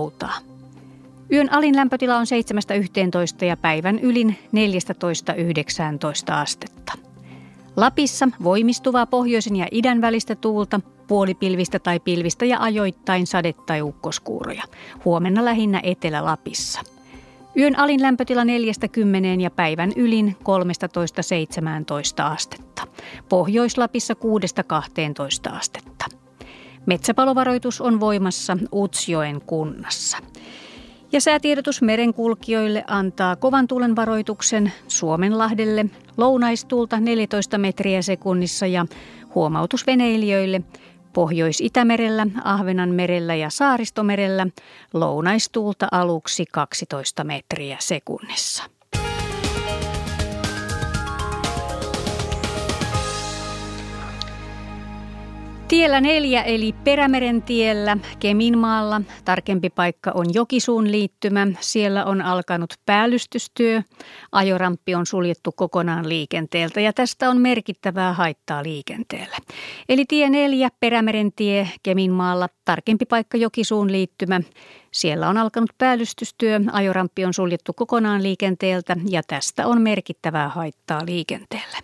soutaa. Yön alin lämpötila on 7-11 ja päivän ylin 14-19 astetta. Lapissa voimistuvaa pohjoisen ja idän välistä tuulta, puolipilvistä tai pilvistä ja ajoittain sade- tai ukkoskuuroja. Huomenna lähinnä Etelä-Lapissa. Yön alin lämpötila 4-10 ja päivän ylin 13-17 astetta. Pohjois-Lapissa 6-12 astetta. Metsäpalovaroitus on voimassa Utsjoen kunnassa. Ja säätiedotus merenkulkijoille antaa kovan tuulen varoituksen Suomenlahdelle, lounaistuulta 14 metriä sekunnissa ja huomautus veneilijöille Pohjois-Itämerellä, Ahvenanmerellä ja Saaristomerellä lounaistuulta aluksi 12 metriä sekunnissa. Tiellä 4 eli Perämeren tiellä Keminmaalla. Tarkempi paikka on Jokisuun liittymä. Siellä on alkanut päällystystyö. Ajoramppi on suljettu kokonaan liikenteeltä ja tästä on merkittävää haittaa liikenteelle. Eli tie 4 Perämeren tie Keminmaalla. Tarkempi paikka Jokisuun liittymä. Siellä on alkanut päällystystyö. Ajoramppi on suljettu kokonaan liikenteeltä ja tästä on merkittävää haittaa liikenteelle.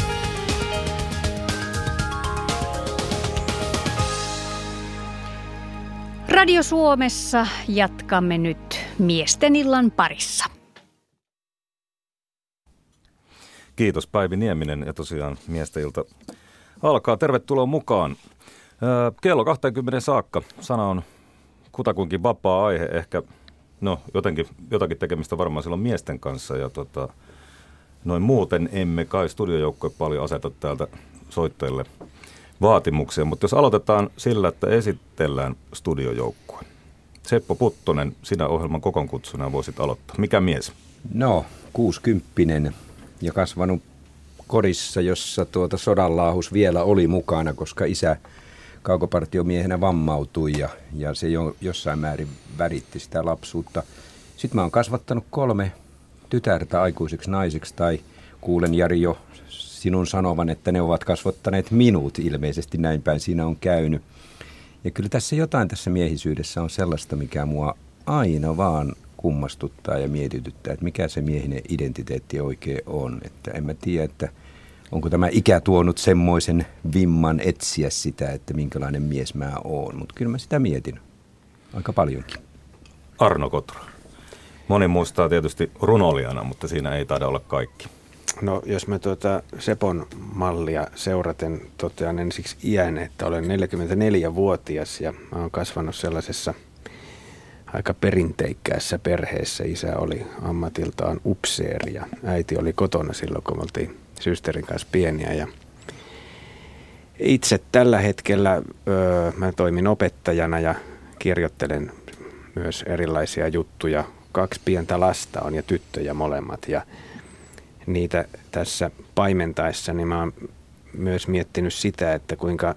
Radio Suomessa jatkamme nyt Miesten illan parissa. Kiitos Päivi Nieminen ja tosiaan Miesten ilta alkaa. Tervetuloa mukaan. Kello 20 saakka. Sana on kutakuinkin vapaa aihe. Ehkä jotakin tekemistä varmaan silloin miesten kanssa. Ja noin muuten emme kai studiojoukkoja paljon aseta täältä soittajille vaatimuksia, mutta jos aloitetaan sillä, että esitellään studiojoukkue. Seppo Puttonen, sinä ohjelman kokoonkutsuna voisit aloittaa. Mikä mies? No, 60 ja kasvanut kodissa, jossa sodanlaahus vielä oli mukana, koska isä kaukopartiomiehenä vammautui ja se jossain määrin väritti sitä lapsuutta. Sitten mä oon kasvattanut 3 tytärtä aikuisiksi naisiksi tai kuulen Jari jo sinun sanovan, että ne ovat kasvattaneet minut, ilmeisesti näin päin siinä on käynyt. Ja kyllä tässä jotain tässä miehisyydessä on sellaista, mikä mua aina vaan kummastuttaa ja mietityttää, että mikä se miehinen identiteetti oikein on. Että en mä tiedä, että onko tämä ikä tuonut semmoisen vimman etsiä sitä, että minkälainen mies mä oon. Mutta kyllä mä sitä mietin aika paljonkin. Arno Kotro. Moni muistaa tietysti runoilijana, mutta siinä ei taida olla kaikki. No jos mä Sepon mallia seuraten totean ensiksi iän, että olen 44-vuotias ja mä oon kasvanut sellaisessa aika perinteikkäässä perheessä. Isä oli ammatiltaan upseeri ja äiti oli kotona silloin, kun me oltiin systerin kanssa pieniä. Ja itse tällä hetkellä mä toimin opettajana ja kirjoittelen myös erilaisia juttuja. 2 pientä lasta on ja tyttöjä molemmat ja niitä tässä paimentaessa, niin mä oon myös miettinyt sitä, että kuinka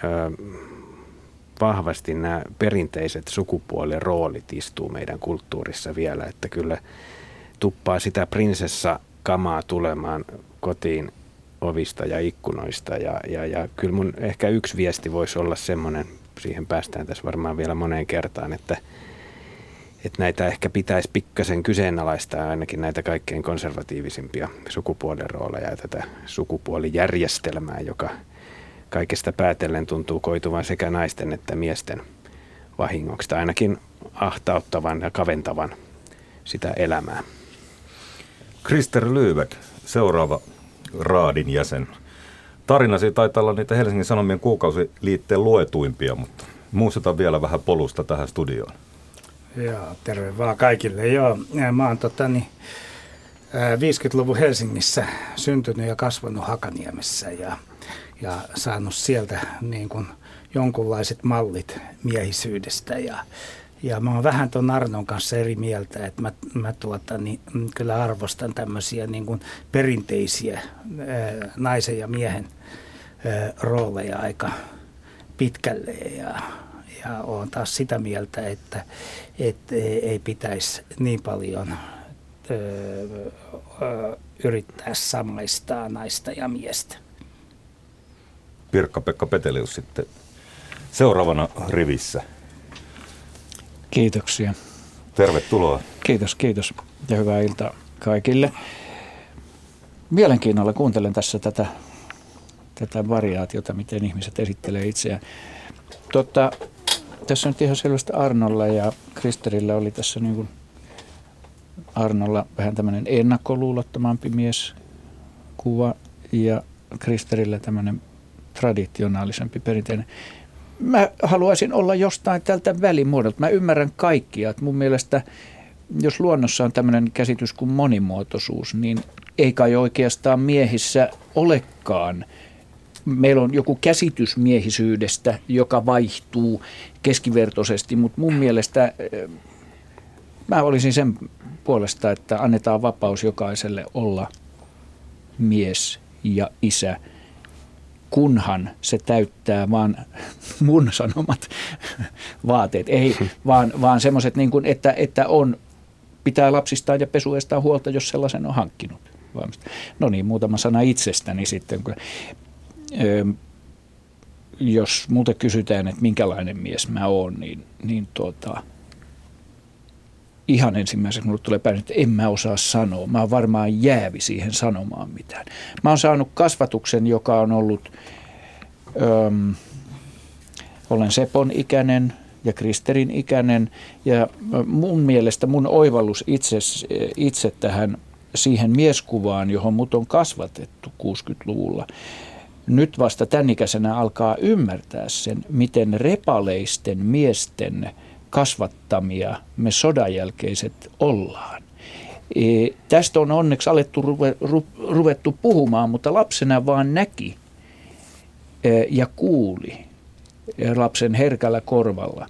vahvasti nämä perinteiset sukupuoliroolit istuu meidän kulttuurissa vielä, että kyllä tuppaa sitä prinsessakamaa tulemaan kotiin ovista ja ikkunoista ja kyllä mun ehkä yksi viesti voisi olla semmoinen, siihen päästään tässä varmaan vielä moneen kertaan, että näitä ehkä pitäisi pikkasen kyseenalaistaa ainakin näitä kaikkein konservatiivisimpia sukupuolirooleja ja tätä sukupuolijärjestelmää, joka kaikesta päätellen tuntuu koituvan sekä naisten että miesten vahingoksi, tai ainakin ahtauttavan ja kaventavan sitä elämää. Krister Lybeck, seuraava raadin jäsen. Tarinasi taitaa olla niitä Helsingin Sanomien kuukausiliitteen luetuimpia, mutta muistutan vielä vähän polusta tähän studioon. Joo, terve vaan kaikille. Joo, mä oon 50-luvun Helsingissä syntynyt ja kasvanut Hakaniemessä ja saanut sieltä niin kuin jonkunlaiset mallit miehisyydestä ja mä oon vähän ton Arnon kanssa eri mieltä, että mä kyllä arvostan tämmöisiä niin kuin perinteisiä naisen ja miehen rooleja aika pitkälle ja olen taas sitä mieltä, että ei pitäisi niin paljon yrittää samaistaa naista ja miestä. Pirkka-Pekka Petelius sitten seuraavana rivissä. Kiitoksia. Tervetuloa. Kiitos ja hyvää iltaa kaikille. Mielenkiinnolla kuuntelen tässä tätä variaatiota, miten ihmiset esittelee itseään. Tässä nyt ihan selvästi Arnolla ja Kristerillä oli tässä niin kuin Arnolla vähän tämmöinen ennakkoluulottomampi mieskuva ja Kristerillä tämmöinen traditionaalisempi perinteinen. Mä haluaisin olla jostain tältä välimuodolta. Mä ymmärrän kaikkia. Että mun mielestä, jos luonnossa on tämmöinen käsitys kuin monimuotoisuus, niin ei kai oikeastaan miehissä olekaan. Meillä on joku käsitys miehisyydestä, joka vaihtuu keskivertoisesti, mutta mun mielestä mä olisin sen puolesta, että annetaan vapaus jokaiselle olla mies ja isä, kunhan se täyttää vaan mun sanomat vaateet. Ei, vaan semmoiset, niin kuin, että pitää lapsistaan ja pesuestaan huolta, jos sellaisen on hankkinut. No niin, muutama sana itsestäni sitten. Jos multa kysytään, että minkälainen mies mä oon, niin ihan ensimmäiseksi mulle tulee päin, että en mä osaa sanoa. Mä oon varmaan jäävi siihen sanomaan mitään. Mä oon saanut kasvatuksen, joka on ollut, olen Sepon ikäinen ja Kristerin ikäinen. Ja mun mielestä mun oivallus itse tähän siihen mieskuvaan, johon mut on kasvatettu 60-luvulla, nyt vasta tämän ikäisenä alkaa ymmärtää sen, miten repaleisten miesten kasvattamia me sodanjälkeiset ollaan. Tästä on onneksi alettu ruvettu puhumaan, mutta lapsena vaan näki ja kuuli lapsen herkällä korvalla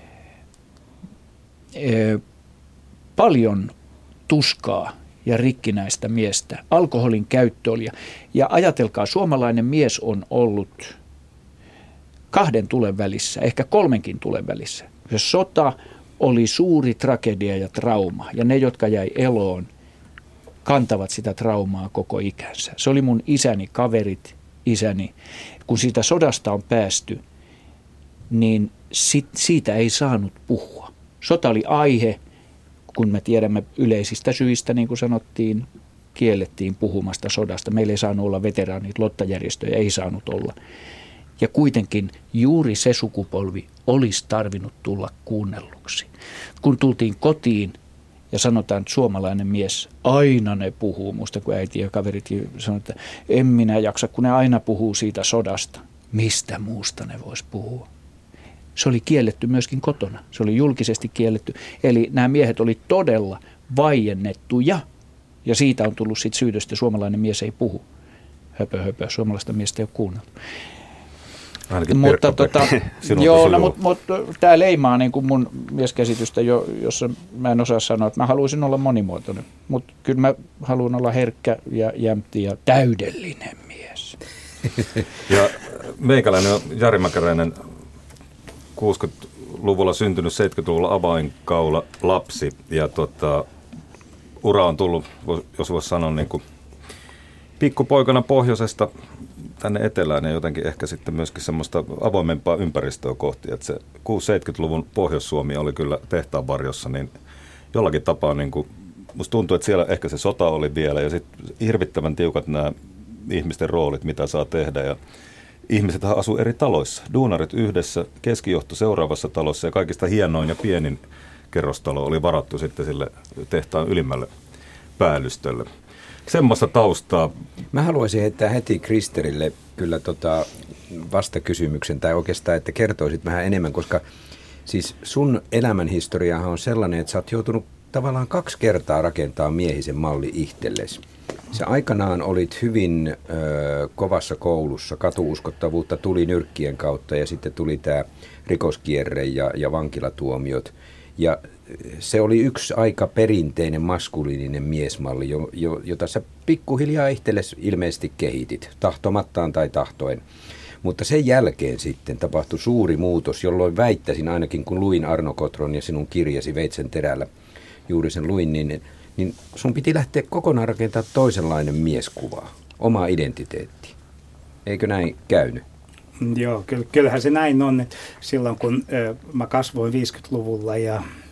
paljon tuskaa ja rikkinäistä miestä. Alkoholin käyttö oli. Ja ajatelkaa, suomalainen mies on ollut 2 tulen välissä, ehkä 3 tulen välissä. Se sota oli suuri tragedia ja trauma, ja ne, jotka jäi eloon, kantavat sitä traumaa koko ikänsä. Se oli mun isäni, kaverit, isäni. Kun siitä sodasta on päästy, niin siitä ei saanut puhua. Sota oli aihe, kun me tiedämme yleisistä syistä, niin kuin sanottiin, kiellettiin puhumasta sodasta. Meillä ei saanut olla veteraanit, lottajärjestöjä ei saanut olla. Ja kuitenkin juuri se sukupolvi olisi tarvinnut tulla kuunnelluksi. Kun tultiin kotiin ja sanotaan, että suomalainen mies, aina ne puhuu, musta kun äiti ja kaverit sanoivat, että en minä jaksa, kun ne aina puhuu siitä sodasta. Mistä muusta ne vois puhua? Se oli kielletty myöskin kotona. Se oli julkisesti kielletty. Eli nämä miehet oli todella vaiennettuja. Ja siitä on tullut sitten syytöstä, että suomalainen mies ei puhu. Höpö, suomalaista miestä ei ole kuunneltu. Mutta tämä leimaa niin kuin mun mieskäsitystä, jossa mä en osaa sanoa, että mä haluaisin olla monimuotoinen. Mutta kyllä mä haluan olla herkkä ja jämpti ja täydellinen mies. Ja meikäläinen on Jari Mäkäräinen, 60-luvulla syntynyt, 70-luvulla avainkaula lapsi. Ja ura on tullut, jos voisi sanoa, niin kuin pikkupoikana pohjoisesta tänne etelään ja jotenkin ehkä sitten myöskin semmoista avoimempaa ympäristöä kohti. Että se 60-70-luvun Pohjois-Suomi oli kyllä tehtaan varjossa, niin jollakin tapaa niin kuin, musta tuntuu, että siellä ehkä se sota oli vielä ja sitten hirvittävän tiukat nämä ihmisten roolit, mitä saa tehdä. Ja ihmisethän asuu eri taloissa. Duunarit yhdessä, keskijohto seuraavassa talossa ja kaikista hienoin ja pienin kerrostalo oli varattu sitten sille tehtaan ylimmälle päällystölle. Semmoista taustaa. Mä haluaisin heittää heti Kristerille kyllä vastakysymyksen, tai oikeastaan, että kertoisit vähän enemmän, koska siis sun elämänhistoriahan on sellainen, että sä oot joutunut tavallaan 2 kertaa rakentaa miehisen malli itsellesi. Sä aikanaan olit hyvin kovassa koulussa, katuuskottavuutta tuli nyrkkien kautta ja sitten tuli tämä rikoskierre ja vankilatuomiot. Ja se oli yksi aika perinteinen maskuliininen miesmalli, jota sä pikkuhiljaa itsellesi ilmeisesti kehitit, tahtomattaan tai tahtoen. Mutta sen jälkeen sitten tapahtui suuri muutos, jolloin väittäisin ainakin, kun luin Arno Kotron ja sinun kirjasi Veitsen terällä, juuri sen luin, niin sun piti lähteä kokonaan rakentamaan toisenlainen mieskuva, oma identiteetti. Eikö näin käynyt? Joo, kyllähän se näin on. Silloin kun mä kasvoin 50-luvulla ja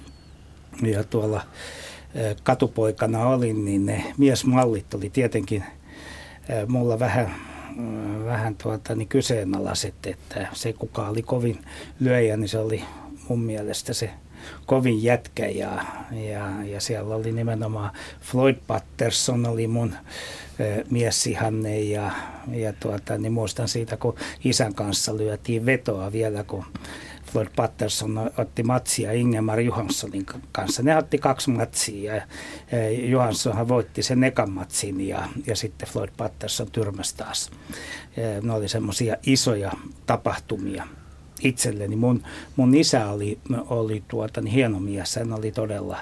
ja tuolla katupoikana olin, niin ne miesmallit oli tietenkin mulla vähän kyseenalaiset, että se kuka oli kovin lyöjä, niin se oli mun mielestä se kovin jätkä ja siellä oli nimenomaan Floyd Patterson oli mun miessihanne ja niin muistan siitä, kun isän kanssa lyötiin vetoa vielä, kun Floyd Patterson otti matsia Ingemar Johanssonin kanssa. Ne otti 2 matsia ja Johanssonhan voitti sen ekan matsin ja sitten Floyd Patterson tyrmäsi taas. Ne oli semmoisia isoja tapahtumia itselleni. Mun isä oli hieno mies. Hän oli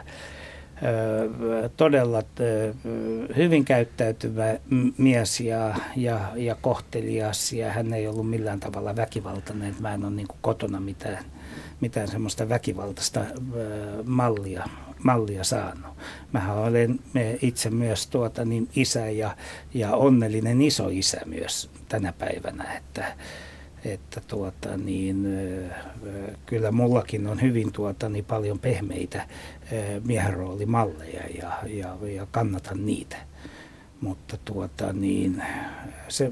todella hyvin käyttäytyvä mies ja kohtelias, ja hän ei ollut millään tavalla väkivaltainen. Mä en ole niin kuin kotona mitään semmoista väkivaltaista mallia saanut. Mähän olen itse myös isä ja onnellinen isoisä myös tänä päivänä, että kyllä mullakin on hyvin paljon pehmeitä miehenroolimalleja ja kannatan niitä. Mutta se...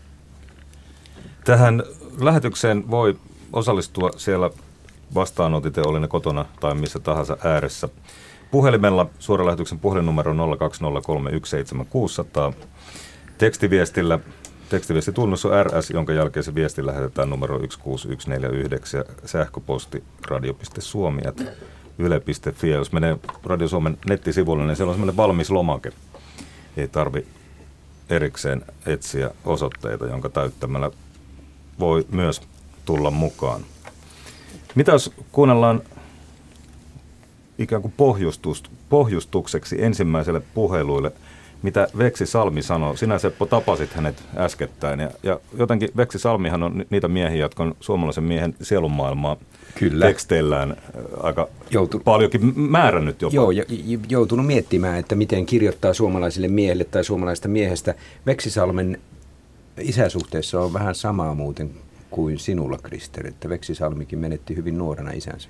Tähän lähetykseen voi osallistua siellä vastaanotit, oli ne kotona tai missä tahansa ääressä. Puhelimella suoralähetyksen puhelinnumero 020317600. Tekstiviestillä tekstiviestitunnus on RS, jonka jälkeen se viesti lähetetään numero 16149 ja sähköposti radio.suomi@yle.fi. Ja jos menee Radio Suomen nettisivuille, niin siellä on semmoinen valmis lomake. Ei tarvi erikseen etsiä osoitteita, jonka täyttämällä voi myös tulla mukaan. Mitä jos kuunnellaan ikään kuin pohjustukseksi ensimmäiselle puheluille, mitä Veksi Salmi sanoi. Sinä, Seppo, tapasit hänet äskettäin ja jotenkin Veksi Salmihan on niitä miehiä, jotka on suomalaisen miehen sielunmaailmaa teksteillään aika paljonkin määrännyt jopa. Joo, ja joutunut miettimään, että miten kirjoittaa suomalaisille miehille tai suomalaista miehestä. Veksi Salmen isäsuhteessa on vähän samaa muuten kuin sinulla, Krister, että Veksi Salmikin menetti hyvin nuorena isänsä.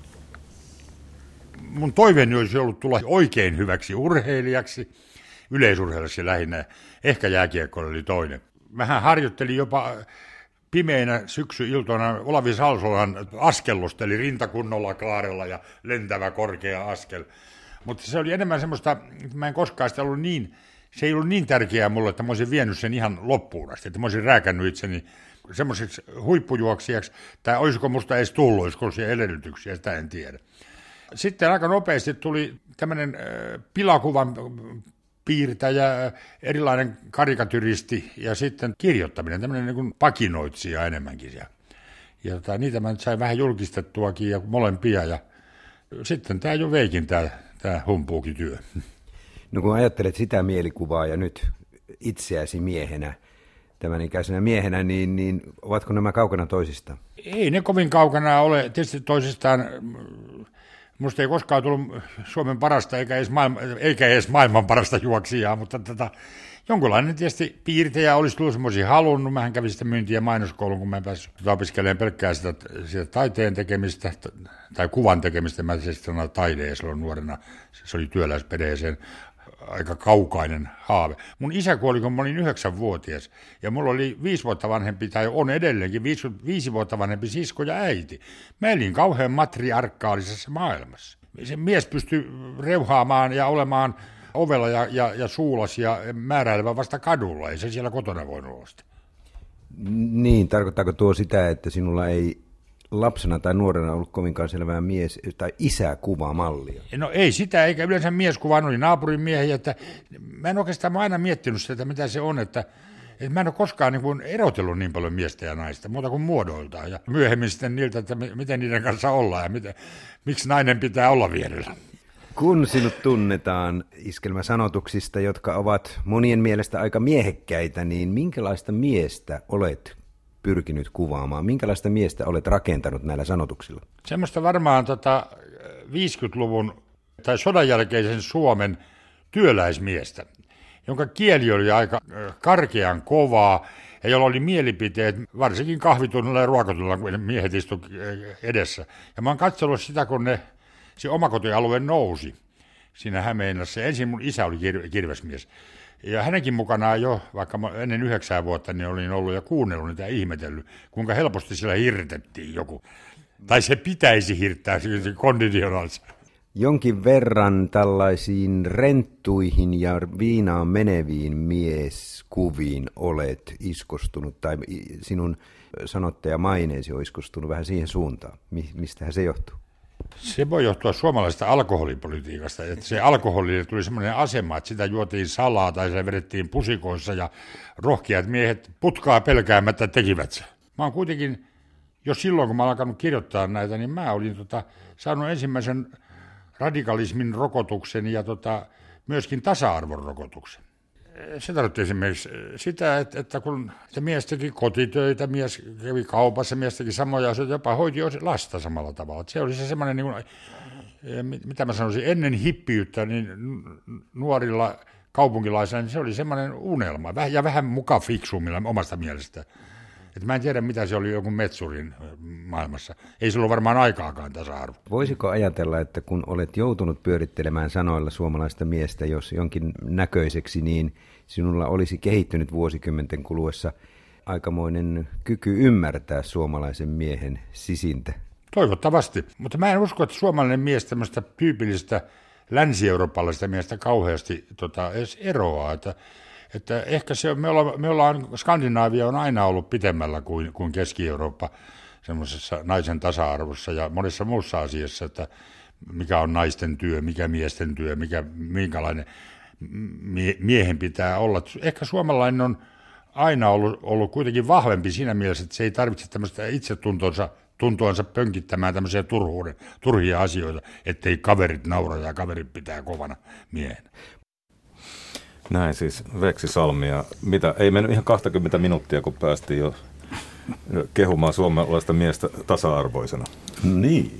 Mun toiveeni olisi ollut tulla oikein hyväksi urheilijaksi, yleisurheilijaksi lähinnä, ehkä jääkiekkoilla oli toinen. Vähän harjoittelin jopa pimeinä syksyiltoina Olavi Salsolan askellusteli rintakunnolla Klaarella ja lentävä korkea askel. Mutta se oli enemmän semmoista, mä en koskaan sitä ollut niin, se ei ollut niin tärkeää mulle, että mä olisin vienyt sen ihan loppuun asti, että mä olisin rääkännyt itseni semmoiseksi huippujuoksijaksi, tai olisiko musta edes tullut, olisiko siellä edellytyksiä, sitä en tiedä. Sitten aika nopeasti tuli tämmöinen pilakuvan piirtäjä, erilainen karikatyristi ja sitten kirjoittaminen, tämmöinen niin kuin pakinoitsija enemmänkin. Ja niitä mä nyt sain vähän julkistettuakin ja molempia ja sitten tämä jo veikin tämä humpuukityö. No kun ajattelet sitä mielikuvaa ja nyt itseäsi miehenä, tämän ikäisenä miehenä, niin ovatko nämä kaukana toisistaan? Ei ne kovin kaukana ole. Tietysti toisistaan, musta ei koskaan tullut Suomen parasta eikä edes maailman parasta juoksijaa, mutta jonkunlainen tietysti piirtejä olisi tullut semmoisia halunnut. Mähän kävin sitten myynti- ja mainoskoulun, kun mä en päässyt opiskelemaan pelkkää sitä taiteen tekemistä tai kuvan tekemistä. Mä siis sanoin taide silloin nuorena. Se oli työläispedeeseen aika kaukainen haave. Mun isä kuoli, kun mä olin 9-vuotias, ja mulla oli 5 vuotta vanhempi, tai on edelleenkin 5 vuotta vanhempi sisko ja äiti. Mä elin kauhean matriarkaalisessa maailmassa. Se mies pystyi reuhaamaan ja olemaan ovella ja suulas ja määräilevä vasta kadulla, ei se siellä kotona voinut olla sitä. Niin, tarkoittaako tuo sitä, että sinulla ei lapsena tai nuorena ollut kovinkaan selvää mies- tai isäkuvamallia? No ei sitä, eikä yleensä mieskuvaa, oli naapurin miehiä, että mä en oikeastaan aina miettinyt sitä, mitä se on, että mä en ole koskaan niin kuin erotellut niin paljon miestä ja naista, muuta kuin muodoiltaan, ja myöhemmin sitten niiltä, että miten niiden kanssa ollaan ja miksi nainen pitää olla vierellä. Kun sinut tunnetaan iskelmäsanotuksista, jotka ovat monien mielestä aika miehekkäitä, niin minkälaista miestä olet pyrkinyt kuvaamaan? Minkälaista miestä olet rakentanut näillä sanotuksilla? Semmoista varmaan 50-luvun tai sodan jälkeisen Suomen työläismiestä, jonka kieli oli aika karkean kovaa ja jolla oli mielipiteet, varsinkin kahvitunnilla ja ruokatunnilla, kun miehet istuivat edessä. Ja mä oon katsellut sitä, kun ne se omakotialue nousi siinä Hämeenlässä. Ensin mun isä oli kirvesmies. Ja hänenkin mukanaan jo, vaikka ennen 9 vuotta, niin olin ollut ja kuunnellut niitä ja ihmetellyt, kuinka helposti siellä hirtettiin joku. Tai se pitäisi hirttää konditionaalissa. Jonkin verran tällaisiin renttuihin ja viinaan meneviin mieskuviin olet iskostunut, tai sinun sanottaja maineesi on iskostunut vähän siihen suuntaan. Mistähän se johtuu? Se voi johtua suomalaisesta alkoholipolitiikasta, että se alkoholille tuli semmoinen asema, että sitä juotiin salaa tai se vedettiin pusikoissa ja rohkeat miehet putkaa pelkäämättä tekivät se. Mä oon kuitenkin, jo silloin kun mä oon alkanut kirjoittaa näitä, niin mä olin saanut ensimmäisen radikalismin rokotuksen ja myöskin tasa-arvon rokotuksen. Se tarkoitti esimerkiksi sitä, että kun mies teki kotitöitä, mies kävi kaupassa, mies teki samoja asioita, jopa hoiti lasta samalla tavalla. Se oli se semmoinen, niin kuin, mitä mä sanoisin, ennen hippiyttä, niin nuorilla kaupunkilaisilla, niin se oli semmoinen unelma ja vähän muka fiksummilla omasta mielestä. Että mä en tiedä, mitä se oli joku metsurin maailmassa. Ei sillä ole varmaan aikaakaan tasa-arvo. Voisiko ajatella, että kun olet joutunut pyörittelemään sanoilla suomalaista miestä, jos jonkin näköiseksi, niin sinulla olisi kehittynyt vuosikymmenten kuluessa aikamoinen kyky ymmärtää suomalaisen miehen sisintä? Toivottavasti, mutta mä en usko, että suomalainen mies tämmöistä tyypillistä länsi-eurooppalaisesta miestä kauheasti edes eroaa, että ehkä me ollaan, Skandinaavia on aina ollut pitemmällä kuin Keski-Eurooppa semmoisessa naisen tasa-arvossa ja monessa muussa asiassa, että mikä on naisten työ, mikä miesten työ, minkälainen miehen pitää olla. Ehkä suomalainen on aina ollut kuitenkin vahvempi siinä mielessä, että se ei tarvitse tämmöistä itsetuntoansa pönkittämään tämmöisiä turhia asioita, ettei kaverit naura ja kaverit pitää kovana miehenä. Näin siis Veksi Salmi, ja ei mennyt ihan 20 minuuttia, kun päästiin jo kehumaan suomalaista miestä tasa-arvoisena. Niin.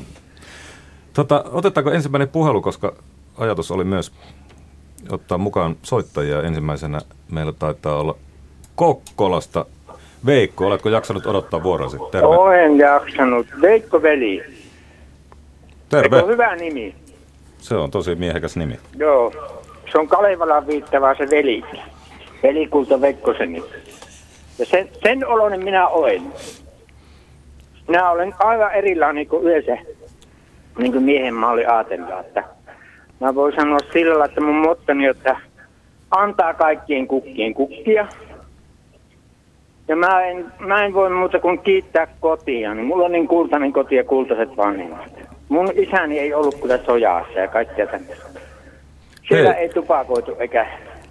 Otetaanko ensimmäinen puhelu, koska ajatus oli myös ottaa mukaan soittajia. Ensimmäisenä meillä taitaa olla Kokkolasta Veikko. Oletko jaksanut odottaa vuorosi? Terve. Olen jaksanut. Veikko Veli. Terve. Eikö hyvä nimi? Se on tosi miehekäs nimi. Joo. Se on Kalevalaan viittavaa se veli. Velikulta Vekkoseni. Ja sen oloinen minä olen. Minä olen aivan erilainen kuin yleensä niin kuin miehen malli ajatella. Että mä voin sanoa sillä lailla, että mun mottoni, että antaa kaikkien kukkien kukkia. Ja mä en voi muuta kuin kiittää kotia. Niin mulla on niin kultainen koti ja kultaiset vanhemmat. Mun isäni ei ollut kyllä sojaassa ja kaikkea tämmöistä. Siellä ei tupakoitu eikä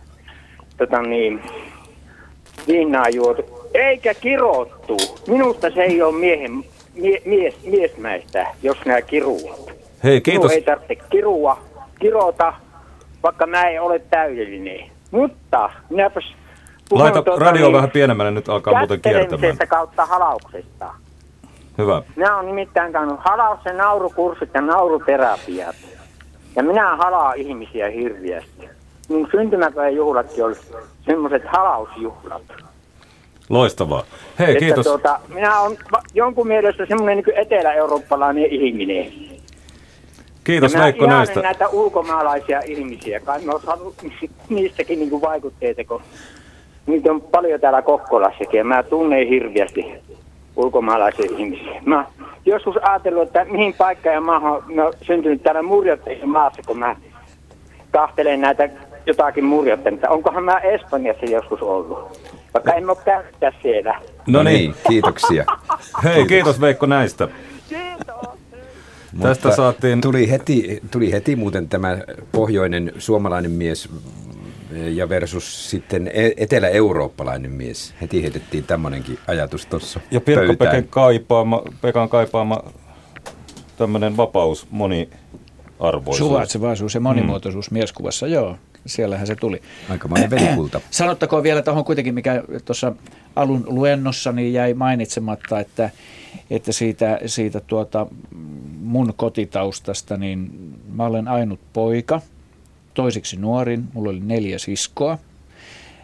viinaa juotu, eikä kirottu. Minusta se ei ole miesmäistä, jos nämä kiruat. Hei, kiitos. Minun ei tarvitse kirota, vaikka mä en ole täydellinen. Mutta minäpäs puhun laita radio vähän pienemmälle, nyt alkaa muuten kiertämään. Kautta halauksesta. Hyvä. Minä olen nimittäin käynyt halaus- ja naurukurssit ja nauruterapiat. Ja minä halaan ihmisiä hirviästi. Mun syntymäpäivän juhlatkin oli semmoiset halausjuhlat. Loistavaa. Hei, kiitos. Minä olen jonkun mielestä semmoinen niin kuin etelä-eurooppalainen ihminen. Kiitos Veikko näistä. Minä näitä ulkomaalaisia ihmisiä. Kai mä oon saanut niistäkin niin kuin vaikutteita, kun niitä on paljon täällä Kokkolassakin. Ja mä tunnen hirviästi ulkomaalaisia ihmisiä. Mä joskus ajatellut, että mihin paikkaan ja maahan mä oon syntynyt täällä murjotteisen maassa, kun mä kahtelen näitä jotakin murjotten. Onkohan mä Espanjassa joskus ollut? Vaikka en ole käynyt siellä. No niin, kiitoksia. Hei, kiitos Veikko näistä. Kiitos. Tästä saatiin... Tuli heti muuten tämä pohjoinen suomalainen mies ja versus sitten etelä-eurooppalainen mies. Heti heitettiin tämmöinenkin ajatus tuossa ja Pekan kaipaama tämmöinen vapaus, moniarvoisuus. Suvaitsevaisuus ja monimuotoisuus mieskuvassa, joo. Siellähän se tuli. Aikamoinen velikulta. Sanottakoon vielä tuohon kuitenkin, mikä tuossa alun luennossani jäi mainitsematta, että siitä mun kotitaustasta, niin mä olen ainut poika, toiseksi nuorin, mulla oli 4 siskoa.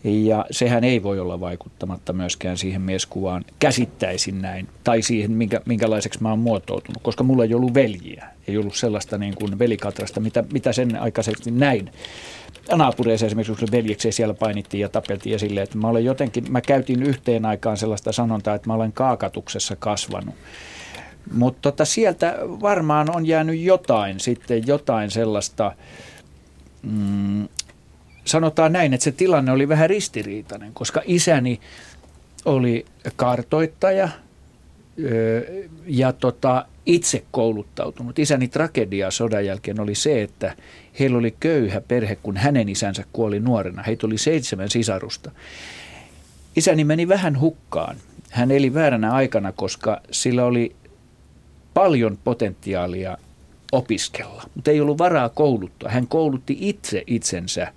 Ja sehän ei voi olla vaikuttamatta myöskään siihen mieskuvaan, käsittäisin näin, tai siihen, minkälaiseksi mä oon muotoutunut, koska mulla ei ollut veljiä. Ei ollut sellaista niin kuin velikatrasta, mitä sen aikaisesti näin. Naapureissa esimerkiksi, kun veljekseen siellä painittiin ja tapeltiin esille, että mä käytin yhteen aikaan sellaista sanontaa, että mä olen kaakatuksessa kasvanut. Mutta sieltä varmaan on jäänyt jotain sellaista, sanotaan näin, että se tilanne oli vähän ristiriitainen, koska isäni oli kartoittaja ja itse kouluttautunut. Isäni tragedia sodan jälkeen oli se, että heillä oli köyhä perhe, kun hänen isänsä kuoli nuorena. Heitä oli 7 sisarusta. Isäni meni vähän hukkaan. Hän eli vääränä aikana, koska sillä oli paljon potentiaalia opiskella, mutta ei ollut varaa kouluttaa. Hän koulutti itse itsensä,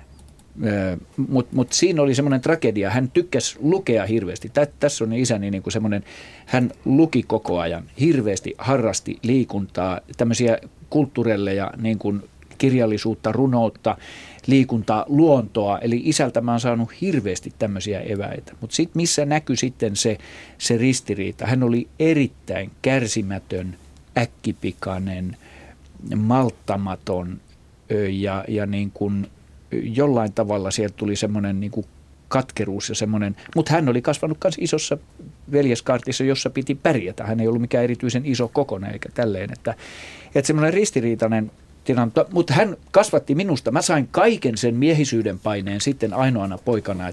mutta siinä oli semmoinen tragedia. Hän tykkäsi lukea hirveästi. Tässä on isäni niin kuin semmoinen, hän luki koko ajan, hirveästi harrasti liikuntaa, tämmöisiä kulttuurelleja, niin kuin kirjallisuutta, runoutta, liikuntaa, luontoa. Eli isältä mä oon saanut hirveästi tämmöisiä eväitä. Mutta sitten missä näkyi sitten se ristiriita? Hän oli erittäin kärsimätön, äkkipikainen, malttamaton ja niin kuin jollain tavalla sieltä tuli semmoinen niin kuin katkeruus ja semmoinen, mutta hän oli kasvanut myös isossa veljeskaartissa, jossa piti pärjätä. Hän ei ollut mikään erityisen iso kokonen eikä tälleen, että semmoinen ristiriitainen tilanne, mutta hän kasvatti minusta. Mä sain kaiken sen miehisyyden paineen sitten ainoana poikana,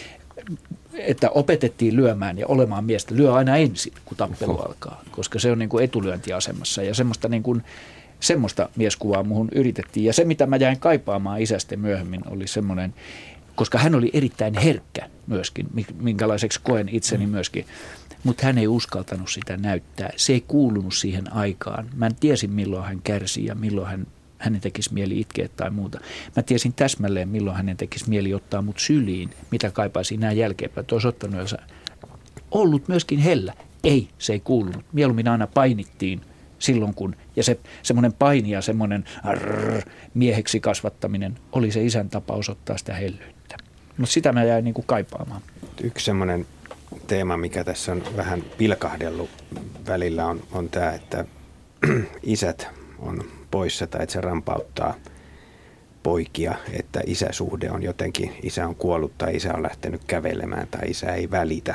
että opetettiin lyömään ja olemaan miestä. Lyö aina ensin, kun tappelu alkaa, koska se on niin kuin etulyöntiasemassa ja semmoista mieskuvaa muuhun yritettiin. Ja se, mitä mä jäin kaipaamaan isästä myöhemmin, oli semmoinen, koska hän oli erittäin herkkä myöskin, minkälaiseksi koen itseni myöskin, mutta hän ei uskaltanut sitä näyttää. Se ei kuulunut siihen aikaan. Mä en tiesin, milloin hän kärsii ja milloin hänen tekisi mieli itkeä tai muuta. Mä tiesin täsmälleen, milloin hänen tekisi mieli ottaa mut syliin, mitä kaipaisin näin jälkeenpäin. Olisi ottanut ollut myöskin hellä. Ei, se ei kuulunut. Mieluummin aina painittiin silloin, kun, ja se semmoinen paini ja semmoinen mieheksi kasvattaminen oli se isän tapa osoittaa sitä hellyyttä. Mutta sitä mä jäin niin kuin kaipaamaan. Yksi semmoinen teema, mikä tässä on vähän pilkahdellut välillä, on tämä, että isät on poissa tai että se rampauttaa poikia, että isäsuhde on jotenkin, isä on kuollut tai isä on lähtenyt kävelemään tai isä ei välitä.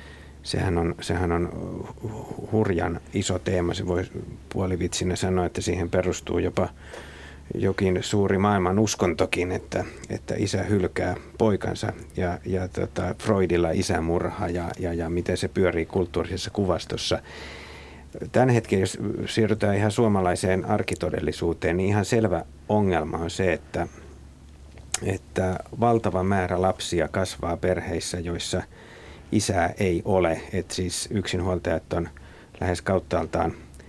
Sehän on hurjan iso teema. Se voi puolivitsinä sanoa, että siihen perustuu jopa jokin suuri maailman uskontokin, että isä hylkää poikansa ja Freudilla isämurha ja miten se pyörii kulttuurisessa kuvastossa. Tämän hetken, jos siirrytään ihan suomalaiseen arkitodellisuuteen, niin ihan selvä ongelma on se, että valtava määrä lapsia kasvaa perheissä, joissa isää ei ole. Että siis yksinhuoltajat on lähes kauttaaltaan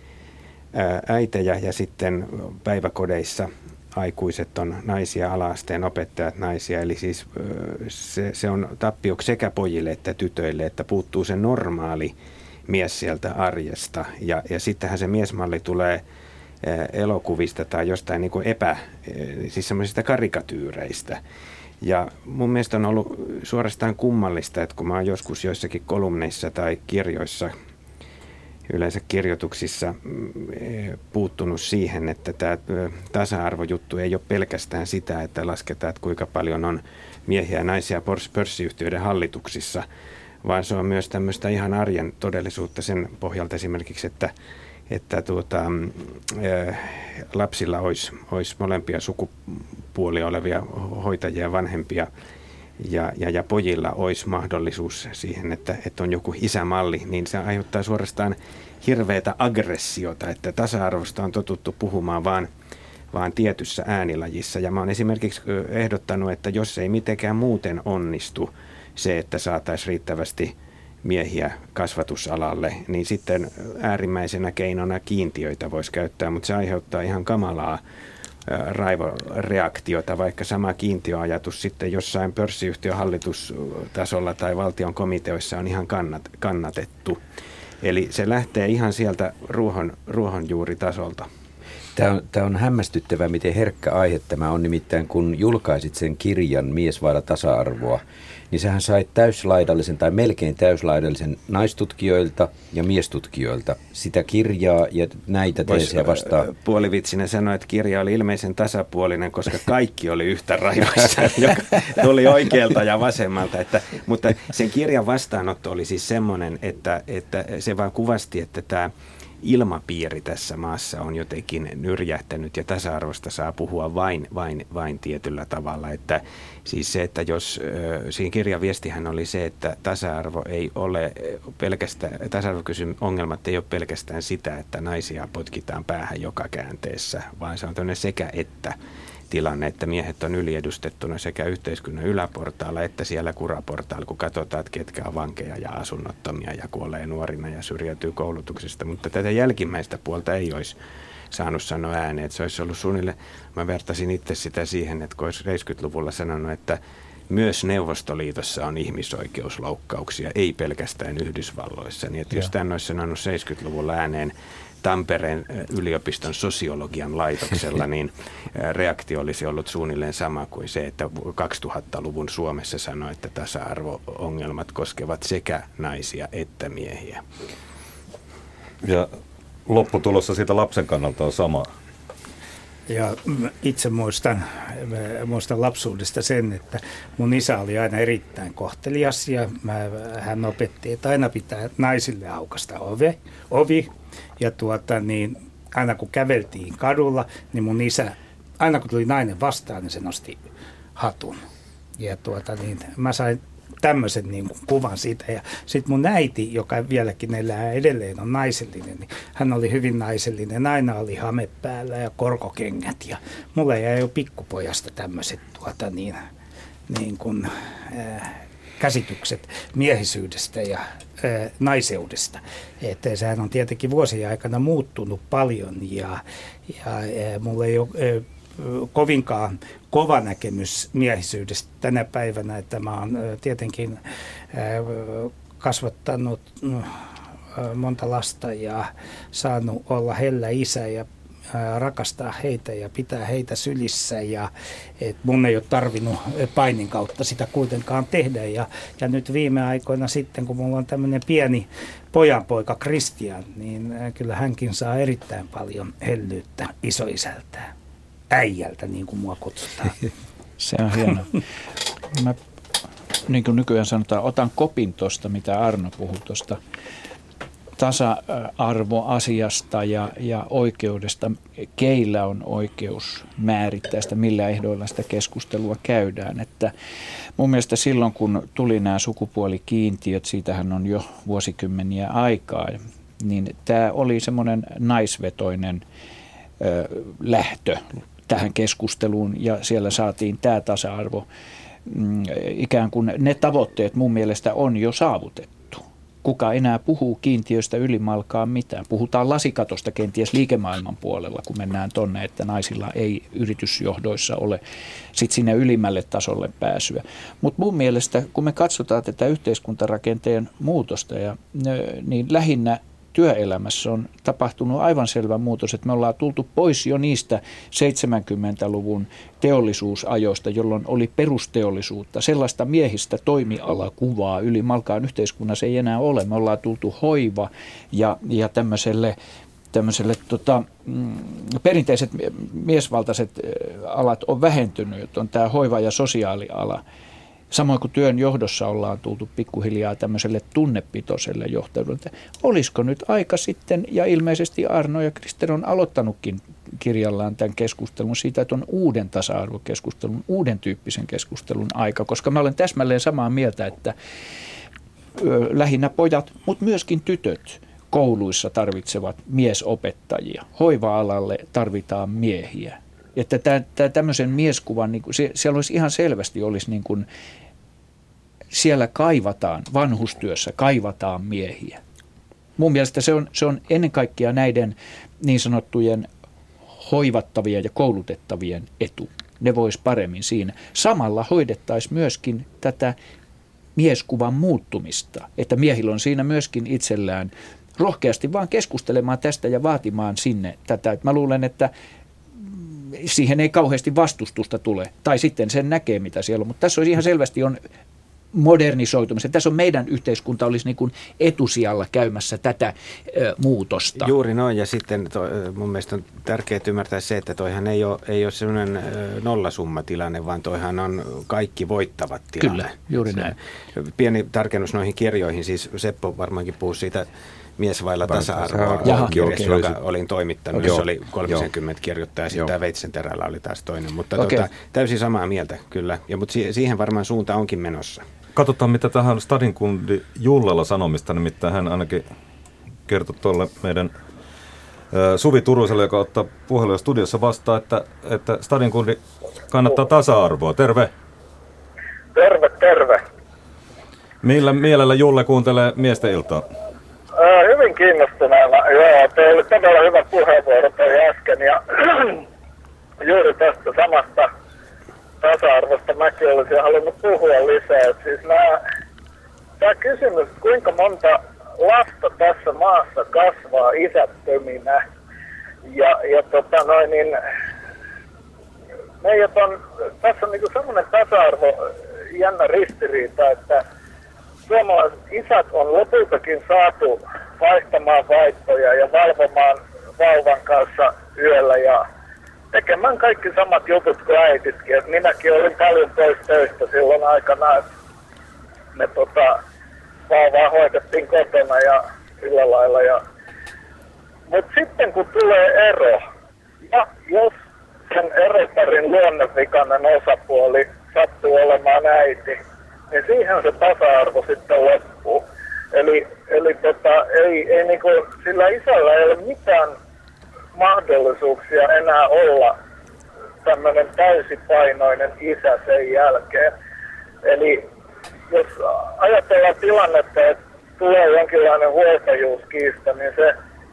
äitejä ja sitten päiväkodeissa aikuiset on naisia, ala-asteen opettajat naisia. Eli siis se on tappioksi sekä pojille että tytöille, että puuttuu se normaali mies sieltä arjesta. Ja sittenhän se miesmalli tulee elokuvista tai jostain niin kuin siis semmoisista karikatyyreistä. Ja mun mielestä on ollut suorastaan kummallista, että kun mä oon joskus joissakin kolumneissa tai kirjoissa, yleensä kirjoituksissa puuttunut siihen, että tämä tasa-arvojuttu ei ole pelkästään sitä, että lasketaan, että kuinka paljon on miehiä ja naisia pörssiyhtiöiden hallituksissa, vaan se on myös tämmöistä ihan arjen todellisuutta sen pohjalta esimerkiksi, että lapsilla olisi molempia sukupuolia olevia hoitajia ja vanhempia ja pojilla olisi mahdollisuus siihen, että on joku isämalli, niin se aiheuttaa suorastaan hirveätä aggressiota, että tasa-arvosta on totuttu puhumaan vaan tietyssä äänilajissa. Ja mä oon esimerkiksi ehdottanut, että jos ei mitenkään muuten onnistu se, että saataisiin riittävästi miehiä kasvatusalalle, niin sitten äärimmäisenä keinona kiintiöitä voisi käyttää, mutta se aiheuttaa ihan kamalaa raivoreaktiota, vaikka sama kiintiöajatus sitten jossain pörssiyhtiön hallitustasolla tai valtion komiteoissa on ihan kannatettu. Eli se lähtee ihan sieltä ruohonjuuritasolta. Tämä on hämmästyttävää, miten herkkä aihe tämä on. Nimittäin kun julkaisit sen kirjan Mies vailla tasa-arvoa, niin sähän sait täyslaidallisen tai melkein täyslaidallisen naistutkijoilta ja miestutkijoilta sitä kirjaa ja näitä teesiä vastaan. Puolivitsinä sanoi, että kirja oli ilmeisen tasapuolinen, koska kaikki oli yhtä raivoissa, joka tuli oikealta ja vasemmalta. Mutta sen kirjan vastaanotto oli siis semmoinen, että se vaan kuvasti, että tämä ilmapiiri tässä maassa on jotenkin nyrjähtänyt ja tasa-arvosta saa puhua vain tietyllä tavalla. Että siis se, että jos siinä kirjan viestihän oli se, että tasa-arvo ei ole pelkästään, ongelmat ei ole pelkästään sitä, että naisia potkitaan päähän joka käänteessä, vaan se on tämmöinen sekä että tilanne, että miehet on yliedustettuna sekä yhteiskunnan yläportaalla että siellä kuraportaalla, kun katsotaan, että ketkä on vankeja ja asunnottomia ja kuolee nuorina ja syrjäytyy koulutuksesta. Mutta tätä jälkimmäistä puolta ei olisi saanut sanoa ääneen. Että se olisi ollut suunnilleen, mä vertasin itse sitä siihen, että kun olisi 70-luvulla sanonut, että myös Neuvostoliitossa on ihmisoikeusloukkauksia, ei pelkästään Yhdysvalloissa. Niin että jos tämän olisi sanonut 70-luvulla ääneen Tampereen yliopiston sosiologian laitoksella, niin reaktio olisi ollut suunnilleen sama kuin se, että 2000-luvun Suomessa sanoi, että tasa-arvo-ongelmat koskevat sekä naisia että miehiä. Ja lopputulossa siitä lapsen kannalta on sama. Ja itse muistan lapsuudesta sen, että mun isä oli aina erittäin kohtelias ja hän opetti, että aina pitää naisille aukaista ovi. Ja aina kun käveltiin kadulla, niin mun isä, aina kun tuli nainen vastaan, niin se nosti hatun. Ja mä sain tämmöisen niin kuin kuvan siitä. Ja sitten mun äiti, joka vieläkin elää edelleen on naisellinen, niin hän oli hyvin naisellinen. Aina oli hame päällä ja korkokengät. Ja mulle jäi jo pikkupojasta tämmöiset käsitykset miehisyydestä ja naiseudesta. Että sehän on tietenkin vuosien aikana muuttunut paljon ja mulla ei ole kovinkaan kova näkemys miehisyydestä tänä päivänä, että mä oon tietenkin kasvattanut monta lasta ja saanut olla hellä isä ja rakastaa heitä ja pitää heitä sylissä ja mun ei ole tarvinnut painin kautta sitä kuitenkaan tehdä ja nyt viime aikoina sitten, kun mulla on tämmöinen pieni pojanpoika Kristian, niin kyllä hänkin saa erittäin paljon hellyyttä isoisältään, äijältä niin kuin mua kutsutaan. Se on hienoa. Mä, niin kuin nykyään sanotaan, otan kopin tuosta, mitä Arno puhui tuosta tasa-arvoasiasta ja oikeudesta. Keillä on oikeus määrittää sitä, millä ehdoilla sitä keskustelua käydään. Että mun mielestä silloin, kun tuli nämä sukupuolikiintiöt, siitähän on jo vuosikymmeniä aikaa, niin tämä oli semmoinen naisvetoinen lähtö tähän keskusteluun ja siellä saatiin tämä tasa-arvo. Ikään kuin ne tavoitteet mun mielestä on jo saavutettu. Kuka enää puhuu kiintiöistä ylimalkaan mitään. Puhutaan lasikatosta kenties liikemaailman puolella, kun mennään tonne, että naisilla ei yritysjohdoissa ole sit sinne ylimmälle tasolle pääsyä. Mutta mun mielestä, kun me katsotaan tätä yhteiskuntarakenteen muutosta, niin lähinnä työelämässä on tapahtunut aivan selvä muutos, että me ollaan tultu pois jo niistä 70-luvun teollisuusajoista, jolloin oli perusteollisuutta. Sellaista miehistä toimialakuvaa ylimalkaan yhteiskunnassa ei enää ole. Me ollaan tultu hoiva ja tämmöiselle perinteiset miesvaltaiset alat on vähentynyt. On tämä hoiva- ja sosiaaliala. Samoin kuin työn johdossa ollaan tultu pikkuhiljaa tämmöiselle tunnepitoiselle johtajuudelle. Olisiko nyt aika sitten, ja ilmeisesti Arno ja Kristen on aloittanutkin kirjallaan tämän keskustelun siitä, että on uuden tasa-arvokeskustelun, uuden tyyppisen keskustelun aika, koska mä olen täsmälleen samaa mieltä, että lähinnä pojat, mutta myöskin tytöt kouluissa tarvitsevat miesopettajia. Hoiva-alalle tarvitaan miehiä. Että tämmöisen mieskuvan, niin siellä olisi ihan selvästi, niin kuin, siellä kaivataan, vanhustyössä kaivataan miehiä. Mun mielestä se on ennen kaikkea näiden niin sanottujen hoivattavien ja koulutettavien etu. Ne vois paremmin siinä. Samalla hoidettaisiin myöskin tätä mieskuvan muuttumista, että miehillä on siinä myöskin itsellään rohkeasti vaan keskustelemaan tästä ja vaatimaan sinne tätä. Et mä luulen, että siihen ei kauheasti vastustusta tule, tai sitten sen näkee, mitä siellä on. Mutta tässä olisi ihan selvästi on modernisoitumista. Tässä on meidän yhteiskunta olisi niin kuin etusijalla käymässä tätä muutosta. Juuri noin, ja sitten mun mielestä on tärkeää ymmärtää se, että toihan ei ole sellainen nollasummatilanne, vaan toihan on kaikki voittavat tilanne. Kyllä, juuri näin. Pieni tarkennus noihin kirjoihin, siis Seppo varmaankin puhuu siitä Mies vailla tasa-arvoa kirjassa, jonka olin toimittanut, jossa oli 30 kirjoittajaa, ja sitten tämä Veitsenterällä oli taas toinen, mutta täysin samaa mieltä kyllä, mutta siihen varmaan suunta onkin menossa. Katsotaan, mitä tähän Stadinkundi Jullella sanomista, nimittäin hän ainakin kertoi tuolle meidän Suvi Turuselle, joka ottaa puhelua studiossa vastaan, että Stadinkundi kannattaa tasa-arvoa. Terve! Terve! Millä mielellä Julle kuuntelee Miesten iltaa? Hyvin kiinnostuneena. Joo, teillä oli todella hyvä puheenvuoro toi äsken ja juuri tästä samasta tasa-arvosta mäkin olisin halunnut puhua lisää. Siis tämä kysymys, kuinka monta lasta tässä maassa kasvaa isättöminä meidät on, tässä on niinku semmoinen tasa-arvo jännä ristiriita, että suomalaiset isät on lopultakin saatu vaihtamaan vaihtoja ja valvomaan vauvan kanssa yöllä ja tekemään kaikki samat jutut kuin äititkin. Et minäkin olin paljon töistä silloin aikana, että me vauvaa hoidettiin kotona ja sillä lailla. Mutta sitten kun tulee ero, ja jos sen eroparin luonnevikainen osapuoli sattuu olemaan äiti, niin siihen se tasa-arvo sitten loppuu. Eli ei niinku, sillä isällä ei ole mitään mahdollisuuksia enää olla tämmöinen täysipainoinen isä sen jälkeen. Eli jos ajatellaan tilannetta, että tulee jonkinlainen huoltajuuskiista, niin se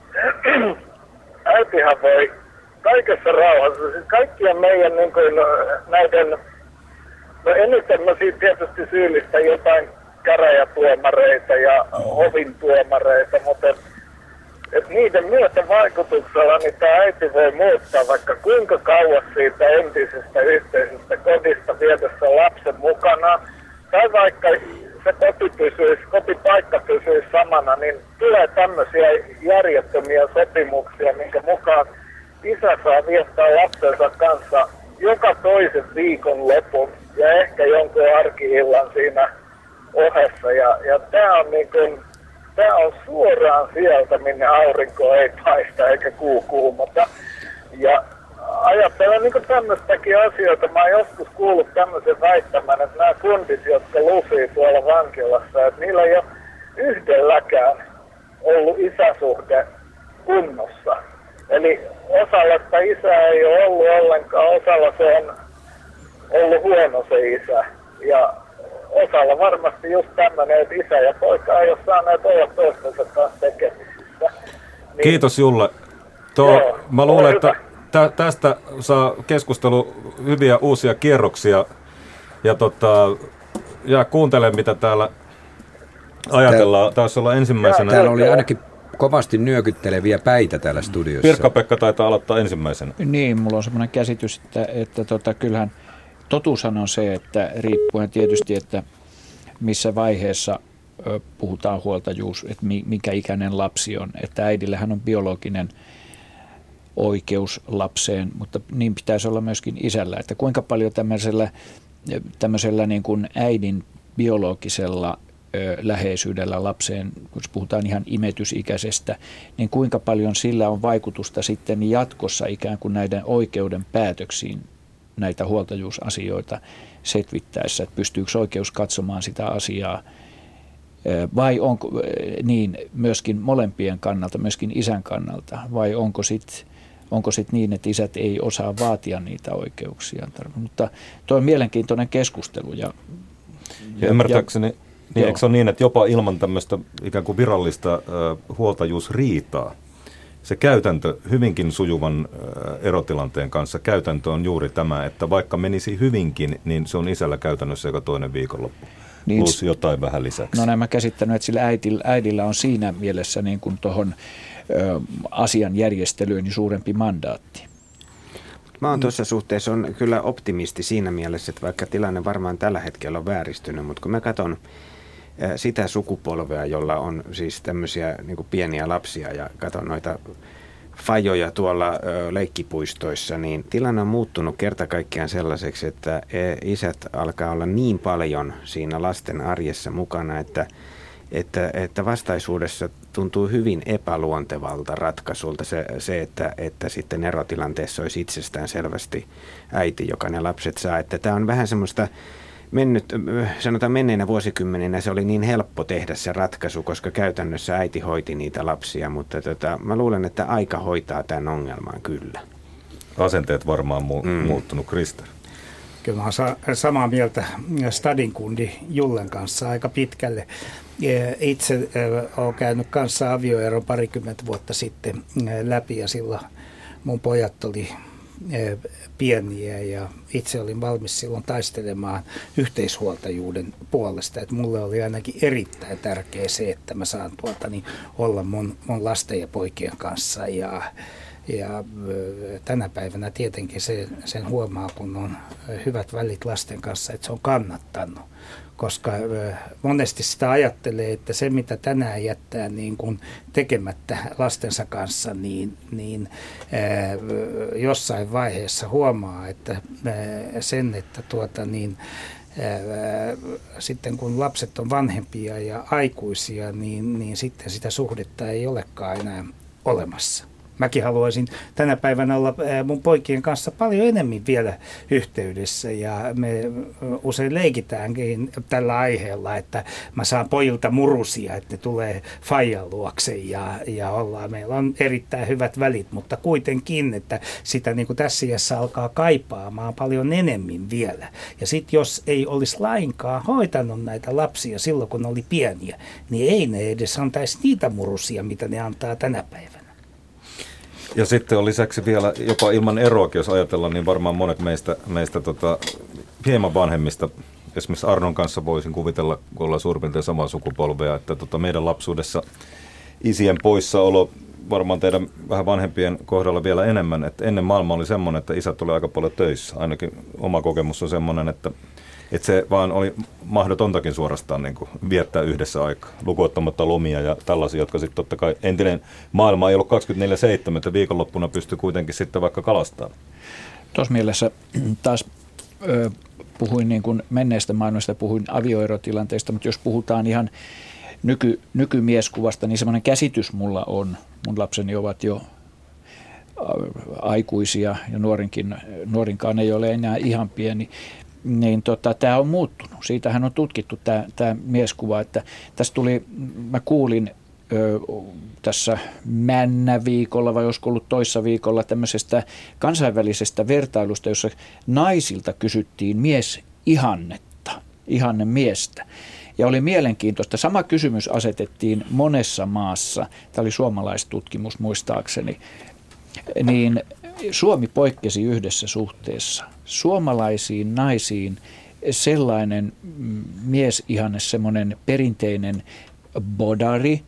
äitihän voi kaikessa rauhassa, siis kaikkien meidän niin kuin, näiden, no eniten mä siitä tietysti syyllistän jotain käräjätuomareita ja hovintuomareita, mutta et niiden myötä vaikutuksella niin tämä äiti voi muuttaa vaikka kuinka kauas siitä entisestä yhteisestä kodista viedessä lapsen mukana, tai vaikka se kotipaikka pysyisi samana, niin tulee tämmöisiä järjettömiä sopimuksia, minkä mukaan isä saa viettää lapsensa kanssa joka toisen viikonlopun ja ehkä jonkun arki-illan siinä ohessa. Ja tämä on, niin kuin, tämä on suoraan sieltä, minne aurinko ei paista eikä kuu kuumota. Ja ajattelen niin tämmöistäkin asioita. Mä oon joskus kuullut tämmöisen väittämän, että nämä kundit, jotka lusii tuolla vankilassa, että niillä ei ole yhdelläkään ollut isäsuhde kunnossa. Eli osalla sitä isää ei ole ollut ollenkaan, osalla se on ollut huono se isä. Ja osalla varmasti just tämmöinen, että isä ja poika ei ole saaneet olla toistensa kanssa tekemisissä. Niin, kiitos Julle. Mä luulen, että tästä saa keskustelu hyviä uusia kierroksia ja jää kuuntelemaan, mitä täällä ajatellaan. Taisi olla ensimmäisenä. Täällä oli ainakin kovasti nyökytteleviä päitä täällä studiossa. Pirkka-Pekka taitaa aloittaa ensimmäisenä. Niin, mulla on semmoinen käsitys, että kyllähän totuushan on se, että riippuen tietysti, että missä vaiheessa puhutaan huoltajuus, että mikä ikäinen lapsi on. Että äidillähän on biologinen oikeus lapseen, mutta niin pitäisi olla myöskin isällä. Että kuinka paljon tämmöisellä niin kuin äidin biologisella läheisyydellä lapseen, kun puhutaan ihan imetysikäisestä, niin kuinka paljon sillä on vaikutusta sitten jatkossa ikään kuin näiden oikeuden päätöksiin näitä huoltajuusasioita setvittäessä, että pystyykö oikeus katsomaan sitä asiaa vai onko niin myöskin molempien kannalta, myöskin isän kannalta, vai onko sit niin, että isät ei osaa vaatia niitä oikeuksia. Mutta tuo on mielenkiintoinen keskustelu. Ja ymmärtääkseni, niin eikö se ole niin, että jopa ilman tämmöistä ikään kuin virallista huoltajuusriitaa, se käytäntö hyvinkin sujuvan erotilanteen kanssa, käytäntö on juuri tämä, että vaikka menisi hyvinkin, niin se on isällä käytännössä joka toinen viikonloppu. plus jotain vähän lisäksi. No näin mä käsittänyt, että sillä äidillä on siinä mielessä niin kuin tuohon asian järjestelyyn niin suurempi mandaatti. Mä oon tuossa suhteessa on kyllä optimisti siinä mielessä, että vaikka tilanne varmaan tällä hetkellä on vääristynyt, mutta kun mä katson sitä sukupolvea, jolla on siis tämmöisiä niin kuin pieniä lapsia ja katson noita fajoja tuolla leikkipuistoissa, niin tilanne on muuttunut kerta kaikkiaan sellaiseksi, että isät alkaa olla niin paljon siinä lasten arjessa mukana, että vastaisuudessa tuntuu hyvin epäluontevalta ratkaisuilta se että sitten erotilanteessa olisi itsestään selvästi äiti, joka ne lapset saa. Että tämä on vähän semmoista sanotaan menneinä vuosikymmeninä se oli niin helppo tehdä se ratkaisu, koska käytännössä äiti hoiti niitä lapsia, mutta mä luulen, että aika hoitaa tämän ongelman kyllä. Asenteet varmaan muuttunut, Krister. Kyllä mä olen samaa mieltä Stadinkundi Jullen kanssa aika pitkälle. Itse olen käynyt kanssa avioeron 20 vuotta sitten läpi ja silloin mun pojat oli pieniä ja itse olin valmis silloin taistelemaan yhteishuoltajuuden puolesta. Että mulle oli ainakin erittäin tärkeä se, että mä saan olla mun lasten ja poikien kanssa ja tänä päivänä tietenkin sen huomaa, kun on hyvät välit lasten kanssa, että se on kannattanut. Koska monesti sitä ajattelee, että se mitä tänään jättää niin kuin tekemättä lastensa kanssa, niin jossain vaiheessa huomaa, että sitten kun lapset on vanhempia ja aikuisia, niin sitten sitä suhdetta ei olekaan enää olemassa. Mäkin haluaisin tänä päivänä olla mun poikien kanssa paljon enemmän vielä yhteydessä ja me usein leikitäänkin tällä aiheella, että mä saan pojilta murusia, että ne tulee faijan luokse ja meillä on erittäin hyvät välit, mutta kuitenkin, että sitä niin kuin tässä iässä alkaa kaipaamaan paljon enemmän vielä. Ja sitten jos ei olisi lainkaan hoitanut näitä lapsia silloin, kun ne oli pieniä, niin ei ne edes antaisi niitä murusia, mitä ne antaa tänä päivänä. Ja sitten on lisäksi vielä jopa ilman eroakin, jos ajatellaan, niin varmaan monet meistä hieman vanhemmista, esimerkiksi Arnon kanssa voisin kuvitella, kun ollaan suurin piirtein samaa sukupolvea, että meidän lapsuudessa isien poissaolo varmaan teidän vähän vanhempien kohdalla vielä enemmän, että ennen maailma oli semmoinen, että isät oli aika paljon töissä. Ainakin oma kokemus on semmoinen, että se vaan oli mahdotontakin suorastaan niin kuin viettää yhdessä aikaa, lukuottamatta lomia ja tällaisia, jotka sitten totta kai entinen maailma ei ollut 24/7, että viikonloppuna pystyi kuitenkin sitten vaikka kalastamaan. Tuossa mielessä taas puhuin niin kuin menneestä maailmasta, puhuin avioerotilanteesta, mutta jos puhutaan ihan nykymieskuvasta, niin semmoinen käsitys mulla on, mun lapseni ovat jo aikuisia ja nuorinkaan ei ole enää ihan pieni, niin tämä on muuttunut. Siitähän on tutkittu tämä mieskuva, että tässä mä kuulin tässä Männä-viikolla vai olisiko ollut toissa viikolla tämmöisestä kansainvälisestä vertailusta, jossa naisilta kysyttiin miesihannetta, ihannemiestä. Ja oli mielenkiintoista. Sama kysymys asetettiin monessa maassa. Tämä oli suomalaistutkimus muistaakseni. Niin Suomi poikkesi yhdessä suhteessa. Suomalaisiin naisiin sellainen miesihanne, semmoinen perinteinen bodari,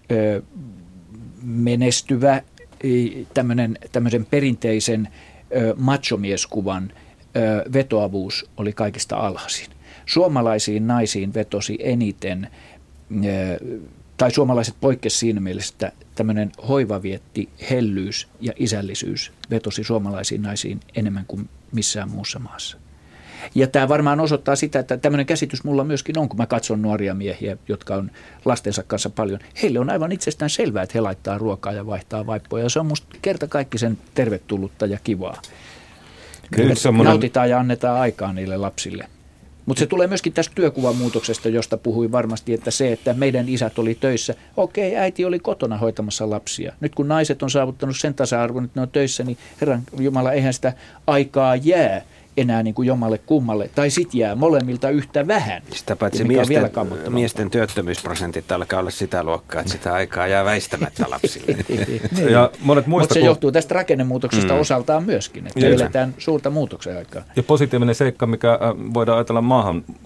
menestyvä, tämmöisen perinteisen machomieskuvan vetoavuus oli kaikista alhaisin. Suomalaisiin naisiin vetosi eniten, tai suomalaiset poikkesi siinä mielessä, että tämmöinen hoivavietti, hellyys ja isällisyys vetosi suomalaisiin naisiin enemmän kuin missään muussa maassa. Ja tämä varmaan osoittaa sitä, että tämmöinen käsitys mulla myöskin on, kun mä katson nuoria miehiä, jotka on lastensa kanssa paljon. Heille on aivan itsestään selvää, että he laittaa ruokaa ja vaihtaa vaippoja. Ja se on musta kertakaikkisen tervetullutta ja kivaa. Nautitaan ja annetaan aikaa niille lapsille. Mutta se tulee myöskin tästä työkuvan muutoksesta, josta puhuin varmasti, että se, että meidän isät oli töissä. Okei, äiti oli kotona hoitamassa lapsia. Nyt kun naiset on saavuttanut sen tasa-arvon, että ne on töissä, niin Herran Jumala, eihän sitä aikaa jää enää niin kuin jommalle kummalle. Tai sit jää molemmilta yhtä vähän. Sitä paitsi miesten työttömyysprosentit alkaa olla sitä luokkaa, että sitä aikaa jää väistämättä lapsille. Mutta se johtuu tästä rakennemuutoksesta osaltaan myöskin, että eletään suurta muutoksen aikaa. Ja positiivinen seikka, mikä voidaan ajatella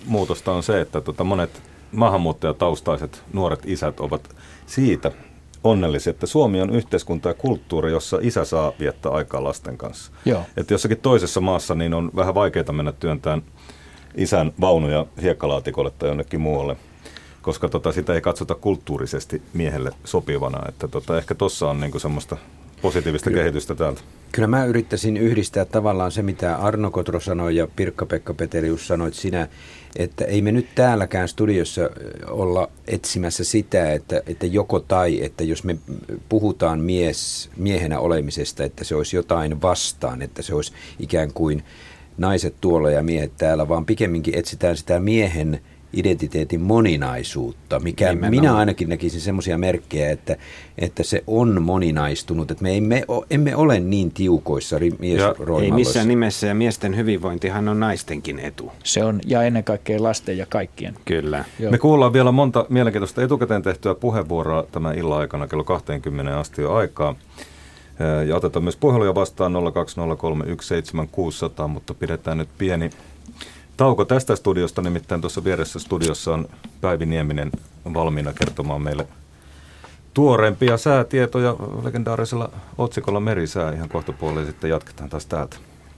muutosta on se, että monet maahanmuuttajataustaiset nuoret isät ovat siitä onnellisia, että Suomi on yhteiskunta ja kulttuuri, jossa isä saa viettää aikaa lasten kanssa. Joo. Että jossakin toisessa maassa niin on vähän vaikeaa mennä työntämään isän vaunuja hiekkalaatikolle tai jonnekin muualle, koska sitä ei katsota kulttuurisesti miehelle sopivana. Että ehkä tuossa on niinku semmoista positiivista kehitystä täältä. Kyllä mä yrittäisin yhdistää tavallaan se, mitä Arno Kotro sanoi ja Pirkka-Pekka Petelius sanoit sinä, että ei me nyt täälläkään studiossa olla etsimässä sitä, että joko tai, että jos me puhutaan miehenä olemisesta, että se olisi jotain vastaan, että se olisi ikään kuin naiset tuolla ja miehet täällä, vaan pikemminkin etsitään sitä miehen identiteetin moninaisuutta, mikä minä ainakin näkisin semmoisia merkkejä, että se on moninaistunut, että me emme ole niin tiukoissa miesroolimalloissa. Ei missään nimessä, ja miesten hyvinvointihan on naistenkin etu. Se on, ja ennen kaikkea lasten ja kaikkien. Kyllä. Me kuullaan vielä monta mielenkiintoista etukäteen tehtyä puheenvuoroa tämän illan aikana, kello 20 asti jo aikaa. Ja otetaan myös puheluja vastaan 020317600, mutta pidetään nyt pieni tauko tästä studiosta, nimittäin tuossa vieressä studiossa on Päivi Nieminen valmiina kertomaan meille tuoreempia säätietoja legendaarisella otsikolla Merisää. Ihan kohta puolella sitten jatketaan taas täältä.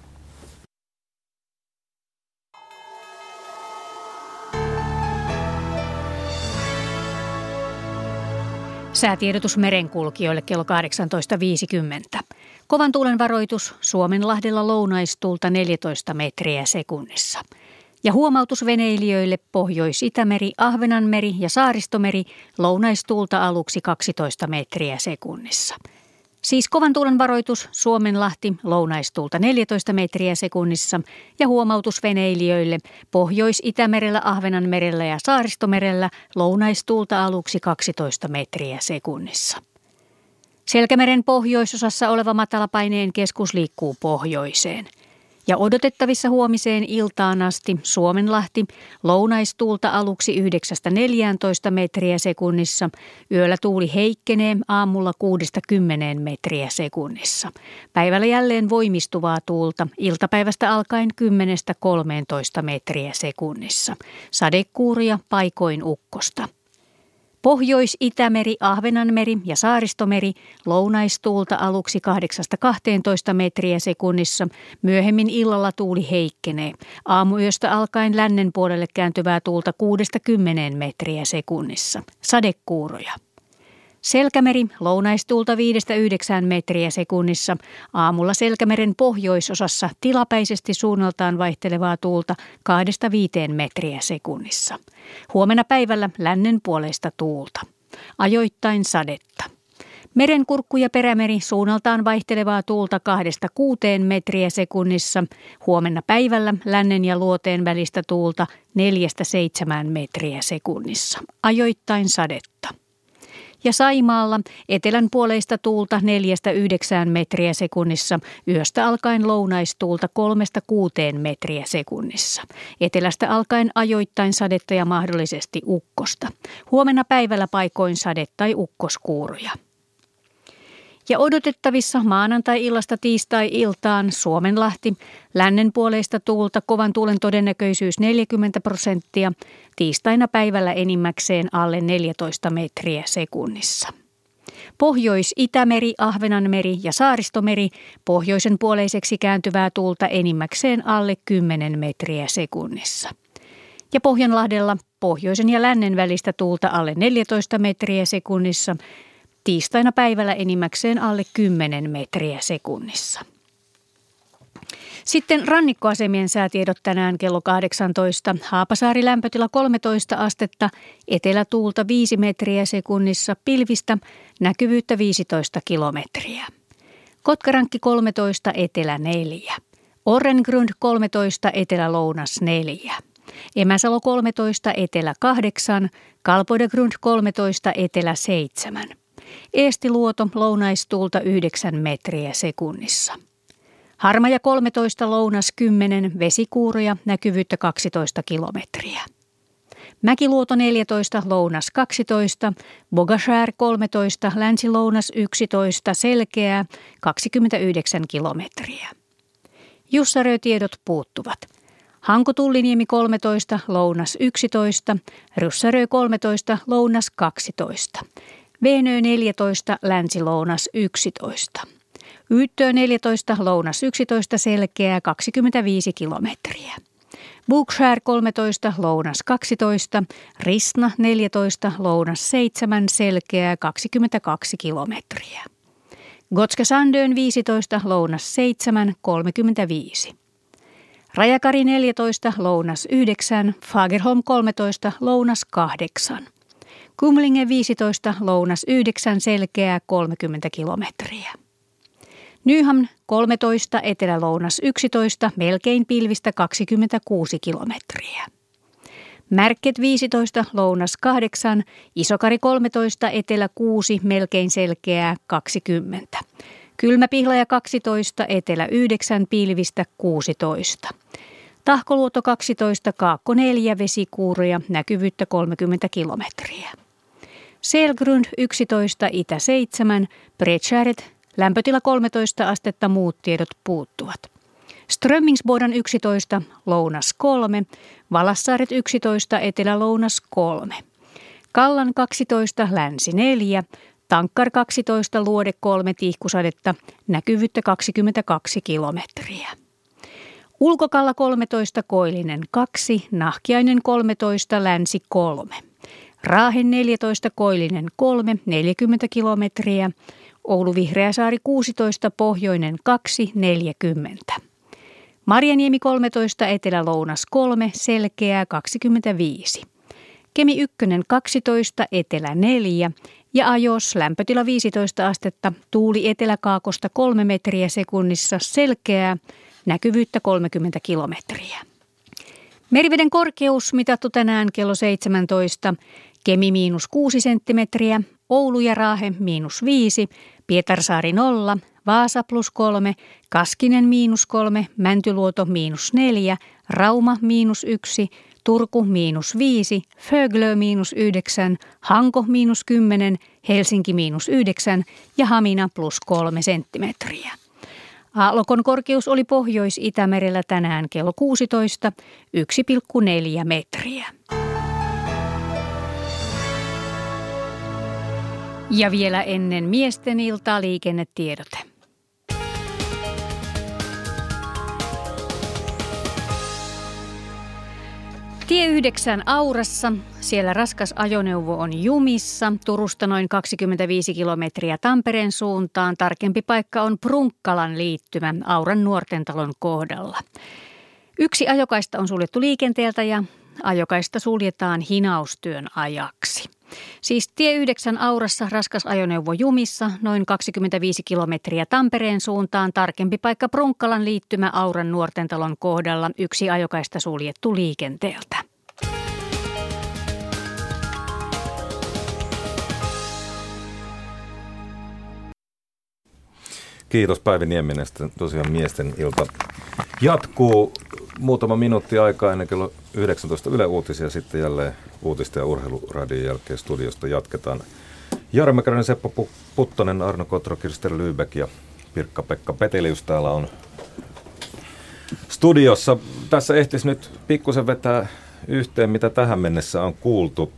Säätiedotus merenkulkijoille kello 18.50. Kovan tuulen varoitus Suomenlahdella lounaistuulta 14 metriä sekunnissa. Ja huomautus veneilijöille Pohjois-Itämeri, Ahvenanmeri ja Saaristomeri lounaistuulta aluksi 12 metriä sekunnissa. Siis kovan tuulen varoitus Suomenlahti lounaistuulta 14 metriä sekunnissa ja huomautus veneilijöille Pohjois-Itämerellä, Ahvenanmerellä ja Saaristomerellä lounaistuulta aluksi 12 metriä sekunnissa. Selkämeren pohjoisosassa oleva matalapaineen keskus liikkuu pohjoiseen. Ja odotettavissa huomiseen iltaan asti Suomenlahti lounaistuulta aluksi 9-14 metriä sekunnissa. Yöllä tuuli heikkenee aamulla 6-10 metriä sekunnissa. Päivällä jälleen voimistuvaa tuulta iltapäivästä alkaen 10-13 metriä sekunnissa. Sadekuuria paikoin ukkosta. Pohjois-Itämeri, Ahvenanmeri ja Saaristomeri lounaistuulta aluksi 8-12 metriä sekunnissa. Myöhemmin illalla tuuli heikkenee. Aamuyöstä alkaen lännen puolelle kääntyvää tuulta 6-10 metriä sekunnissa. Sadekuuroja. Selkämeri lounaistuulta 5-9 metriä sekunnissa. Aamulla Selkämeren pohjoisosassa tilapäisesti suunnaltaan vaihtelevaa tuulta 2-5 metriä sekunnissa. Huomenna päivällä lännen puoleista tuulta. Ajoittain sadetta. Merenkurkku ja perämeri suunnaltaan vaihtelevaa tuulta 2-6 metriä sekunnissa. Huomenna päivällä lännen ja luoteen välistä tuulta 4-7 metriä sekunnissa. Ajoittain sadetta. Ja Saimaalla etelän puoleista tuulta 4-9 metriä sekunnissa, yöstä alkaen lounaistuulta 3-6 metriä sekunnissa. Etelästä alkaen ajoittain sadetta ja mahdollisesti ukkosta. Huomenna päivällä paikoin sade- tai ukkoskuuroja. Ja odotettavissa maanantai-illasta tiistai-iltaan Suomenlahti, lännen puoleista tuulta kovan tuulen todennäköisyys 40%, tiistaina päivällä enimmäkseen alle 14 metriä sekunnissa. Pohjois-Itämeri, Ahvenanmeri ja Saaristomeri, pohjoisen puoleiseksi kääntyvää tuulta enimmäkseen alle 10 metriä sekunnissa. Ja Pohjanlahdella pohjoisen ja lännen välistä tuulta alle 14 metriä sekunnissa, tiistaina päivällä enimmäkseen alle 10 metriä sekunnissa. Sitten rannikkoasemien säätiedot tänään kello 18. Haapasaari lämpötila 13 astetta, etelätuulta 5 metriä sekunnissa, pilvistä, näkyvyyttä 15 kilometriä. Kotkarankki 13, etelä 4. Orrengrund 13, etelä-lounas 4. Emäsalo 13, etelä 8. Kalpodegrund 13, etelä 7. Eestiluoto lounaistuulta 9 metriä sekunnissa. Harmaja 13, lounas 10, vesikuuroja, näkyvyyttä 12 kilometriä. Mäkiluoto 14, lounas 12, Bogashär 13, länsilounas 11, selkeää 29 kilometriä. Jussarö-tiedot puuttuvat. Hanko-Tulliniemi 13, lounas 11, Ryssärö 13, lounas 12, Veenö 14, länsi-lounas 11, Yyttö 14, lounas 11, selkeää 25 kilometriä. Bookshare 13, lounas 12, Ristna 14, lounas 7, selkeää 22 kilometriä. Gotska Sandön 15, lounas 7, 35. Rajakari 14, lounas 9, Fagerholm 13, lounas 8. Kumlinge 15, lounas 9, selkeää 30 kilometriä. Nyhamn 13, etelä-lounas 11, melkein pilvistä 26 kilometriä. Märket 15, lounas 8, Isokari 13, etelä 6, melkein selkeää 20. Kylmäpihlaja 12, etelä 9, pilvistä 16. Tahkoluoto 12, Kaakko 4, vesikuuroja, näkyvyyttä 30 kilometriä. Selgrund 11, itä 7, Bredskäret, lämpötila 13 astetta, muut tiedot puuttuvat. Strömmingsbodan 11, lounas 3, Valassaaret 11, etelä-lounas 3. Kallan 12, länsi 4, Tankkar 12, luode 3, tihkusadetta, näkyvyyttä 22 kilometriä. Ulkokalla 13, Koillinen 2, Nahkiainen 13, länsi 3. Raahen 14, Koillinen 3, 40 kilometriä. Oulu Vihreäsaari 16, pohjoinen 2, 40. Marjaniemi 13, etelä-lounas 3, selkeää 25. Kemi 1 12, etelä 4 ja Ajos lämpötila 15 astetta, tuuli eteläkaakosta 3 metriä sekunnissa, selkeää, näkyvyyttä 30 kilometriä. Meriveden korkeus mitattu tänään kello 17, Kemi -6 senttimetriä, Oulu ja Raahe -5, Pietarsaari 0, Vaasa +3, Kaskinen -3, Mäntyluoto -4, Rauma -1, Turku -5, Föglö -9, Hanko -10, Helsinki -9 ja Hamina +3 senttimetriä. Aallokon korkeus oli Pohjois-Itämerellä tänään kello 16, 1,4 metriä. Ja vielä ennen miesten iltaa liikennetiedote. Tie 9 Aurassa. Siellä raskas ajoneuvo on jumissa. Turusta noin 25 kilometriä Tampereen suuntaan. Tarkempi paikka on Prunkkalan liittymä Auran nuortentalon kohdalla. Yksi ajokaista on suljettu liikenteeltä ja ajokaista suljetaan hinaustyön ajaksi. Siis tie 9 Aurassa raskas ajoneuvo jumissa, noin 25 kilometriä Tampereen suuntaan, tarkempi paikka Prunkkalan liittymä Auran nuortentalon kohdalla, yksi ajokaista suljettu liikenteeltä. Kiitos Päivi Nieminen, tosiaan miesten ilta jatkuu. Muutama minuutti aikaa ennen kello 19 Yle Uutisia, sitten jälleen uutista ja urheiluradion jälkeen studiosta jatketaan. Jari Mäkäräinen, Seppo Puttonen, Arno Kotro, Kirster Lybeck ja Pirkka-Pekka Petelius täällä on studiossa. Tässä ehtisi nyt pikkusen vetää yhteen, mitä tähän mennessä on kuultu.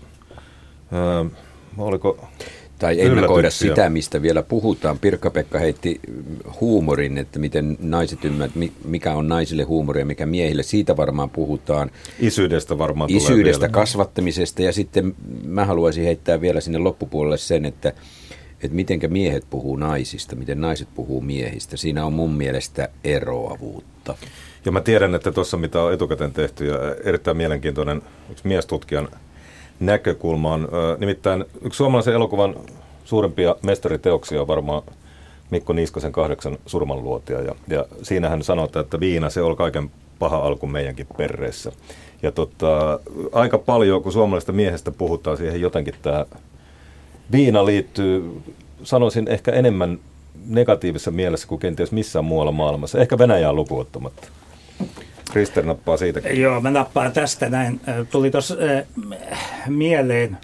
Oliko tai ennakoida sitä, mistä vielä puhutaan. Pirkka-Pekka heitti huumorin, että miten naiset ymmärtävät, mikä on naisille huumoria ja mikä miehille. Siitä varmaan puhutaan. Isyydestä varmaan Isyydestä, tulee vielä. Kasvattamisesta ja sitten mä haluaisin heittää vielä sinne loppupuolelle sen, että mitenkä miehet puhuu naisista, miten naiset puhuu miehistä. Siinä on mun mielestä eroavuutta. Ja mä tiedän, että tuossa mitä on etukäteen tehty ja erittäin mielenkiintoinen yksi miestutkijan näkökulma on. Nimittäin yksi suomalaisen elokuvan suurimpia mestariteoksia on varmaan Mikko Niskasen 8 surmanluotia. Ja siinähän sanotaan, että viina se on kaiken paha alku meidänkin perreessä. Ja aika paljon, kun suomalaisesta miehestä puhutaan, siihen jotenkin tämä viina liittyy, sanoisin ehkä enemmän negatiivisessa mielessä kuin kenties missään muualla maailmassa. Ehkä Venäjää lukuun ottamatta. Krister nappaa siitäkin. Joo, mä nappaan tästä näin. Tuli tuossa mieleen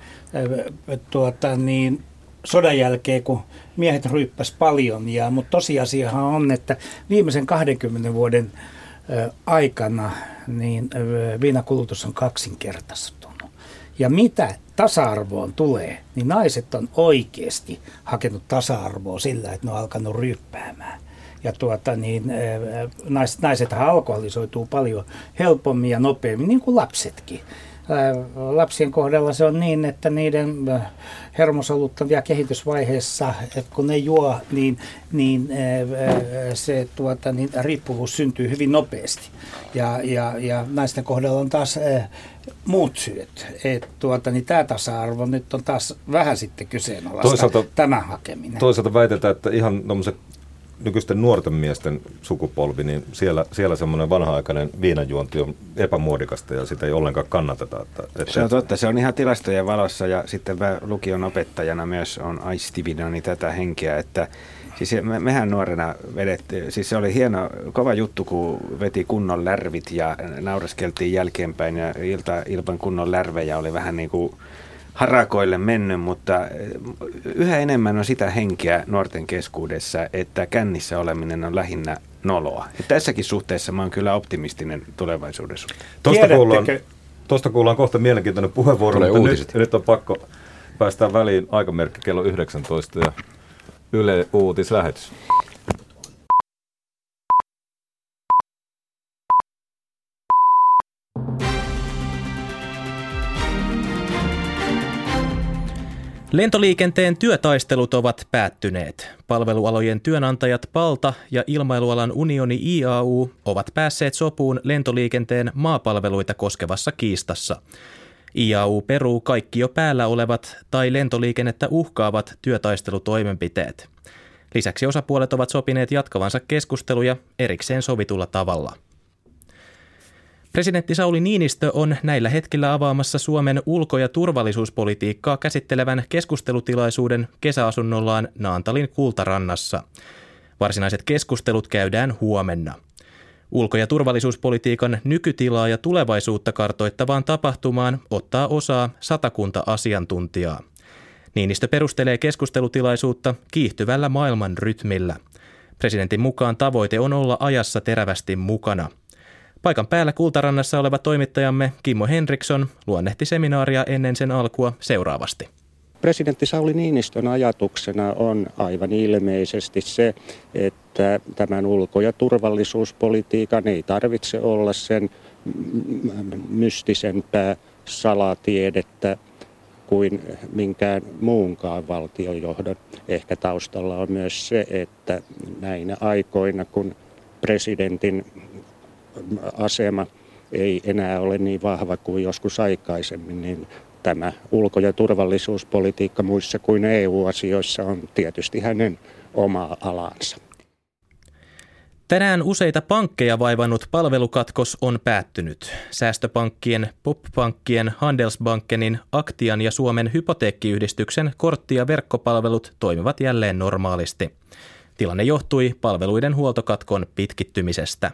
sodan jälkeen, kun miehet ryyppäs paljon. Mutta tosiasiahan on, että viimeisen 20 vuoden aikana niin viinakulutus on kaksinkertaistunut. Ja mitä tasa-arvoon tulee, niin naiset on oikeasti hakenut tasa-arvoa sillä, että ne on alkanut ryyppäämään. Ja naisethan alkoholisoituu paljon helpommin ja nopeammin, niin kuin lapsetkin. Lapsien kohdalla se on niin, että niiden hermosolut on vielä kehitysvaiheessa, että kun ne juo, niin se riippuvuus syntyy hyvin nopeasti. Ja naisten kohdalla on taas muut syyt. Niin tämä tasa-arvo nyt on taas vähän sitten kyseenalaista tämän hakeminen. Toisaalta väitetään, että ihan tommoset nykyisten nuorten miesten sukupolvi, niin siellä semmoinen vanha-aikainen viinanjuonti on epämuodikasta ja sitä ei ollenkaan kannateta. Se on totta, se on ihan tilastojen valossa ja sitten lukion opettajana myös on aistivinani tätä henkeä, että siis mehän nuorena vedettiin, siis se oli hieno, kova juttu, kun veti kunnon lärvit ja naureskeltiin jälkeenpäin ja ilman kunnon lärvejä oli vähän niin kuin harakoille mennyt, mutta yhä enemmän on sitä henkeä nuorten keskuudessa, että kännissä oleminen on lähinnä noloa. Ja tässäkin suhteessa mä oon kyllä optimistinen tulevaisuudessa. Tuosta kuullaan kohta mielenkiintoinen puheenvuoro, mutta nyt on pakko päästään väliin aikamerkki kello 19 ja Yle Uutislähetys. Lentoliikenteen työtaistelut ovat päättyneet. Palvelualojen työnantajat PALTA ja ilmailualan unioni IAU ovat päässeet sopuun lentoliikenteen maapalveluita koskevassa kiistassa. IAU peruu kaikki jo päällä olevat tai lentoliikennettä uhkaavat työtaistelutoimenpiteet. Lisäksi osapuolet ovat sopineet jatkavansa keskusteluja erikseen sovitulla tavalla. Presidentti Sauli Niinistö on näillä hetkillä avaamassa Suomen ulko- ja turvallisuuspolitiikkaa käsittelevän keskustelutilaisuuden kesäasunnollaan Naantalin Kultarannassa. Varsinaiset keskustelut käydään huomenna. Ulko- ja turvallisuuspolitiikan nykytilaa ja tulevaisuutta kartoittavaan tapahtumaan ottaa osaa 100 asiantuntijaa. Niinistö perustelee keskustelutilaisuutta kiihtyvällä maailman rytmillä. Presidentin mukaan tavoite on olla ajassa terävästi mukana. Paikan päällä Kultarannassa oleva toimittajamme Kimmo Henriksson luonnehti seminaaria ennen sen alkua seuraavasti. Presidentti Sauli Niinistön ajatuksena on aivan ilmeisesti se, että tämän ulko- ja turvallisuuspolitiikan ei tarvitse olla sen mystisempää salatiedettä kuin minkään muunkaan valtiojohdon. Ehkä taustalla on myös se, että näinä aikoina, kun presidentin asema ei enää ole niin vahva kuin joskus aikaisemmin, niin tämä ulko- ja turvallisuuspolitiikka muissa kuin EU-asioissa on tietysti hänen oma alansa. Tänään useita pankkeja vaivannut palvelukatkos on päättynyt. Säästöpankkien, POP-pankkien, Handelsbankenin, Aktian ja Suomen hypoteekkiyhdistyksen kortti- ja verkkopalvelut toimivat jälleen normaalisti. Tilanne johtui palveluiden huoltokatkon pitkittymisestä.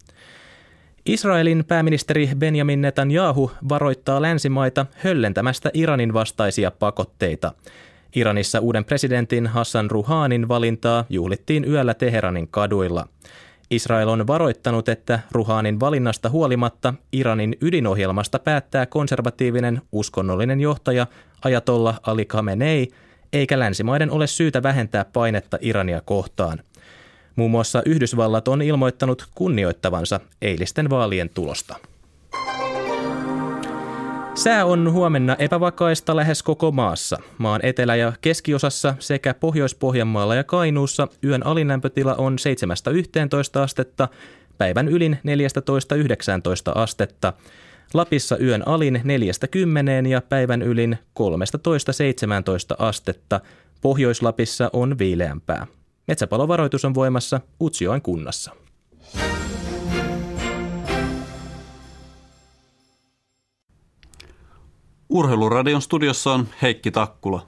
Israelin pääministeri Benjamin Netanyahu varoittaa länsimaita höllentämästä Iranin vastaisia pakotteita. Iranissa uuden presidentin Hassan Rouhanin valintaa juhlittiin yöllä Teheranin kaduilla. Israel on varoittanut, että Rouhanin valinnasta huolimatta Iranin ydinohjelmasta päättää konservatiivinen uskonnollinen johtaja Ajatollah Ali Khamenei, eikä länsimaiden ole syytä vähentää painetta Irania kohtaan. Muun muassa Yhdysvallat on ilmoittanut kunnioittavansa eilisten vaalien tulosta. Sää on huomenna epävakaista lähes koko maassa. Maan etelä- ja keskiosassa sekä Pohjois-Pohjanmaalla ja Kainuussa yön alinlämpötila on 7-11 astetta, päivän ylin 14-19 astetta. Lapissa yön alin 4-10 ja päivän ylin 13-17 astetta. Pohjois-Lapissa on viileämpää. Metsäpalovaroitus on voimassa Utsjoen kunnassa. Urheiluradion studiossa on Heikki Takkula.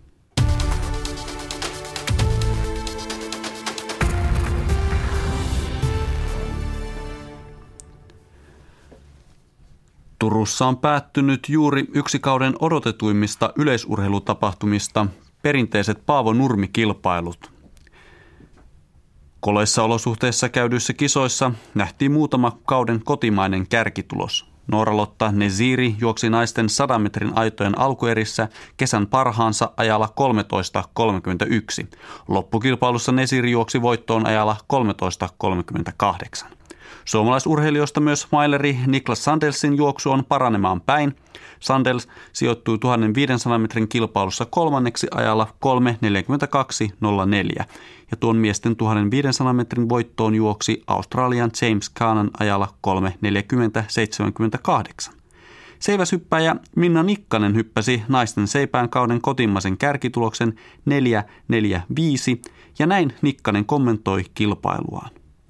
Turussa on päättynyt juuri yksi kauden odotetuimmista yleisurheilutapahtumista, perinteiset Paavo Nurmi-kilpailut. Koloissa olosuhteissa käydyissä kisoissa nähtiin muutama kauden kotimainen kärkitulos. Noora-Lotta Neziri juoksi naisten 100 metrin aitojen alkuerissä kesän parhaansa ajalla 13.31. Loppukilpailussa Neziri juoksi voittoon ajalla 13.38. Suomalaisurheilijoista myös maileri Niklas Sandelsin juoksu on paranemaan päin. Sandels sijoittui 1500 metrin kilpailussa kolmanneksi ajalla 3.42.04 ja tuon miesten 1500 metrin voittoon juoksi Australian James Caanan ajalla 3.40.78. Seiväshyppäjä Minna Nikkanen hyppäsi naisten seipään kauden kotimaisen kärkituloksen 4.45 ja näin Nikkanen kommentoi kilpailuaan.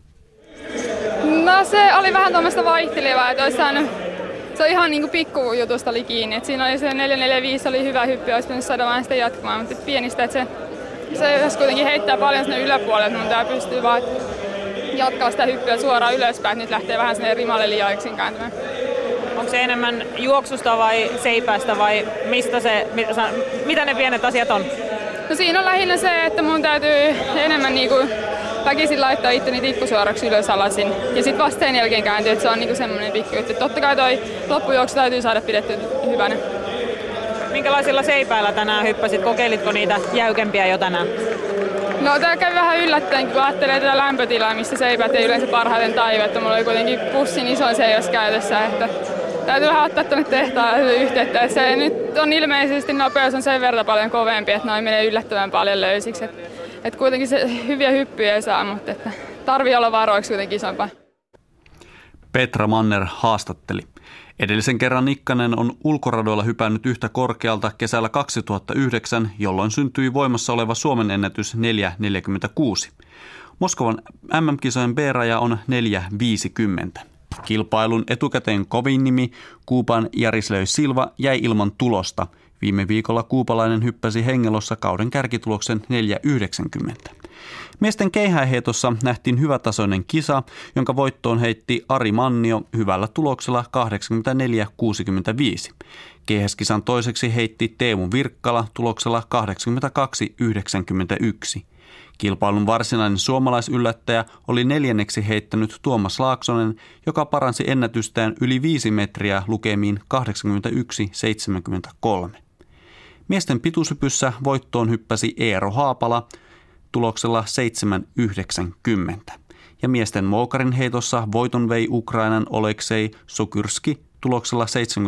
No se oli vähän tuommoista vaihtelevaa, että olisi saanut, se on ihan niin kuin pikkujutusta oli kiinni. Että siinä oli se 4.45 oli hyvä hyppy ja olisi pitänyt saada vaan sitä jatkumaan, mutta pienistä, että se jos kuitenkin heittää paljon sinne yläpuolelle, että mun tää pystyy vaan jatkaa sitä hyppyä suoraan ylöspäin, että nyt lähtee vähän sinne rimalle liian yksin kääntymään. Onko se enemmän juoksusta vai seipäästä vai mitä ne pienet asiat on? No siinä on lähinnä se, että mun täytyy enemmän niinku väkisin laittaa itteni tikkusuoraksi ylös alasin ja sitten vasta sen jälkeen kääntyy, että se on niinku semmoinen pikku juttu. Totta kai toi loppujuoksu täytyy saada pidetty hyvänä. Minkälaisilla seipäillä tänään hyppäsit? Kokeilitko niitä jäykempiä jo tänään? No tää kävi vähän yllättäen, kun ajattelee tätä lämpötilaa, missä seipäät ei yleensä parhaiten taiva, että mulla oli kuitenkin pussin isoin seiväs käytössä, että täytyy vähän ottaa tuonne tehtaalle yhteyttä, että se nyt on ilmeisesti nopeus on sen verran paljon kovempi, että noin menee yllättävän paljon löysiksi. Että kuitenkin se hyviä hyppyjä ei saa, mutta että tarvii olla varoiksi kuitenkin isompaa. Petra Manner haastatteli. Edellisen kerran Nikkanen on ulkoradoilla hypännyt yhtä korkealta kesällä 2009, jolloin syntyi voimassa oleva Suomen ennätys 4.46. Moskovan MM-kisojen B-raja on 4.50. Kilpailun etukäteen kovin nimi, Kuuban Jarislöy Silva, jäi ilman tulosta. Viime viikolla kuupalainen hyppäsi hengelossa kauden kärkituloksen 4.90. Miesten keihäheitossa nähtiin hyvätasoinen kisa, jonka voittoon heitti Ari Mannio hyvällä tuloksella 84.65. Keihäskisan toiseksi heitti Teemu Virkkala tuloksella 82.91. Kilpailun varsinainen suomalaisyllättäjä oli neljänneksi heittänyt Tuomas Laaksonen, joka paransi ennätystään yli 5 metriä lukemiin 81.73. Miesten pituushypyssä voittoon hyppäsi Eero Haapala tuloksella 7.90. Ja miesten moukarin heitossa voiton vei Ukrainan Oleksei Sokyrski tuloksella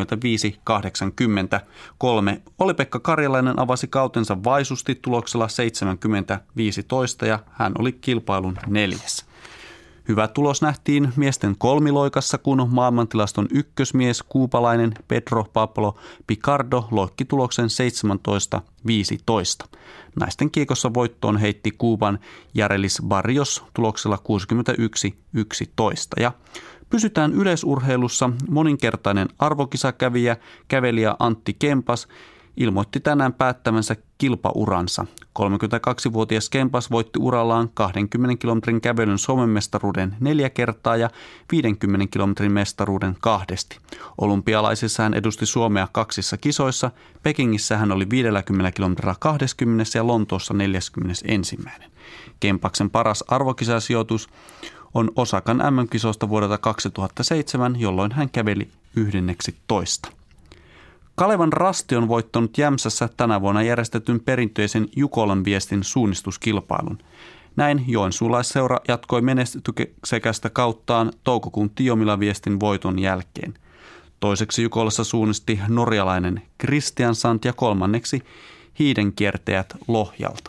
75.83. Oli-Pekka Karjalainen avasi kautensa vaisusti tuloksella 70.15 ja hän oli kilpailun 4. Hyvä tulos nähtiin miesten kolmiloikassa, kun maailmantilaston ykkösmies kuupalainen Pedro Pablo Picardo loikki tuloksen 17.15. Naisten kiekossa voittoon heitti Kuuban Jarelis Barrios tuloksella 61.11. Ja pysytään yleisurheilussa. Moninkertainen arvokisakävijä, kävelijä Antti Kempas ilmoitti tänään päättävänsä kilpauransa. 32-vuotias Kempas voitti urallaan 20 kilometrin kävelyn Suomen mestaruuden 4 kertaa ja 50 kilometrin mestaruuden 2. Olympialaisissa hän edusti Suomea 2 kisoissa. Pekingissä hän oli 50 kilometrillä 20 ja Lontoossa 41. Kempaksen paras arvokisasijoitus on Osakan MM-kisoista vuodelta 2007, jolloin hän käveli 11. Kalevan Rasti on voittanut Jämsässä tänä vuonna järjestetyn perinteisen Jukolan viestin suunnistuskilpailun. Näin joensuulaisseura jatkoi menestyksekästä kauttaan toukokuun Tiomila viestin voiton jälkeen. Toiseksi Jukolassa suunnisti norjalainen Kristiansand ja kolmanneksi hiidenkiertäjät Lohjalta.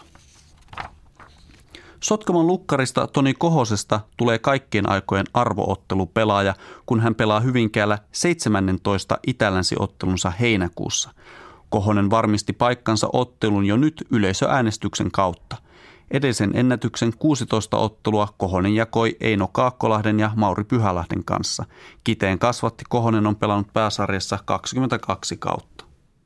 Sotkamon lukkarista Toni Kohosesta tulee kaikkien aikojen arvoottelupelaaja, kun hän pelaa Hyvinkäällä 17 itälänsiottelunsa heinäkuussa. Kohonen varmisti paikkansa ottelun jo nyt yleisöäänestyksen kautta. Edellisen ennätyksen 16 ottelua Kohonen jakoi Eino Kaakkolahden ja Mauri Pyhälahden kanssa. Kiteen kasvatti Kohonen on pelannut pääsarjassa 22 kautta.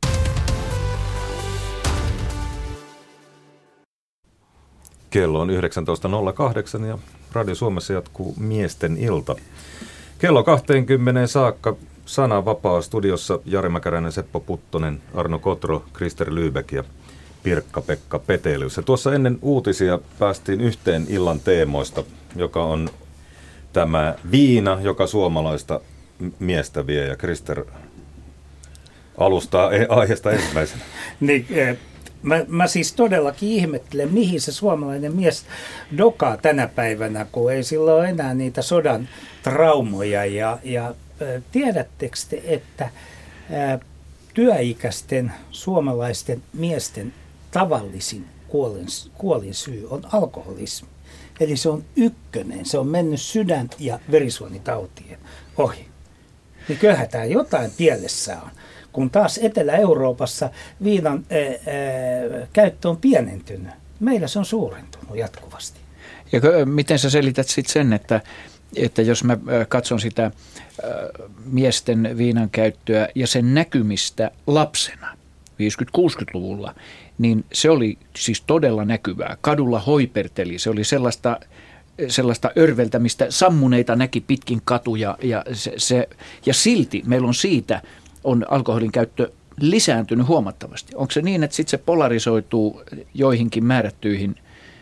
Kello on 19.08 ja Radio Suomessa jatkuu miesten ilta. Kello 20 saakka Sana vapaa studiossa Jari Mäkäräinen, Seppo Puttonen, Arno Kotro, Krister Lybeck ja Pirkka-Pekka Petelius. Ja tuossa ennen uutisia päästiin yhteen illan teemoista, joka on tämä viina, joka suomalaista miestä vie. Ja Krister alustaa aiheesta ensimmäisenä. Niin, mä siis todellakin ihmettelen, mihin se suomalainen mies dokaa tänä päivänä, kun ei sillä ole enää niitä sodan traumoja. Ja tiedättekö te, että työikäisten suomalaisten miesten tavallisin kuolinsyy on alkoholismi. Eli se on ykkönen, se on mennyt sydän- ja verisuonitautien ohi. Niin kyllähän tämä jotain pielessä on. Kun taas Etelä-Euroopassa viinan käyttö on pienentynyt. Meillä se on suurentunut jatkuvasti. Ja miten sä selität sitten sen, että jos mä katson sitä miesten viinan käyttöä ja sen näkymistä lapsena 50-60-luvulla, niin se oli siis todella näkyvää. Kadulla hoiperteli, se oli sellaista örveltämistä, sammuneita näki pitkin katuja ja silti meillä on alkoholin käyttö lisääntynyt huomattavasti. Onko se niin, että sitten se polarisoituu joihinkin määrättyihin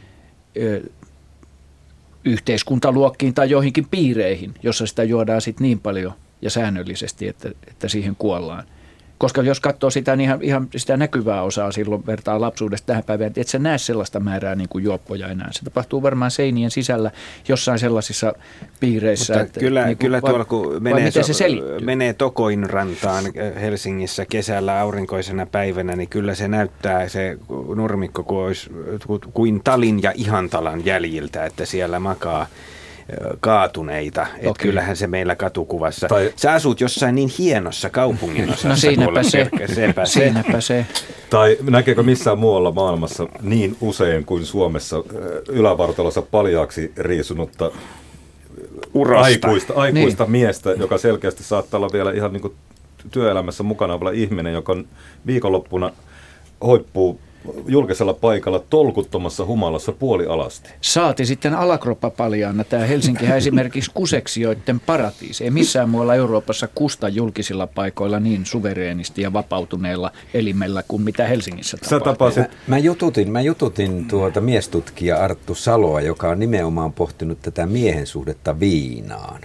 yhteiskuntaluokkiin tai joihinkin piireihin, jossa sitä juodaan sitten niin paljon ja säännöllisesti, että siihen kuollaan? Koska jos katsoo sitä, niin ihan sitä näkyvää osaa silloin vertaa lapsuudesta tähän päivään, että et sä näe sellaista määrää niin kuin juoppoja enää. Se tapahtuu varmaan seinien sisällä jossain sellaisissa piireissä. Mutta että, kyllä, niin kuin, kyllä tuolla kun menee Tokoinrantaan Helsingissä kesällä aurinkoisena päivänä, niin kyllä se näyttää se nurmikko kuin talin ja ihantalan jäljiltä, että siellä makaa kaatuneita. Että kyllähän se meillä katukuvassa. Sä asut jossain niin hienossa kaupungin osassa. No siinäpä se. Tai näkeekö missään muualla maailmassa niin usein kuin Suomessa ylävartalossa paljaaksi riisunutta aikuista miestä, joka selkeästi saattaa olla vielä ihan niin kuin työelämässä mukana oleva ihminen, joka on viikonloppuna hoippuu julkisella paikalla tolkuttomassa humalassa puolialasti. Saati sitten alakroppa paljaana. Tämä Helsinkihän esimerkiksi kuseksioiden paratiisi. Ei missään muualla Euroopassa kusta julkisilla paikoilla niin suvereenisti ja vapautuneella elimellä kuin mitä Helsingissä tapahtuu. Mä jututin miestutkija Arttu Saloa, joka on nimenomaan pohtinut tätä miehen suhdetta viinaan.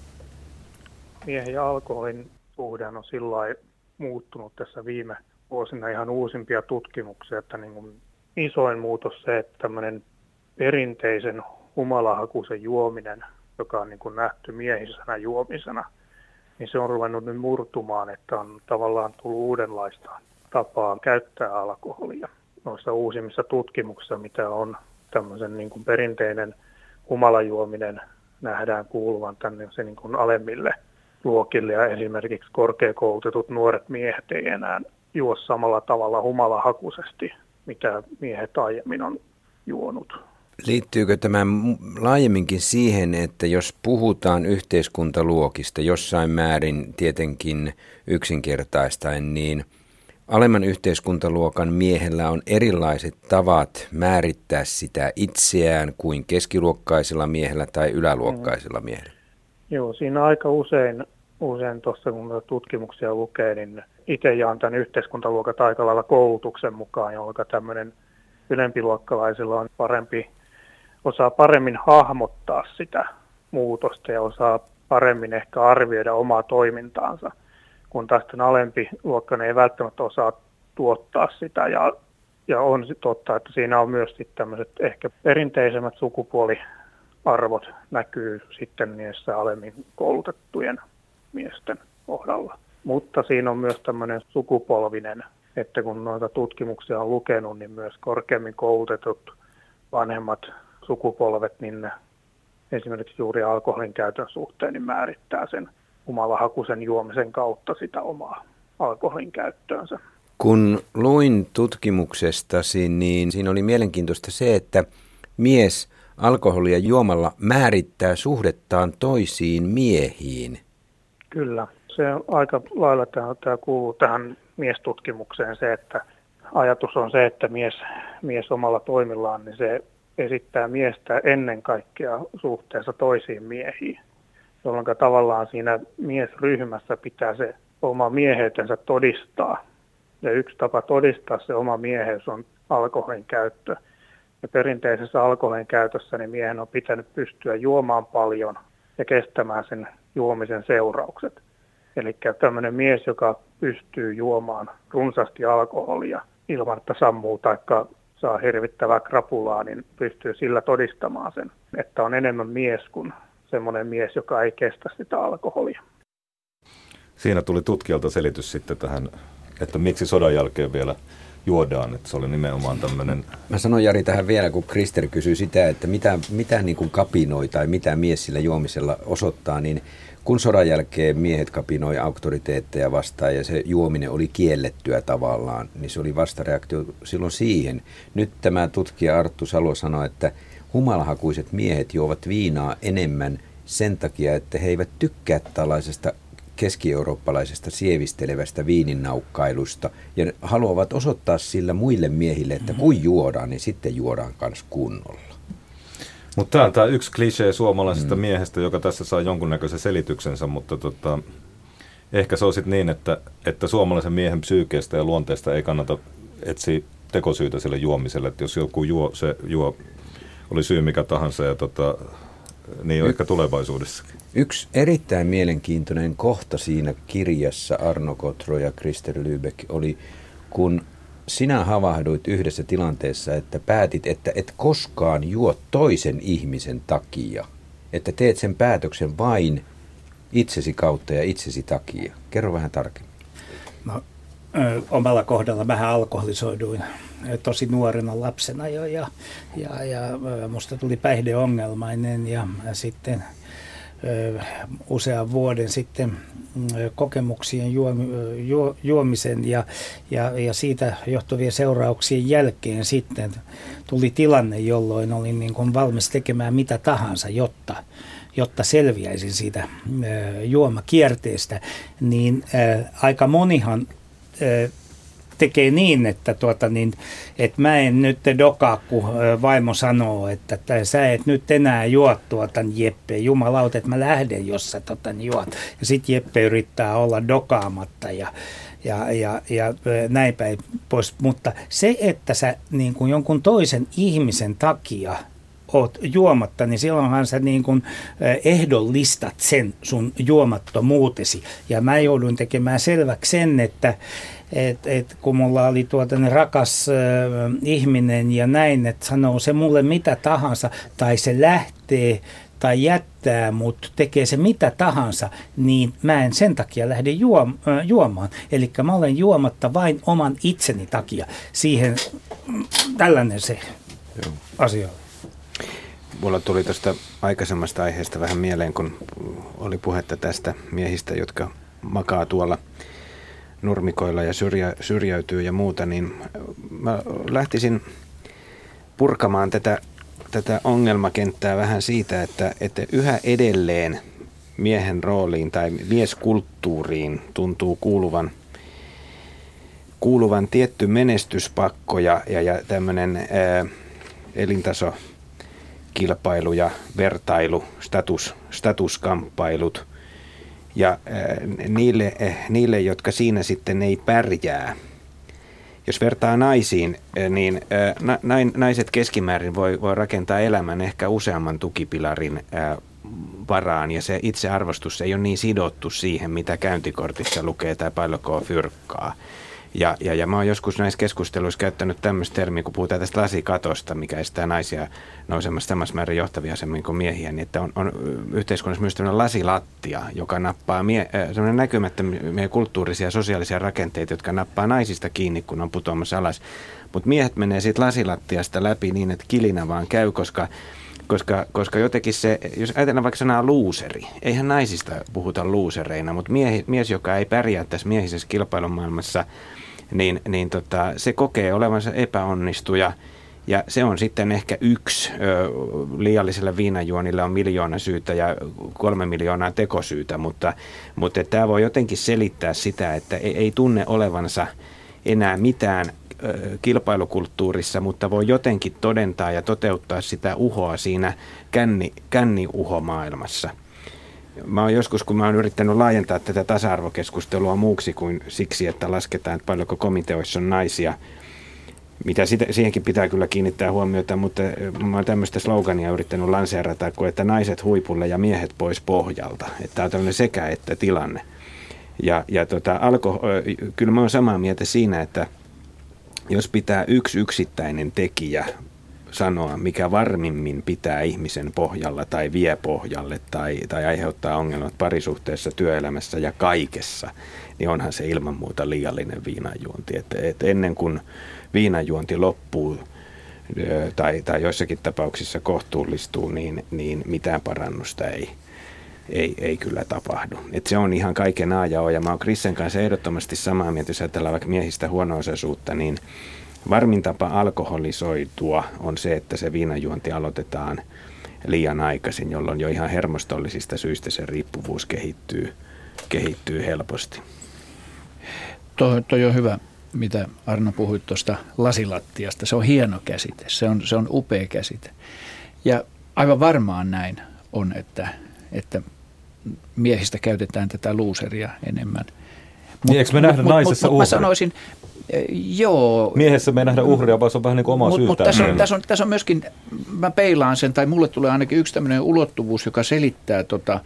Miehen ja alkoholin suhde on sillä muuttunut tässä viime vuosina ihan uusimpia tutkimuksia, että niin kuin isoin muutos se, että tämmöinen perinteisen humalahakuisen juominen, joka on niin kuin nähty miehisenä juomisena, niin se on ruvennut nyt murtumaan, että on tavallaan tullut uudenlaista tapaa käyttää alkoholia. Noissa uusimmissa tutkimuksissa, mitä on tämmöisen niin kuin perinteinen humalajuominen, nähdään kuuluvan tänne se niin kuin alemmille luokille ja esimerkiksi korkeakoulutetut nuoret miehet ei enää juo samalla tavalla humalahakuisesti, mitä miehet aiemmin on juonut. Liittyykö tämä laajemminkin siihen, että jos puhutaan yhteiskuntaluokista jossain määrin tietenkin yksinkertaistaen, niin alemman yhteiskuntaluokan miehellä on erilaiset tavat määrittää sitä itseään kuin keskiluokkaisella miehellä tai yläluokkaisella miehellä? Joo, siinä aika usein tuossa kun tutkimuksia lukee, niin itse jaan tämän yhteiskuntaluokat aika lailla koulutuksen mukaan, jolloin tämmöinen ylempiluokkalaisilla on osaa paremmin hahmottaa sitä muutosta ja osaa paremmin ehkä arvioida omaa toimintaansa, kun taas alempi luokkainen ei välttämättä osaa tuottaa sitä. Ja on totta, että siinä on myös sitten tämmöiset ehkä perinteisemmät sukupuoliarvot näkyy sitten niissä alemmin koulutettujen miesten kohdalla. Mutta siinä on myös tämmöinen sukupolvinen, että kun noita tutkimuksia on lukenut, niin myös korkeammin koulutetut vanhemmat sukupolvet, niin esimerkiksi juuri alkoholin käytön suhteen niin määrittää sen humalahakuisen juomisen kautta sitä omaa alkoholin käyttöönsä. Kun luin tutkimuksestasi, niin siinä oli mielenkiintoista se, että mies alkoholia juomalla määrittää suhdettaan toisiin miehiin. Kyllä. Se on aika lailla tämä kuuluu tähän miestutkimukseen se, että ajatus on se, että mies omalla toimillaan, niin se esittää miestä ennen kaikkea suhteessa toisiin miehiin, jolloin tavallaan siinä miesryhmässä pitää se oma mieheytensä todistaa. Ja yksi tapa todistaa se oma mieheys on alkoholin käyttö. Ja perinteisessä alkoholin käytössä niin miehen on pitänyt pystyä juomaan paljon ja kestämään sen juomisen seuraukset. Eli tämmöinen mies, joka pystyy juomaan runsaasti alkoholia ilman, että sammuu tai saa hirvittävää krapulaa, niin pystyy sillä todistamaan sen, että on enemmän mies kuin semmoinen mies, joka ei kestä sitä alkoholia. Siinä tuli tutkijalta selitys sitten tähän, että miksi sodan jälkeen vielä juodaan, että se oli nimenomaan tämmöinen. Mä sanon Jari tähän vielä, kun Krister kysyi sitä, että mitä niin kuin kapinoi tai mitä mies sillä juomisella osoittaa, niin kun sodan jälkeen miehet kapinoi auktoriteetteja vastaan ja se juominen oli kiellettyä tavallaan, niin se oli vastareaktio silloin siihen. Nyt tämä tutkija Arttu Salo sanoi, että humalahakuiset miehet juovat viinaa enemmän sen takia, että he eivät tykkää tällaisesta keski-eurooppalaisesta sievistelevästä viininnaukkailusta ja haluavat osoittaa sillä muille miehille, että kun juodaan, niin sitten juodaan myös kunnolla. Mutta tämä on tämä yksi klisee suomalaisesta miehestä, joka tässä saa jonkunnäköisen selityksensä, mutta ehkä se on sitten niin, että suomalaisen miehen psyykeestä ja luonteesta ei kannata etsiä tekosyytä sille juomiselle, että jos joku juo, se juo, oli syy mikä tahansa ja niin on ehkä tulevaisuudessakin. Yksi erittäin mielenkiintoinen kohta siinä kirjassa Arno Kotro ja Krister Lübeck oli, kun sinä havahduit yhdessä tilanteessa, että päätit, että et koskaan juo toisen ihmisen takia, että teet sen päätöksen vain itsesi kautta ja itsesi takia. Kerro vähän tarkemmin. No, omalla kohdalla vähän alkoholisoiduin tosi nuorena lapsena jo ja musta tuli päihdeongelmainen ja sitten usean vuoden sitten kokemuksien juomisen ja siitä johtuvien seurauksien jälkeen sitten tuli tilanne, jolloin olin niin kuin valmis tekemään mitä tahansa, jotta selviäisin siitä juomakierteestä, niin aika monihan tekee niin, että mä en nyt dokaa, kun vaimo sanoo, että sä et nyt enää juo Jeppe. Jumalauta, että mä lähden, jos sä juot. Ja sit Jeppe yrittää olla dokaamatta ja näin päin pois. Mutta se, että sä niin kuin jonkun toisen ihmisen takia oot juomatta, niin silloinhan sä niin kuin ehdollistat sen sun juomattomuutesi. Ja mä jouduin tekemään selväksi sen, että kun mulla oli rakas ihminen ja näin, että sanoo se mulle mitä tahansa, tai se lähtee tai jättää mut, tekee se mitä tahansa, niin mä en sen takia lähde juomaan. Eli mä olen juomatta vain oman itseni takia. Siihen tällainen se asia. Mulla tuli tuosta aikaisemmasta aiheesta vähän mieleen, kun oli puhetta tästä miehistä, jotka makaa tuolla nurmikoilla ja syrjäytyy ja muuta, niin mä lähtisin purkamaan tätä ongelmakenttää vähän siitä, että yhä edelleen miehen rooliin tai mieskulttuuriin tuntuu kuuluvan tietty menestyspakko ja tämmöinen elintasokilpailu ja vertailu, statuskamppailut. Ja niille, jotka siinä sitten ei pärjää. Jos vertaa naisiin, niin naiset keskimäärin voi rakentaa elämän ehkä useamman tukipilarin varaan. Ja se itsearvostus ei ole niin sidottu siihen, mitä käyntikortissa lukee tai paljonko fyrkkaa. Ja mä oon joskus näissä keskusteluissa käyttänyt tämmöistä termiä, kun puhutaan tästä lasikatosta, mikä estää naisia nousemassa samassa määrin johtavia asemmin kuin miehiä, niin että on yhteiskunnassa myös tämmöinen lasilattia, joka nappaa semmoinen näkymättömiä kulttuurisia ja sosiaalisia rakenteita, jotka nappaa naisista kiinni, kun on putoamassa alas. Mutta miehet menee siitä lasilattiasta läpi niin, että kilinä vaan käy, koska jotenkin se, jos ajatellaan vaikka sanaa luuseri, eihän naisista puhuta luusereina, mutta mies, joka ei pärjää tässä miehisessä kilpailumaailmassa, niin se kokee olevansa epäonnistuja. Ja se on sitten ehkä yksi, liialliselle viinanjuonille on 1 miljoona syytä ja 3 miljoonaa tekosyytä, mutta tämä voi jotenkin selittää sitä, että ei tunne olevansa enää mitään kilpailukulttuurissa, mutta voi jotenkin todentaa ja toteuttaa sitä uhoa siinä känniuhomaailmassa. Mä oon joskus, kun mä oon yrittänyt laajentaa tätä tasa-arvokeskustelua muuksi kuin siksi, että lasketaan, että paljonko komiteoissa on naisia, Siihenkin pitää kyllä kiinnittää huomiota, mutta mä oon tämmöistä slogania yrittänyt lanseerata, että naiset huipulle ja miehet pois pohjalta. Että tämä on tämmöinen sekä että tilanne. Kyllä mä oon samaa mieltä siinä, että jos pitää yksi yksittäinen tekijä sanoa, mikä varmimmin pitää ihmisen pohjalla tai vie pohjalle tai aiheuttaa ongelmat parisuhteessa, työelämässä ja kaikessa, niin onhan se ilman muuta liiallinen viinanjuonti. Et ennen kuin viinanjuonti loppuu tai joissakin tapauksissa kohtuullistuu, niin mitään parannusta ei kyllä tapahdu. Et se on ihan kaiken A ja O, ja mä oon Krissen kanssa ehdottomasti samaa mieltä, jos ajatellaan vaikka miehistä huono-osaisuutta, niin varmin tapa alkoholisoitua on se, että se viinanjuonti aloitetaan liian aikaisin, jolloin jo ihan hermostollisista syistä se riippuvuus kehittyy helposti. Toi on hyvä, mitä Arno puhui tuosta lasilattiasta. Se on hieno käsite, se on upea käsite. Ja aivan varmaan näin on, että miehistä käytetään tätä luuseria enemmän. Eikö me nähdä naisessa uhria? Mä sanoisin, joo. Miehessä me ei nähdä uhria, vaan se on vähän niin kuin oma syytään. Tässä on myöskin, mä peilaan sen, tai mulle tulee ainakin yksi tämmöinen ulottuvuus, joka selittää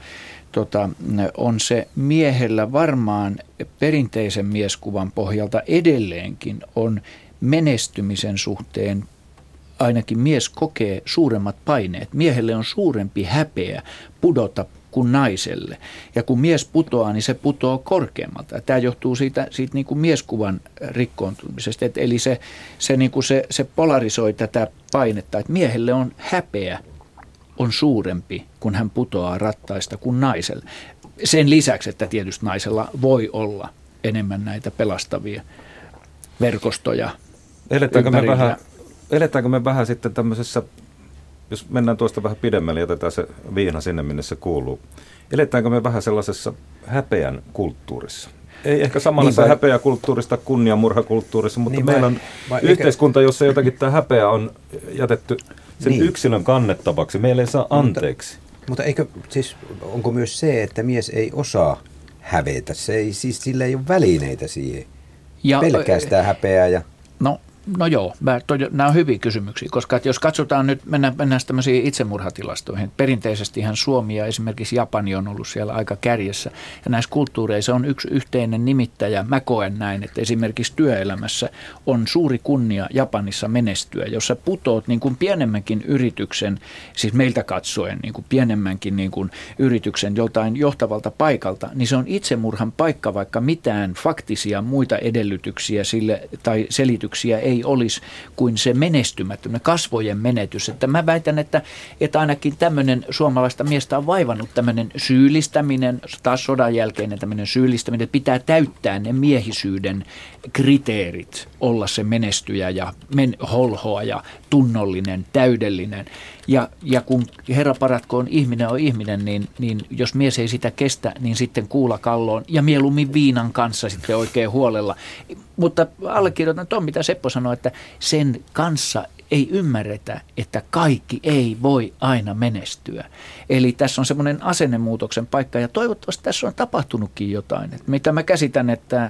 on se miehellä varmaan perinteisen mieskuvan pohjalta edelleenkin on menestymisen suhteen, ainakin mies kokee suuremmat paineet. Miehelle on suurempi häpeä pudota kuin naiselle. Ja kun mies putoaa, niin se putoaa korkeammalta. Tämä johtuu siitä niin kuin mieskuvan rikkoontumisesta. Eli se polarisoi tätä painetta, että miehelle on häpeä on suurempi, kun hän putoaa rattaista kuin naiselle. Sen lisäksi, että tietysti naisella voi olla enemmän näitä pelastavia verkostoja. Eletäänkö me vähän sitten tämmöisessä, jos mennään tuosta vähän pidemmälle, jätetään se viina sinne, minne se kuuluu. Eletäänkö me vähän sellaisessa häpeän kulttuurissa? Ei ehkä samanlaisessa häpeäkulttuurista, kunniamurhakulttuurissa, mutta meillä on yhteiskunta, jossa jotakin tämä häpeä on jätetty sen yksilön kannettavaksi. Meillä ei saa anteeksi. Mutta onko myös se, että mies ei osaa hävetä? Sillä ei ole välineitä siihen. Pelkää sitä häpeää. No joo, nämä on hyviä kysymyksiä, koska jos katsotaan nyt, mennään tämmöisiin itsemurhatilastoihin. Perinteisestihan Suomi ja esimerkiksi Japani on ollut siellä aika kärjessä. Ja näissä kulttuureissa on yksi yhteinen nimittäjä. Mä koen näin, että esimerkiksi työelämässä on suuri kunnia Japanissa menestyä. Jos sä putoot niin kuin pienemmänkin yrityksen, siis meiltä katsoen niin kuin pienemmänkin niin kuin yrityksen joltain johtavalta paikalta, niin se on itsemurhan paikka, vaikka mitään faktisia muita edellytyksiä sille tai selityksiä ei olisi kuin se menestymättömän kasvojen menetys. Että mä väitän, että ainakin tämmöinen suomalaista miestä on vaivannut tämmöinen syyllistäminen, taas sodan jälkeinen tämmöinen syyllistäminen, että pitää täyttää ne miehisyyden kriteerit, olla se menestyjä ja holhoa ja tunnollinen, täydellinen. Ja kun herra paratkoon ihminen on ihminen, niin jos mies ei sitä kestä, niin sitten kuula kalloon ja mieluummin viinan kanssa sitten oikein huolella. Mutta allekirjoitan tuon, mitä Seppo sanoi, että sen kanssa ei ymmärretä, että kaikki ei voi aina menestyä. Eli tässä on semmoinen asennemuutoksen paikka ja toivottavasti tässä on tapahtunutkin jotain. Että mitä mä käsitän, että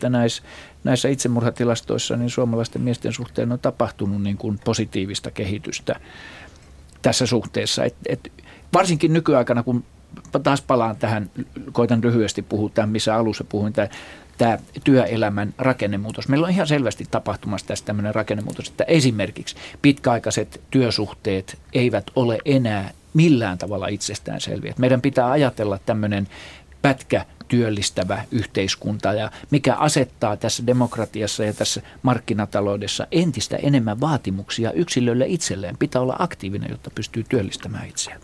näissä itsemurhatilastoissa niin suomalaisten miesten suhteen on tapahtunut niin kuin positiivista kehitystä tässä suhteessa. Varsinkin nykyaikana, kun taas palaan tähän, koitan lyhyesti puhua tämän, missä alussa puhuin, tämä työelämän rakennemuutos. Meillä on ihan selvästi tapahtumassa tässä tämmöinen rakennemuutos, että esimerkiksi pitkäaikaiset työsuhteet eivät ole enää millään tavalla itsestäänselviä. Meidän pitää ajatella tämmöinen pätkätyöllistävä yhteiskunta, ja mikä asettaa tässä demokratiassa ja tässä markkinataloudessa entistä enemmän vaatimuksia yksilölle itselleen. Pitää olla aktiivinen, jotta pystyy työllistämään itseään.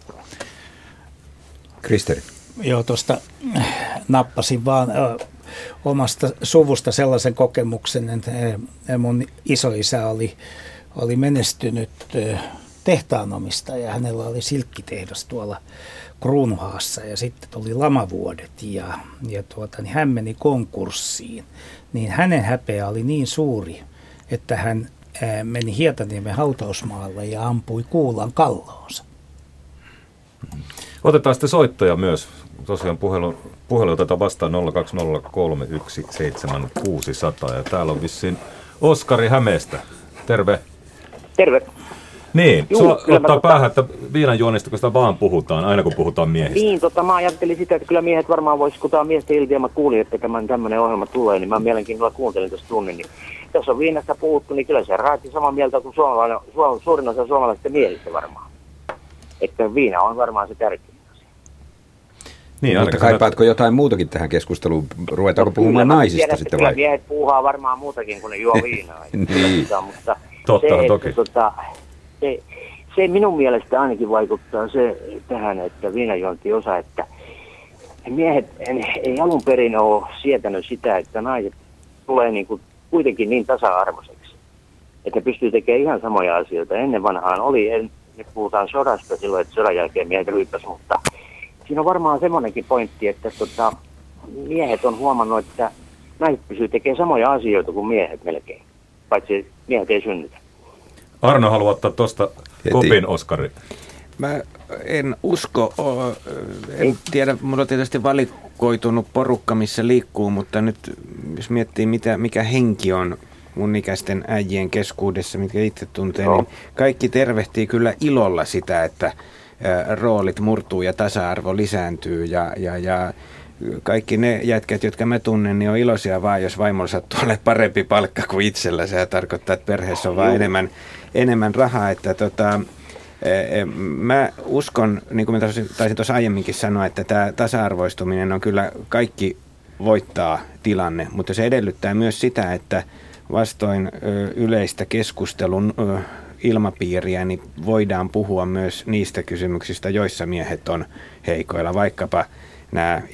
Kristeri. Joo, tuosta nappasin vaan omasta suvusta sellaisen kokemuksen, että mun isoisä oli menestynyt tehtaanomistaja. Hänellä oli silkkitehdas tuolla Kruunuhaassa ja sitten tuli lamavuodet ja niin hän meni konkurssiin. Niin hänen häpeä oli niin suuri, että hän meni Hietaniemen hautausmaalle ja ampui kuulan kalloonsa. Otetaan sitten soittoja myös. Tosiaan puhelu otetaan vastaan 020317600 ja täällä on vissiin Oskari Hämeestä. terve. Terve. Niin, Juu, sulla kyllä ottaa päähän, että viinanjuonnista, kun sitä vaan puhutaan, aina kun puhutaan miehistä. Niin, mä ajattelin sitä, että kyllä miehet varmaan vois, kun tämä on miesten ilti ja mä kuulin, että tämmöinen ohjelma tulee, niin mä mielenkiinnolla kuuntelin tuossa tunnin. Niin jos on viinasta puhuttu, niin kyllä se raati samaa mieltä kuin suurin osa suomalaisista miehistä varmaan. Että viina on varmaan se tärkein asia. Niin, mutta kaipaatko jotain muutakin tähän keskusteluun? Ruvetaanko puhumaan naisista tiedät, sitten vai? vai? Kyllä miehet puuhaa varmaan muutakin kuin ne juo viinaa. Niin. Mutta tottahan toki. Se minun mielestä ainakin vaikuttaa se tähän, että viinajuonti osa, että miehet ei alun perin ole sietänyt sitä, että naiset tulee niin kuin kuitenkin niin tasa-arvoiseksi, että ne pystyy tekemään ihan samoja asioita. Ennen vanhaan oli, nyt puhutaan sodasta silloin, että sodan jälkeen miehet ryyppäs, mutta siinä on varmaan semmoinenkin pointti, että miehet on huomannut, että naiset pystyy tekemään samoja asioita kuin miehet melkein, paitsi miehet ei synnytä. Arno haluaa ottaa tuosta kopin, Oskari. Mä en usko, en tiedä, mulla on tietysti valikoitunut porukka, missä liikkuu, mutta nyt jos miettii, mikä henki on mun ikäisten äijien keskuudessa, mitkä itse tuntee, niin kaikki tervehtii kyllä ilolla sitä, että roolit murtuu ja tasa-arvo lisääntyy ja kaikki ne jätkät, jotka mä tunnen, niin on iloisia vaan, jos vaimolla sattuu olemaan parempi palkka kuin itsellä. Se tarkoittaa, että perheessä on vaan enemmän rahaa. Että mä uskon, niin kuin mä taisin tuossa aiemminkin sanoa, että tämä tasa-arvoistuminen on kyllä kaikki voittaa tilanne, mutta se edellyttää myös sitä, että vastoin yleistä keskustelun ilmapiiriä, niin voidaan puhua myös niistä kysymyksistä, joissa miehet on heikoilla, vaikkapa nämä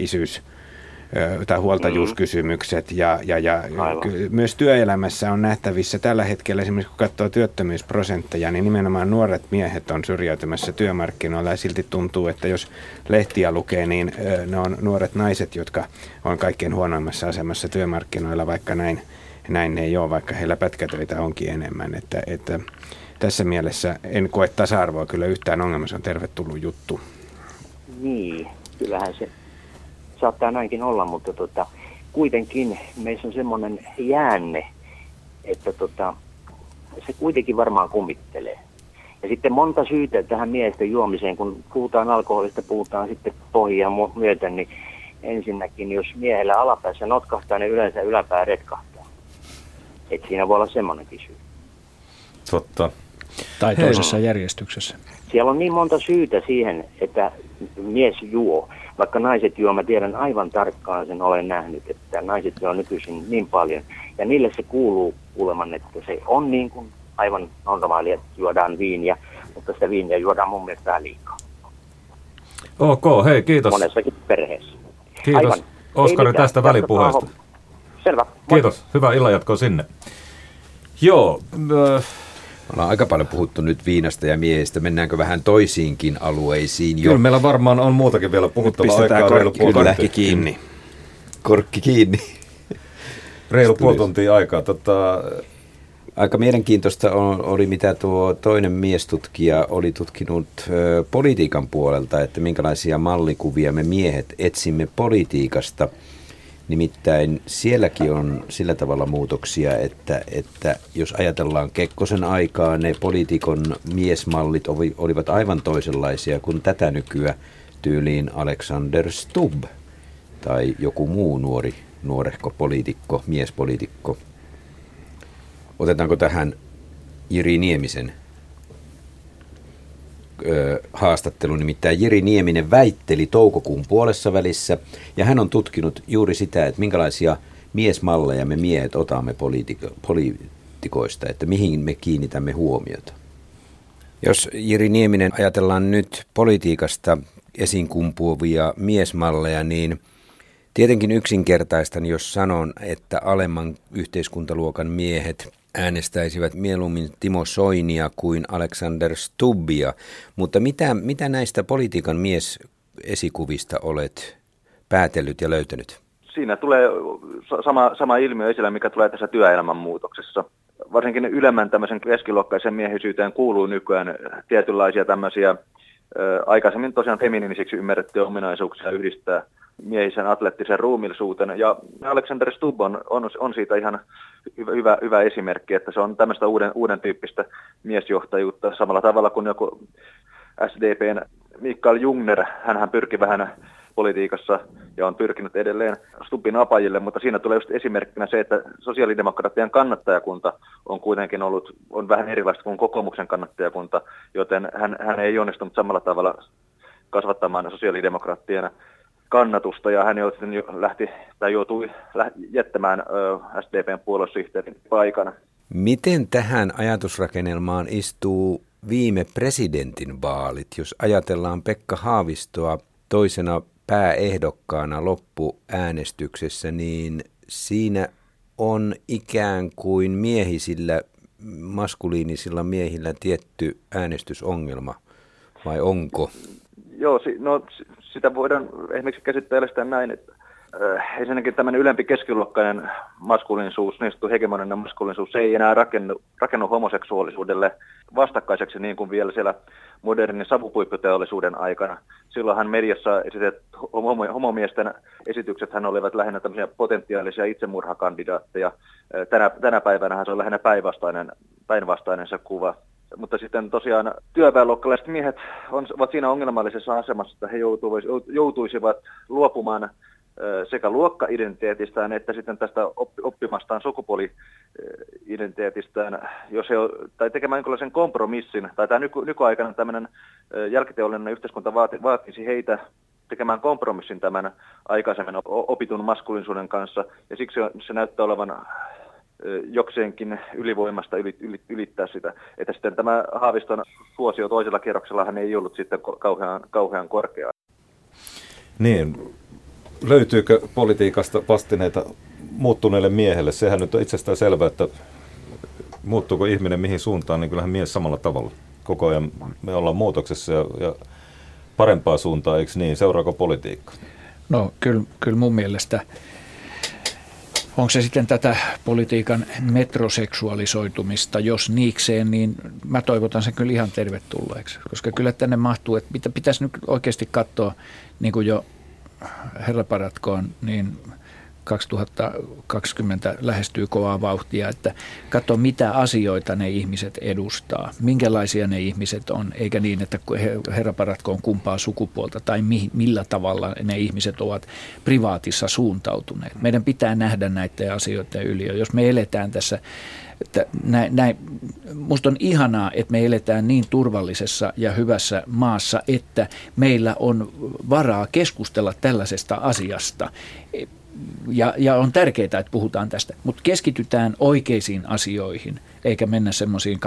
tai huoltajuuskysymykset ja myös työelämässä on nähtävissä tällä hetkellä, esimerkiksi kun katsoo työttömyysprosentteja, niin nimenomaan nuoret miehet on syrjäytymässä työmarkkinoilla ja silti tuntuu, että jos lehtiä lukee, niin ne on nuoret naiset, jotka on kaikkein huonoimmassa asemassa työmarkkinoilla, vaikka näin ei ole, vaikka heillä pätkätöitä onkin enemmän, että tässä mielessä en koe tasa-arvoa kyllä yhtään ongelmassa, on tervetullut juttu. Niin, kyllähän se saattaa näinkin olla, mutta kuitenkin meissä on semmoinen jäänne, että se kuitenkin varmaan kummittelee. Ja sitten monta syytä tähän miesten juomiseen, kun puhutaan alkoholista, puhutaan sitten pohjia myöten, niin ensinnäkin, jos miehellä alapäässä notkahtaa, niin yleensä yläpää retkahtaa. Että siinä voi olla semmoinenkin syy. Totta. Tai toisessa järjestyksessä. Siellä on niin monta syytä siihen, että mies juo. Vaikka naiset juo, mä tiedän aivan tarkkaan sen, olen nähnyt, että naiset juo nykyisin niin paljon. Ja niille se kuuluu kuuleman, että se on niin kuin aivan normaalia, että juodaan viiniä, mutta sitä viiniä juodaan mun mielestä vähän liikaa. Ok, hei, kiitos. Monessakin perheessä. Kiitos, aivan. Oskari, tästä välipuheesta. Selvä. Kiitos, hyvää illanjatkoa sinne. Joo. Ollaan aika paljon puhuttu nyt viinasta ja miehistä. Mennäänkö vähän toisiinkin alueisiin jo? Kyllä meillä varmaan on muutakin vielä puhuttavaa aikaa. Korkki kiinni. Korkki kiinni. Reilu puoli tuntia aikaa. Aika mielenkiintoista oli, mitä tuo toinen miestutkija oli tutkinut politiikan puolelta, että minkälaisia mallikuvia me miehet etsimme politiikasta. Nimittäin sielläkin on sillä tavalla muutoksia, että jos ajatellaan Kekkosen aikaa, ne poliitikon miesmallit olivat aivan toisenlaisia kuin tätä nykyä tyyliin Alexander Stubb tai joku muu nuorehko poliitikko, miespoliitikko. Otetaanko tähän Jiri Niemisen haastattelu, nimittäin Jiri Nieminen väitteli toukokuun puolessa välissä, ja hän on tutkinut juuri sitä, että minkälaisia miesmalleja me miehet otamme poliitikoista, että mihin me kiinnitämme huomiota. Jos Jiri Nieminen ajatellaan nyt politiikasta esiin kumpuavia miesmalleja, niin tietenkin yksinkertaistan, jos sanon, että alemman yhteiskuntaluokan miehet äänestäisivät mieluummin Timo Soinia kuin Alexander Stubbia, mutta mitä näistä politiikan miesesikuvista olet päätellyt ja löytänyt? Siinä tulee sama ilmiö esillä, mikä tulee tässä työelämän muutoksessa. Varsinkin ylemmän tämmöisen keskiluokkaisen miehisyyteen kuuluu nykyään tietynlaisia tämmöisiä aikaisemmin tosiaan feminiinisiksi ymmärrettyjä ominaisuuksia yhdistää miehisen atleettisen ruumiillisuuden. Ja Alexander Stubb on siitä ihan hyvä esimerkki, että se on tämmöistä uuden tyyppistä miesjohtajuutta samalla tavalla kuin joku SDPn Mikael Jungner. Hänhän pyrki vähän politiikassa ja on pyrkinyt edelleen Stubbin apajille, mutta siinä tulee just esimerkkinä se, että sosiaalidemokraattien kannattajakunta on kuitenkin on vähän erilaista kuin kokoomuksen kannattajakunta, joten hän ei onnistunut samalla tavalla kasvattamaan sosiaalidemokraattien kannatusta, ja hän joutui jättämään SDPn puoluesihteerin paikan. Miten tähän ajatusrakennelmaan istuu viime presidentinvaalit, jos ajatellaan Pekka Haavistoa toisena pääehdokkaana loppuäänestyksessä, niin siinä on ikään kuin miehisillä, maskuliinisilla miehillä tietty äänestysongelma, vai onko? Joo, sitä voidaan esimerkiksi käsittää sitä näin, että ensinnäkin tämmöinen ylempi keskiluokkainen maskuliinisuus, niin sanottu hegemoninen maskuliinisuus, se ei enää rakennu homoseksuaalisuudelle vastakkaiseksi niin kuin vielä siellä modernin savupuipputeollisuuden aikana. Silloinhan mediassa esitet homomiesten esityksethän olivat lähinnä tämmöisiä potentiaalisia itsemurhakandidaatteja. Tänä päivänä se on lähinnä päinvastainen se kuva. Mutta sitten tosiaan työväenluokkalaiset miehet ovat siinä ongelmallisessa asemassa, että he joutuisivat luopumaan sekä luokka-identiteetistään että sitten tästä oppimastaan sukupuoli-identiteetistään, tai tekemään jonkinlaisen kompromissin, tai tämä nykyaikana tämmöinen jälkiteollinen yhteiskunta vaatisi heitä tekemään kompromissin tämän aikaisemmin opitun maskuliinisuuden kanssa, ja siksi se näyttää olevan jokseenkin ylivoimasta ylittää sitä. Että sitten tämä Haaviston suosio toisella kierroksellahan ei ollut sitten kauhean korkea. Niin, löytyykö politiikasta vastineita muuttuneelle miehelle? Sehän nyt on itsestään selvää, että muuttuuko ihminen mihin suuntaan, niin kyllähän mies samalla tavalla. Koko ajan me ollaan muutoksessa ja parempaa suuntaa, eikö niin? Seuraako politiikka? No kyllä mun mielestä. Onko se sitten tätä politiikan metroseksuaalisoitumista, jos niikseen, niin mä toivotan sen kyllä ihan tervetulleeksi. Koska kyllä tänne mahtuu, että pitäisi nyt oikeasti katsoa, niin kuin jo herra paratkoon, niin 2020 lähestyy kovaa vauhtia, että katso mitä asioita ne ihmiset edustaa, minkälaisia ne ihmiset on, eikä niin, että herra paratkoon kumpaa sukupuolta tai millä tavalla ne ihmiset ovat privaatissa suuntautuneet. Meidän pitää nähdä näiden asioiden yli, jos me eletään tässä, että musta on ihanaa, että me eletään niin turvallisessa ja hyvässä maassa, että meillä on varaa keskustella tällaisesta asiasta. Ja on tärkeää, että puhutaan tästä, mutta keskitytään oikeisiin asioihin, eikä mennä semmoisiin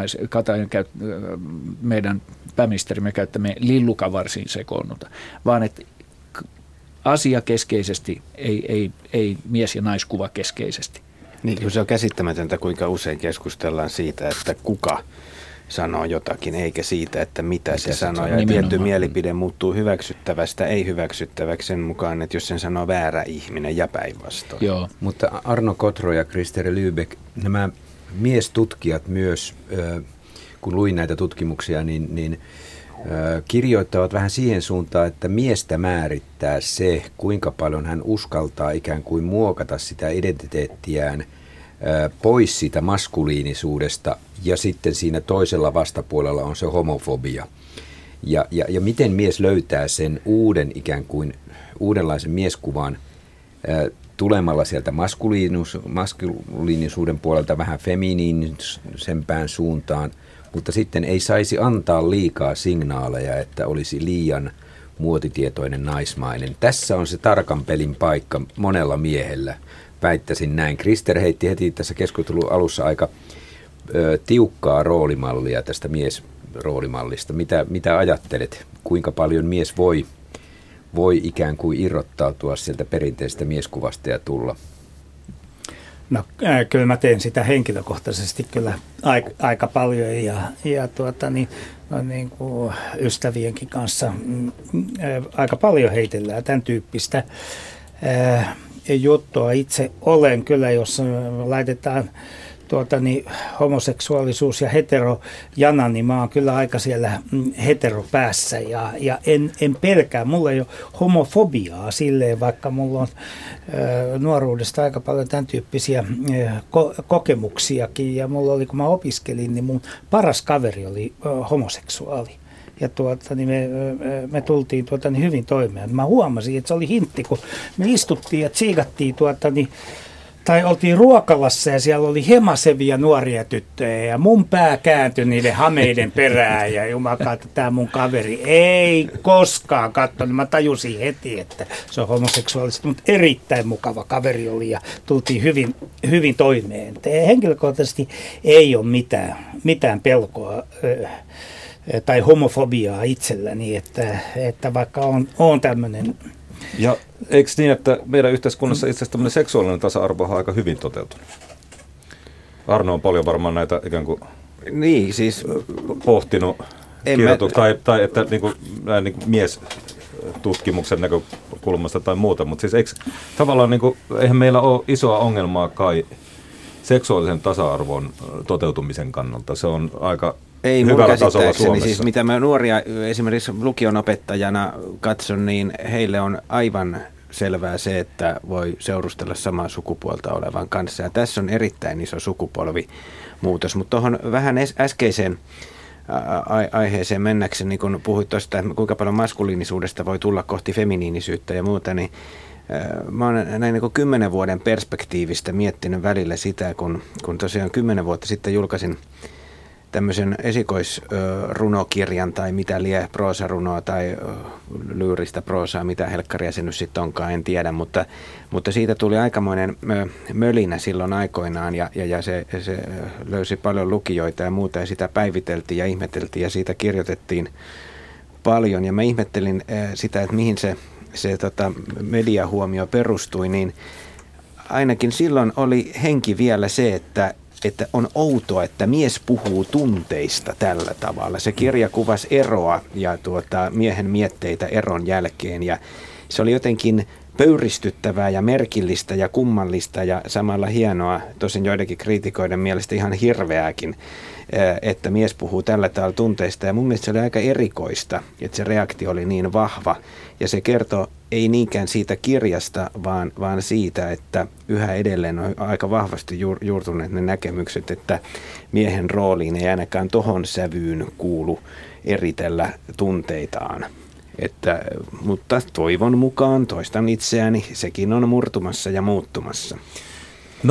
meidän pääministerimme käyttämään lillukavarsiin sekoonnuta, vaan että asia keskeisesti, ei mies- ja naiskuva keskeisesti. Niin, se on käsittämätöntä, kuinka usein keskustellaan siitä, että kuka sanoo jotakin, eikä siitä, että mitä se sanoo. Ja tietty mielipide muuttuu hyväksyttävästä ei-hyväksyttäväksi sen mukaan, että jos sen sanoo väärä ihminen ja päinvastoin. Joo. Mutta Arno Kotro ja Christer Lybeck, nämä miestutkijat myös, kun luin näitä tutkimuksia, niin kirjoittavat vähän siihen suuntaan, että miestä määrittää se, kuinka paljon hän uskaltaa ikään kuin muokata sitä identiteettiään pois siitä maskuliinisuudesta, ja sitten siinä toisella vastapuolella on se homofobia. Ja miten mies löytää sen uuden ikään kuin uudenlaisen mieskuvan tulemalla sieltä maskuliinisuuden puolelta vähän feminiinisempään suuntaan, mutta sitten ei saisi antaa liikaa signaaleja, että olisi liian muotitietoinen naismainen. Tässä on se tarkan pelin paikka monella miehellä. Väittäisin näin. Christer heitti heti tässä keskustelun alussa aika tiukkaa roolimallia tästä miesroolimallista. Mitä ajattelet? Kuinka paljon mies voi ikään kuin irrottautua sieltä perinteisestä mieskuvasta ja tulla? No kyllä mä teen sitä henkilökohtaisesti kyllä aika paljon niin kuin ystävienkin kanssa aika paljon heitellään tämän tyyppistä juttua. Itse olen kyllä, jos laitetaan homoseksuaalisuus ja heterojana, niin mä oon kyllä aika siellä heteropäässä ja en pelkää. Mulla ei ole homofobiaa silleen, vaikka mulla on nuoruudesta aika paljon tämän tyyppisiä kokemuksiakin. Ja mulla oli, kun mä opiskelin, niin mun paras kaveri oli homoseksuaali. Ja niin me tultiin hyvin toimeen. Mä huomasin, että se oli hintti, kun me istuttiin ja tsiigattiin tai oltiin ruokalassa ja siellä oli hemasevia nuoria tyttöjä ja mun pää kääntyi niiden hameiden perään ja jumakaan, että tämä mun kaveri ei koskaan katsonut. Mä tajusin heti, että se on homoseksuaalista, mutta erittäin mukava kaveri oli ja tultiin hyvin toimeen. Henkilökohtaisesti ei ole mitään pelkoa tai homofobiaa itselläni, että vaikka on tämmöinen. Ja eikö niin, että meidän yhteiskunnassa itse asiassa tämmöinen seksuaalinen tasa-arvo on aika hyvin toteutunut? Arno on paljon varmaan näitä ikään kuin pohtinut tai että niin kuin miestutkimuksen näkökulmasta tai muuta, mutta siis eikö tavallaan eihän meillä ole isoa ongelmaa kai seksuaalisen tasa-arvon toteutumisen kannalta. Se on aika hyvällä tasolla Suomessa. Siis mitä mä nuoria esimerkiksi lukion opettajana katson, niin heille on aivan selvää se, että voi seurustella samaa sukupuolta olevan kanssa. Ja tässä on erittäin iso sukupolvimuutos. Mutta tuohon vähän äskeiseen aiheeseen mennäkseni, niin kun puhuit tuosta, kuinka paljon maskuliinisuudesta voi tulla kohti feminiinisyyttä ja muuta, niin mä oon näin niin kuin 10 vuoden perspektiivistä miettinyt välillä sitä, kun tosiaan 10 vuotta sitten julkaisin tämmöisen esikoisrunokirjan tai mitä lie, proosarunoa tai lyyristä proosaa, mitä helkkaria se nyt sitten onkaan, en tiedä, mutta siitä tuli aikamoinen mölinä silloin aikoinaan ja se löysi paljon lukijoita ja muuta ja sitä päiviteltiin ja ihmeteltiin ja siitä kirjoitettiin paljon ja mä ihmettelin sitä, että mihin se mediahuomio perustui, niin ainakin silloin oli henki vielä se, että on outoa, että mies puhuu tunteista tällä tavalla. Se kirja kuvasi eroa ja miehen mietteitä eron jälkeen ja se oli jotenkin pöyristyttävää ja merkillistä ja kummallista ja samalla hienoa, tosin joidenkin kriitikoiden mielestä ihan hirveääkin, että mies puhuu tällä tavalla tunteista ja mun mielestä se oli aika erikoista, että se reaktio oli niin vahva ja se kertoo ei niinkään siitä kirjasta, vaan siitä, että yhä edelleen on aika vahvasti juurtuneet ne näkemykset, että miehen rooliin ei ainakaan tohon sävyyn kuulu eritellä tunteitaan. Mutta toivon mukaan, toistan itseäni, sekin on murtumassa ja muuttumassa. 020317600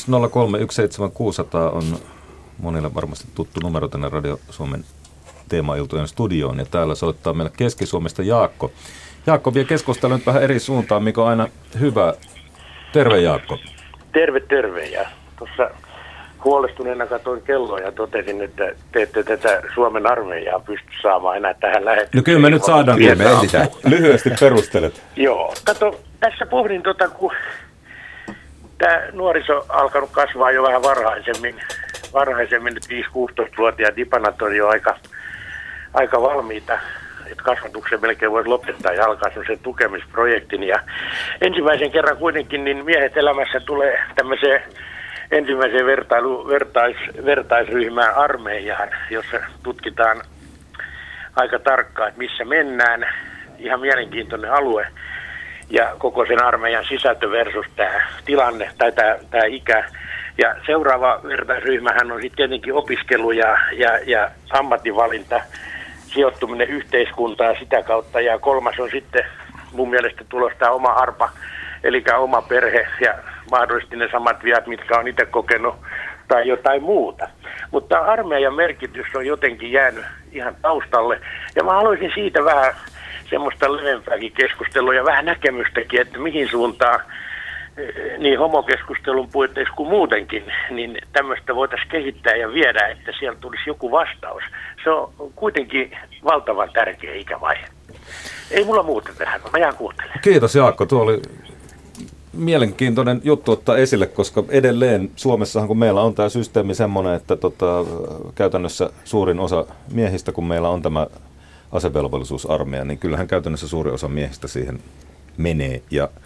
on monille varmasti tuttu numero tänne Radio Suomen teemailtojen studioon. Ja täällä soittaa meille Keski-Suomesta Jaakko. Jaakko vie keskustelua nyt vähän eri suuntaan, mikä on aina hyvä. Terve Jaakko. Terve. Ja tuossa huolestuneena katsoin kelloa ja totesin, että te ette tätä Suomen armeijaa pysty saamaan enää tähän lähetykseen. No kyllä me nyt saadaan, kun me etsitään. Lyhyesti perustelet. Joo, kato, tässä pohdin kun tämä nuoriso alkanut kasvaa jo vähän varhaisemmin nyt 5-16-vuotiaat dipanat on jo aika valmiita, että kasvatuksen melkein voisi lopettaa ja alkaa sen tukemisprojektin. Ja ensimmäisen kerran kuitenkin niin miehet elämässä tulee tämmöiseen ensimmäiseen vertaisryhmään armeijaan, jossa tutkitaan aika tarkkaan, että missä mennään. Ihan mielenkiintoinen alue. Ja koko sen armeijan sisältö versus tämä tilanne tai tämä ikä. Ja seuraava vertaisryhmähän on sitten tietenkin opiskelu ja ammatinvalinta, sijoittuminen yhteiskuntaan sitä kautta. Ja kolmas on sitten mun mielestä tulossa tämä oma arpa, eli oma perhe ja mahdollisesti ne samat viat, mitkä on itse kokenut tai jotain muuta. Mutta armeijan merkitys on jotenkin jäänyt ihan taustalle. Ja mä haluaisin siitä vähän semmoista levempääkin keskustelua ja vähän näkemystäkin, että mihin suuntaan niin homokeskustelun puitteissa kuin muutenkin, niin tämmöistä voitaisiin kehittää ja viedä, että siellä tulisi joku vastaus. Se on kuitenkin valtavan tärkeä ikävaihe. Ei mulla muuta tähän, mä jään kuuntelemaan. Kiitos Jaakko, tuo oli mielenkiintoinen juttu ottaa esille, koska edelleen Suomessahan, kun meillä on tämä systeemi semmoinen, että käytännössä suurin osa miehistä, kun meillä on tämä asevelvollisuusarmeija, niin kyllähän käytännössä suuri osa miehistä siihen menee. Ja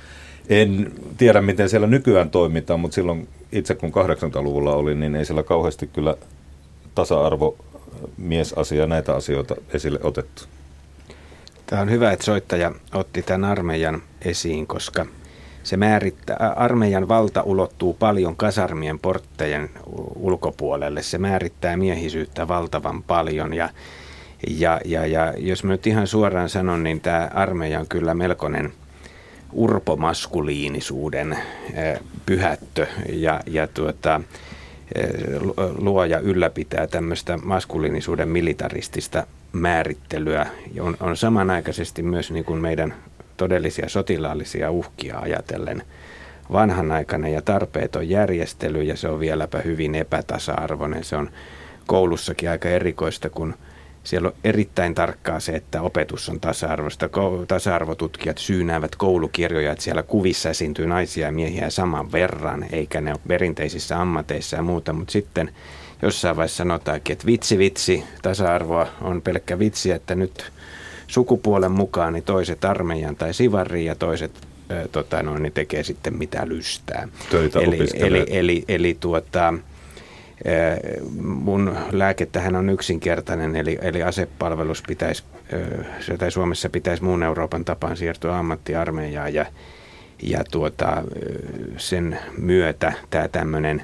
En tiedä, miten siellä nykyään toimitaan, mutta silloin itse kun 80-luvulla olin, niin ei siellä kauheasti kyllä tasa-arvo, miesasia, näitä asioita esille otettu. Tämä on hyvä, että soittaja otti tämän armeijan esiin, koska se määrittää, armeijan valta ulottuu paljon kasarmien porttejen ulkopuolelle. Se määrittää miehisyyttä valtavan paljon ja jos mä nyt ihan suoraan sanon, niin tämä armeija on kyllä melkoinen urpomaskuliinisuuden pyhättö ja luo ja ylläpitää tämmöistä maskuliinisuuden militaristista määrittelyä. On samanaikaisesti myös niin kuin meidän todellisia sotilaallisia uhkia ajatellen vanhanaikainen ja tarpeeton järjestely, ja se on vieläpä hyvin epätasa-arvoinen. Se on koulussakin aika erikoista, kun siellä on erittäin tarkkaa se, että opetus on tasa-arvoista. Tasa-arvotutkijat syynäävät koulukirjoja, että siellä kuvissa esiintyy naisia ja miehiä saman verran, eikä ne ole perinteisissä ammateissa ja muuta, mutta sitten jossain vaiheessa sanotaankin, että vitsi, tasa-arvoa on pelkkä vitsi, että nyt sukupuolen mukaan niin toiset armeijan tai sivarriin ja toiset niin tekee sitten mitä lystää. Töitä Eli mun lääke tähän on yksinkertainen, eli asepalvelus tai Suomessa pitäisi muun Euroopan tapaan siirtyä ammattiarmeijaan ja sen myötä tämä tämmöinen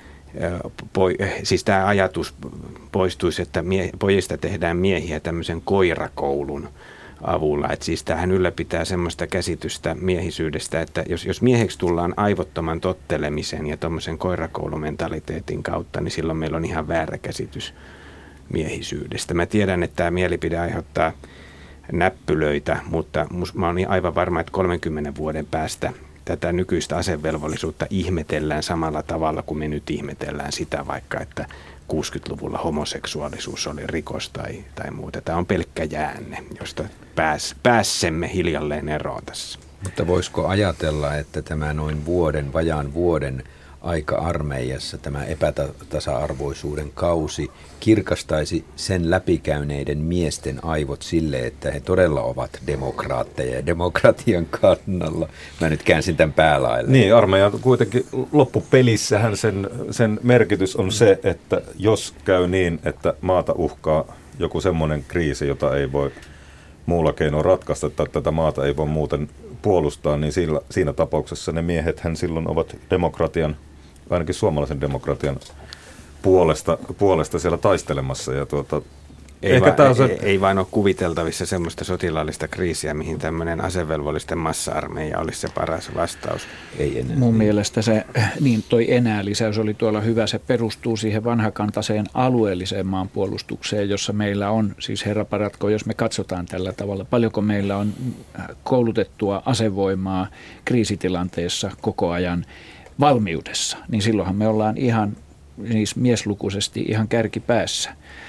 siis tämä ajatus poistuisi, että pojista tehdään miehiä tämmöisen koirakoulun avulla. Että siis tämähän ylläpitää semmoista käsitystä miehisyydestä, että jos mieheksi tullaan aivottoman tottelemisen ja tuommoisen koirakoulumentaliteetin kautta, niin silloin meillä on ihan väärä käsitys miehisyydestä. Mä tiedän, että tämä mielipide aiheuttaa näppylöitä, mutta mä oon aivan varma, että 30 vuoden päästä tätä nykyistä asevelvollisuutta ihmetellään samalla tavalla kuin me nyt ihmetellään sitä vaikka, että 60-luvulla homoseksuaalisuus oli rikos tai muuta. Tämä on pelkkä jäänne, josta pääsemme hiljalleen eroon tässä. Mutta voisiko ajatella, että tämä noin vajaan vuoden aika armeijassa, tämä epätasa-arvoisuuden kausi kirkastaisi sen läpikäyneiden miesten aivot sille, että he todella ovat demokraatteja ja demokratian kannalla. Mä nyt käänsin tämän päälaille. Niin, armeijan kuitenkin loppupelissähän sen merkitys on se, että jos käy niin, että maata uhkaa joku semmoinen kriisi, jota ei voi muulla keinoin ratkaista, että tätä maata ei voi muuten puolustaa, niin siinä tapauksessa ne miehethän silloin ovat demokratian, ainakin suomalaisen demokratian puolesta siellä taistelemassa. Ja ei vain ole kuviteltavissa semmoista sotilaallista kriisiä, mihin tämmöinen asevelvollisten massa-armeija olisi se paras vastaus. Ei enää. Mun mielestä se, niin toi enää-lisäys oli tuolla hyvä, se perustuu siihen vanhakantaiseen alueelliseen maanpuolustukseen, jossa meillä on, siis herra paratko, jos me katsotaan tällä tavalla, paljonko meillä on koulutettua asevoimaa kriisitilanteessa koko ajan valmiudessa, niin silloinhan me ollaan ihan siis mieslukuisesti ihan kärkipäässä.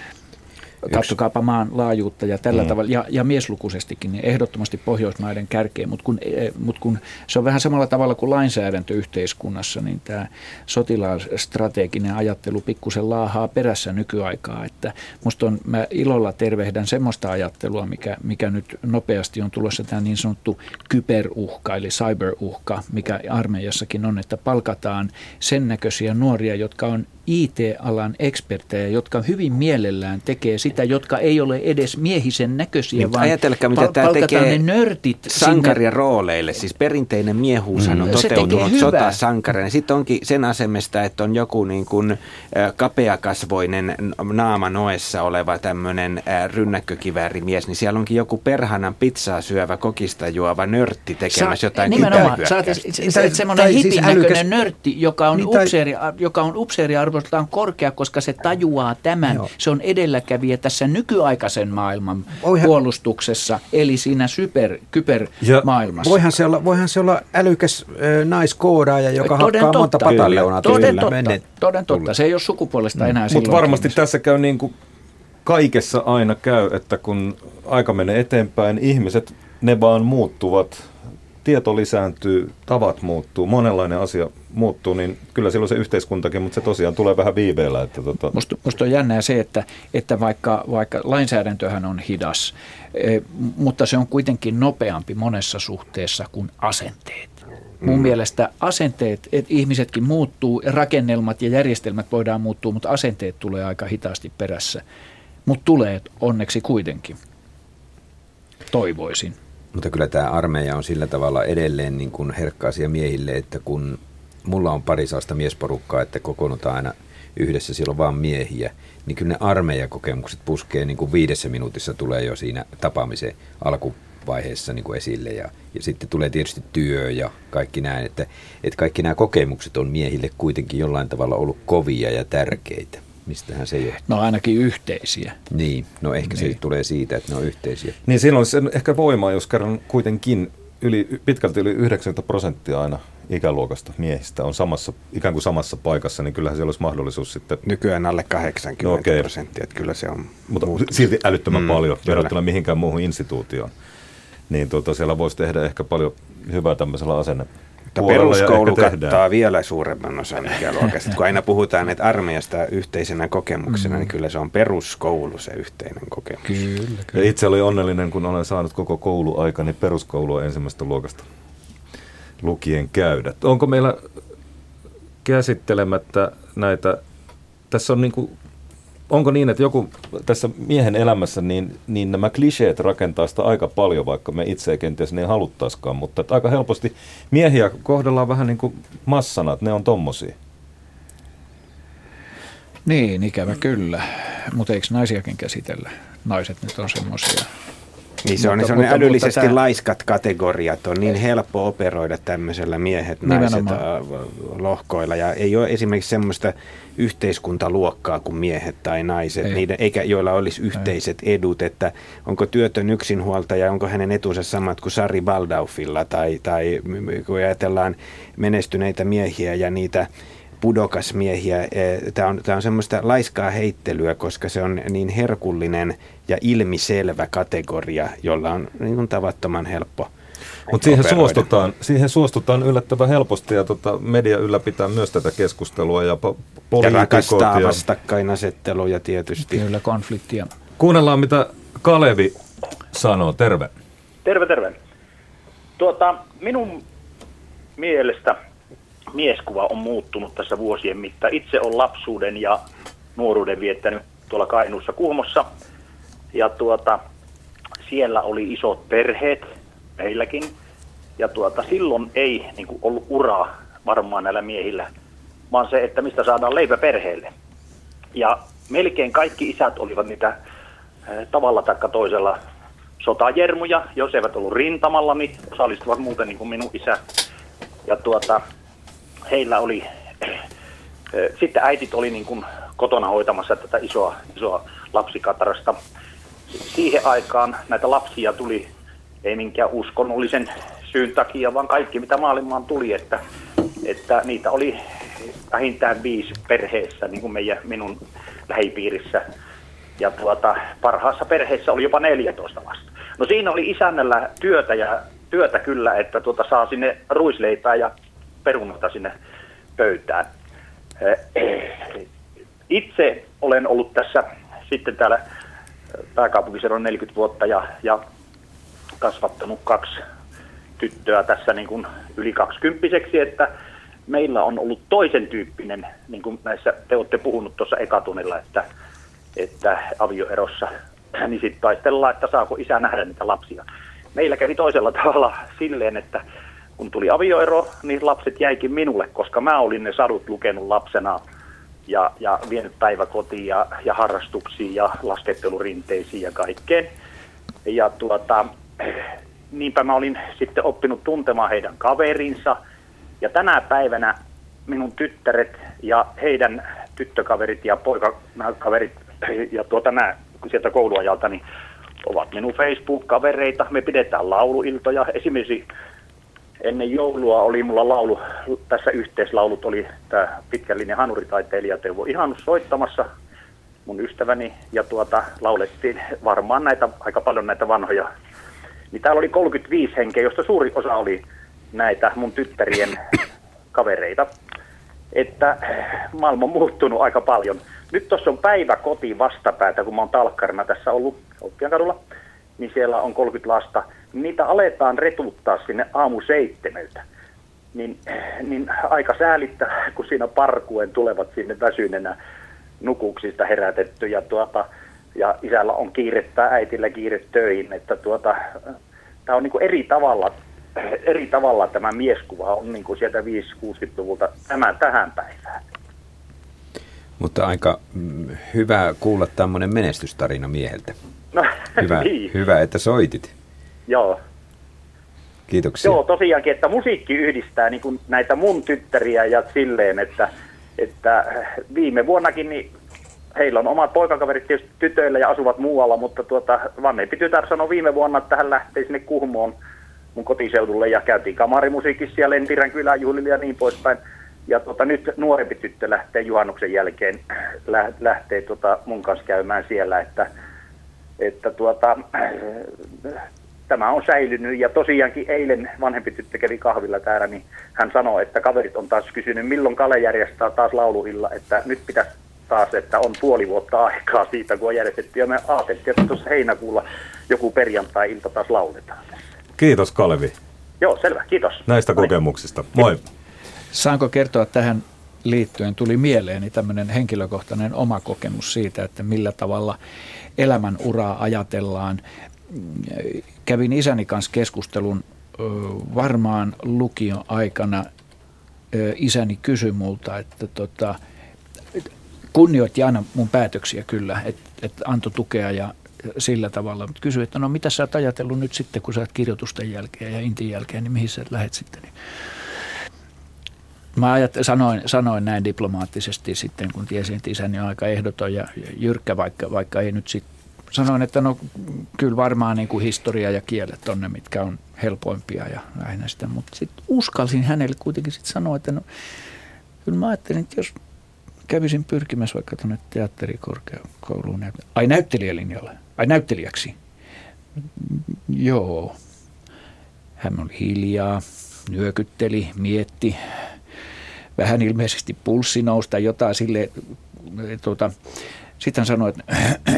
Katsokaapa maan laajuutta ja tällä tavalla, ja mieslukuisestikin, niin ehdottomasti Pohjoismaiden kärkeen, mutta kun se on vähän samalla tavalla kuin lainsäädäntö yhteiskunnassa, niin tämä sotilastrateginen ajattelu pikkusen laahaa perässä nykyaikaa, että mä ilolla tervehdän semmoista ajattelua, mikä nyt nopeasti on tulossa, tämä niin sanottu kyberuhka, eli cyberuhka, mikä armeijassakin on, että palkataan sen näköisiä nuoria, jotka on IT-alan eksperttejä, jotka hyvin mielellään tekee sitä, jotka ei ole edes miehisen näköisiä, vaan ajatelkaa, mitä tämä tekee ne nörtit sankarien rooleille. Siis perinteinen miehuushan on toteutunut sotasankarina. Sitten onkin sen asemesta, että on joku niin kuin kapeakasvoinen naama noessa oleva tämmöinen rynnäkkökiväärimies, niin siellä onkin joku perhanan pizzaa syövä kokista juova nörtti tekemässä jotain kyberhyökkäystä. Semmoinen hipin näköinen nörtti, joka on upseeri arvostaan korkea, koska se tajuaa tämän. Joo. Se on edelläkävijä tässä nykyaikaisen maailman puolustuksessa, eli siinä kybermaailmassa. Voihan se olla älykäs naiskoodaaja, joka hakkaa monta pataljoonaa. Toden totta. Se ei ole sukupuolesta enää silloin. Mutta varmasti tässä käy niin kuin kaikessa aina käy, että kun aika menee eteenpäin, ihmiset, ne vaan muuttuvat. Tieto lisääntyy, tavat muuttuu, monenlainen asia muuttuu, niin kyllä silloin se yhteiskuntakin, mutta se tosiaan tulee vähän viiveellä. Että Musta on jännää se, että vaikka lainsäädäntöhän on hidas, mutta se on kuitenkin nopeampi monessa suhteessa kuin asenteet. Mun mielestä asenteet, että ihmisetkin muuttuu, rakennelmat ja järjestelmät voidaan muuttua, mutta asenteet tulee aika hitaasti perässä. Mutta tulee onneksi kuitenkin, toivoisin. Mutta kyllä tämä armeija on sillä tavalla edelleen niin kuin herkkä asia miehille, että kun mulla on pari sellaista miesporukkaa, että kokoonnutaan aina yhdessä, siellä on vaan miehiä, niin kyllä ne armeijakokemukset puskee niin kuin 5 minuutissa tulee jo siinä tapaamisen alkuvaiheessa niin kuin esille. Ja sitten tulee tietysti työ ja kaikki näin, että kaikki nämä kokemukset on miehille kuitenkin jollain tavalla ollut kovia ja tärkeitä. Mistähän se johtuu? No ainakin yhteisiä. Niin, no ehkä se tulee siitä, että ne on yhteisiä. Niin silloin se ehkä voimaa, jos kerran kuitenkin pitkälti yli 90% aina ikäluokasta miehistä on ikään kuin samassa paikassa, niin kyllähän siellä olisi mahdollisuus sitten... Nykyään alle 80%, että kyllä se on... Mutta silti älyttömän paljon verrattuna mihinkään muuhun instituutioon. Niin siellä voisi tehdä ehkä paljon hyvää tämmöisellä asenne. Peruskoulu kattaa vielä suuremman osan ikäluokasta. Kun aina puhutaan, että armeijasta yhteisenä kokemuksena, niin kyllä se on peruskoulu se yhteinen kokemus. Kyllä. Ja itse olin onnellinen, kun olen saanut koko kouluaikani peruskoulua ensimmäisestä luokasta lukien käydä. Onko meillä käsittelemättä näitä, tässä on onko niin, että joku tässä miehen elämässä, niin nämä kliseet rakentaa sitä aika paljon, vaikka me itse ei kenties niin haluttaisikaan, mutta että aika helposti miehiä kohdellaan vähän niin kuin massana, että ne on tommosia. Niin, ikävä kyllä. Mutta eikö naisiakin käsitellä? Naiset nyt on semmoisia. Niin se on ne älyllisesti laiskat kategoriat, on niin helppo operoida tämmöisellä miehet, naiset lohkoilla. Ja ei ole esimerkiksi semmoista yhteiskuntaluokkaa kuin miehet tai naiset, joilla olisi yhteiset edut, että onko työtön yksinhuoltaja, onko hänen etunsa samat kuin Sari Baldaufilla, tai kun ajatellaan menestyneitä miehiä ja niitä pudokasmiehiä. Tämä on semmoista laiskaa heittelyä, koska se on niin herkullinen ja ilmiselvä kategoria, jolla on niin kuin tavattoman helppo. Mutta siihen suostutaan yllättävän helposti ja media ylläpitää myös tätä keskustelua ja poliitikot. Ja rakastaa vastakkainasetteluja tietysti. Kyllä konfliktia. Kuunnellaan, mitä Kalevi sanoo. Terve. Terve. Minun mielestä mieskuva on muuttunut tässä vuosien mittaan. Itse olen lapsuuden ja nuoruuden viettänyt tuolla Kainuussa Kuhmossa. Ja siellä oli isot perheet meilläkin. Ja silloin ei ollut uraa varmaan näillä miehillä, vaan se, että mistä saadaan leipä perheelle. Ja melkein kaikki isät olivat niitä tavalla taikka toisella sotajermuja, jos eivät ollut rintamalla, niin osallistuvat muuten niin kuin minun isä. Ja heillä oli, sitten äitit oli niin kuin kotona hoitamassa tätä isoa lapsikatarasta. Siihen aikaan näitä lapsia tuli, ei minkään uskonnollisen syyn takia, vaan kaikki mitä maailmaan tuli, että niitä oli vähintään 5 perheessä, niin kuin minun lähipiirissä. Ja parhaassa perheessä oli jopa 14 lasta. No siinä oli isännällä työtä kyllä, että saa sinne ruisleipää ja perunata sinne pöytään. Itse olen ollut tässä sitten täällä pääkaupunkiseudulla 40 vuotta ja kasvattanut 2 tyttöä tässä niin kuin yli 20-vuotiaaksi, että meillä on ollut toisen tyyppinen, niin kuin näissä te olette puhunut tuossa ekatunnilla, että avioerossa niin sitten taistellaan, että saako isä nähdä niitä lapsia. Meillä kävi toisella tavalla silleen, että kun tuli avioero, niin lapset jäikin minulle, koska mä olin ne sadut lukenut lapsena ja vienyt päiväkotiin ja harrastuksiin ja laskettelurinteisiin ja kaikkeen. Ja niinpä mä olin sitten oppinut tuntemaan heidän kaverinsa. Ja tänä päivänä minun tyttäret ja heidän tyttökaverit ja poikakaverit ja nämä sieltä kouluajalta niin ovat minun Facebook-kavereita. Me pidetään lauluiltoja. Esimerkiksi ennen joulua oli mulla laulu, tässä yhteislaulut oli tämä pitkän linjan hanuritaiteilija Teuvo Ihanus soittamassa, mun ystäväni, ja laulettiin varmaan aika paljon näitä vanhoja. Niin täällä oli 35 henkeä, josta suuri osa oli näitä mun tyttärien kavereita. Että maailma on muuttunut aika paljon. Nyt tuossa on päiväkoti vastapäätä, kun mä oon talkkarina tässä ollut Oppiankadulla, niin siellä on 30 lasta. Niitä aletaan retuttaa sinne aamu 7. niin aika säälittää, kun siinä parkuen tulevat sinne väsyneenä nukuksista herätetty ja isällä on kiirettä, äitillä kiire töihin, että tämä on niin kuin eri tavalla tämä mieskuva on niin kuin sieltä 5-60-luvulta tähän päivään. Mutta aika hyvä kuulla tämmöinen menestystarina mieheltä. No, niin. Hyvä, että soitit. Joo. Kiitoksia. Joo, tosiaankin, että musiikki yhdistää niin kuin näitä mun tyttäriä ja silleen, että viime vuonnakin niin heillä on omat poikakaverit tietysti tytöillä ja asuvat muualla, mutta vanhempi tytär sanoi viime vuonna, että hän lähtee sinne Kuhmoon mun kotiseudulle ja käytiin kamarimusiikissa ja Lentirän kyläjuhlilla ja niin poispäin. Ja nyt nuorempi tyttö lähtee juhannuksen jälkeen lähtee mun kanssa käymään siellä, että tämä on säilynyt. Ja tosiaankin eilen vanhempi tyttö kävi kahvilla täällä, niin hän sanoi, että kaverit on taas kysynyt, milloin Kale järjestää taas lauluilla, että nyt pitäisi taas, että on puoli vuotta aikaa siitä, kun on järjestetty. Ja me ajateltiin, että tuossa heinäkuulla joku perjantai-ilta taas lauletaan. Kiitos Kalevi. Joo, selvä. Kiitos. Näistä kokemuksista. Moi. Saanko kertoa tähän liittyen? Tuli mieleeni tämmöinen henkilökohtainen oma kokemus siitä, että millä tavalla elämän uraa ajatellaan. Kävin isäni kanssa keskustelun varmaan lukion aikana. Isäni kysyi multa, että kunnioitti aina mun päätöksiä kyllä, että antoi tukea ja sillä tavalla. Mutta kysyi, että no mitä sä oot ajatellut nyt sitten, kun sä oot kirjoitusten jälkeen ja intin jälkeen, niin mihin sä lähet sitten? Mä sanoin näin diplomaattisesti sitten, kun tiesin, että isäni on aika ehdoton ja jyrkkä, vaikka ei nyt sitten. Sanoin, että no kyllä varmaan niin kuin historia ja kielet on ne, mitkä on helpoimpia ja näin sitä. Mutta sitten uskalsin hänelle kuitenkin sitten sanoa, että no kyllä mä ajattelin, että jos kävisin pyrkimässä vaikka tuonne teatterikorkeakouluun. Ai näyttelijälinjalle? Ai näyttelijäksi? Joo. Hän oli hiljaa, nyökytteli, mietti. Vähän ilmeisesti pulssi nousi tai jotain silleen. Sitten hän sanoi, että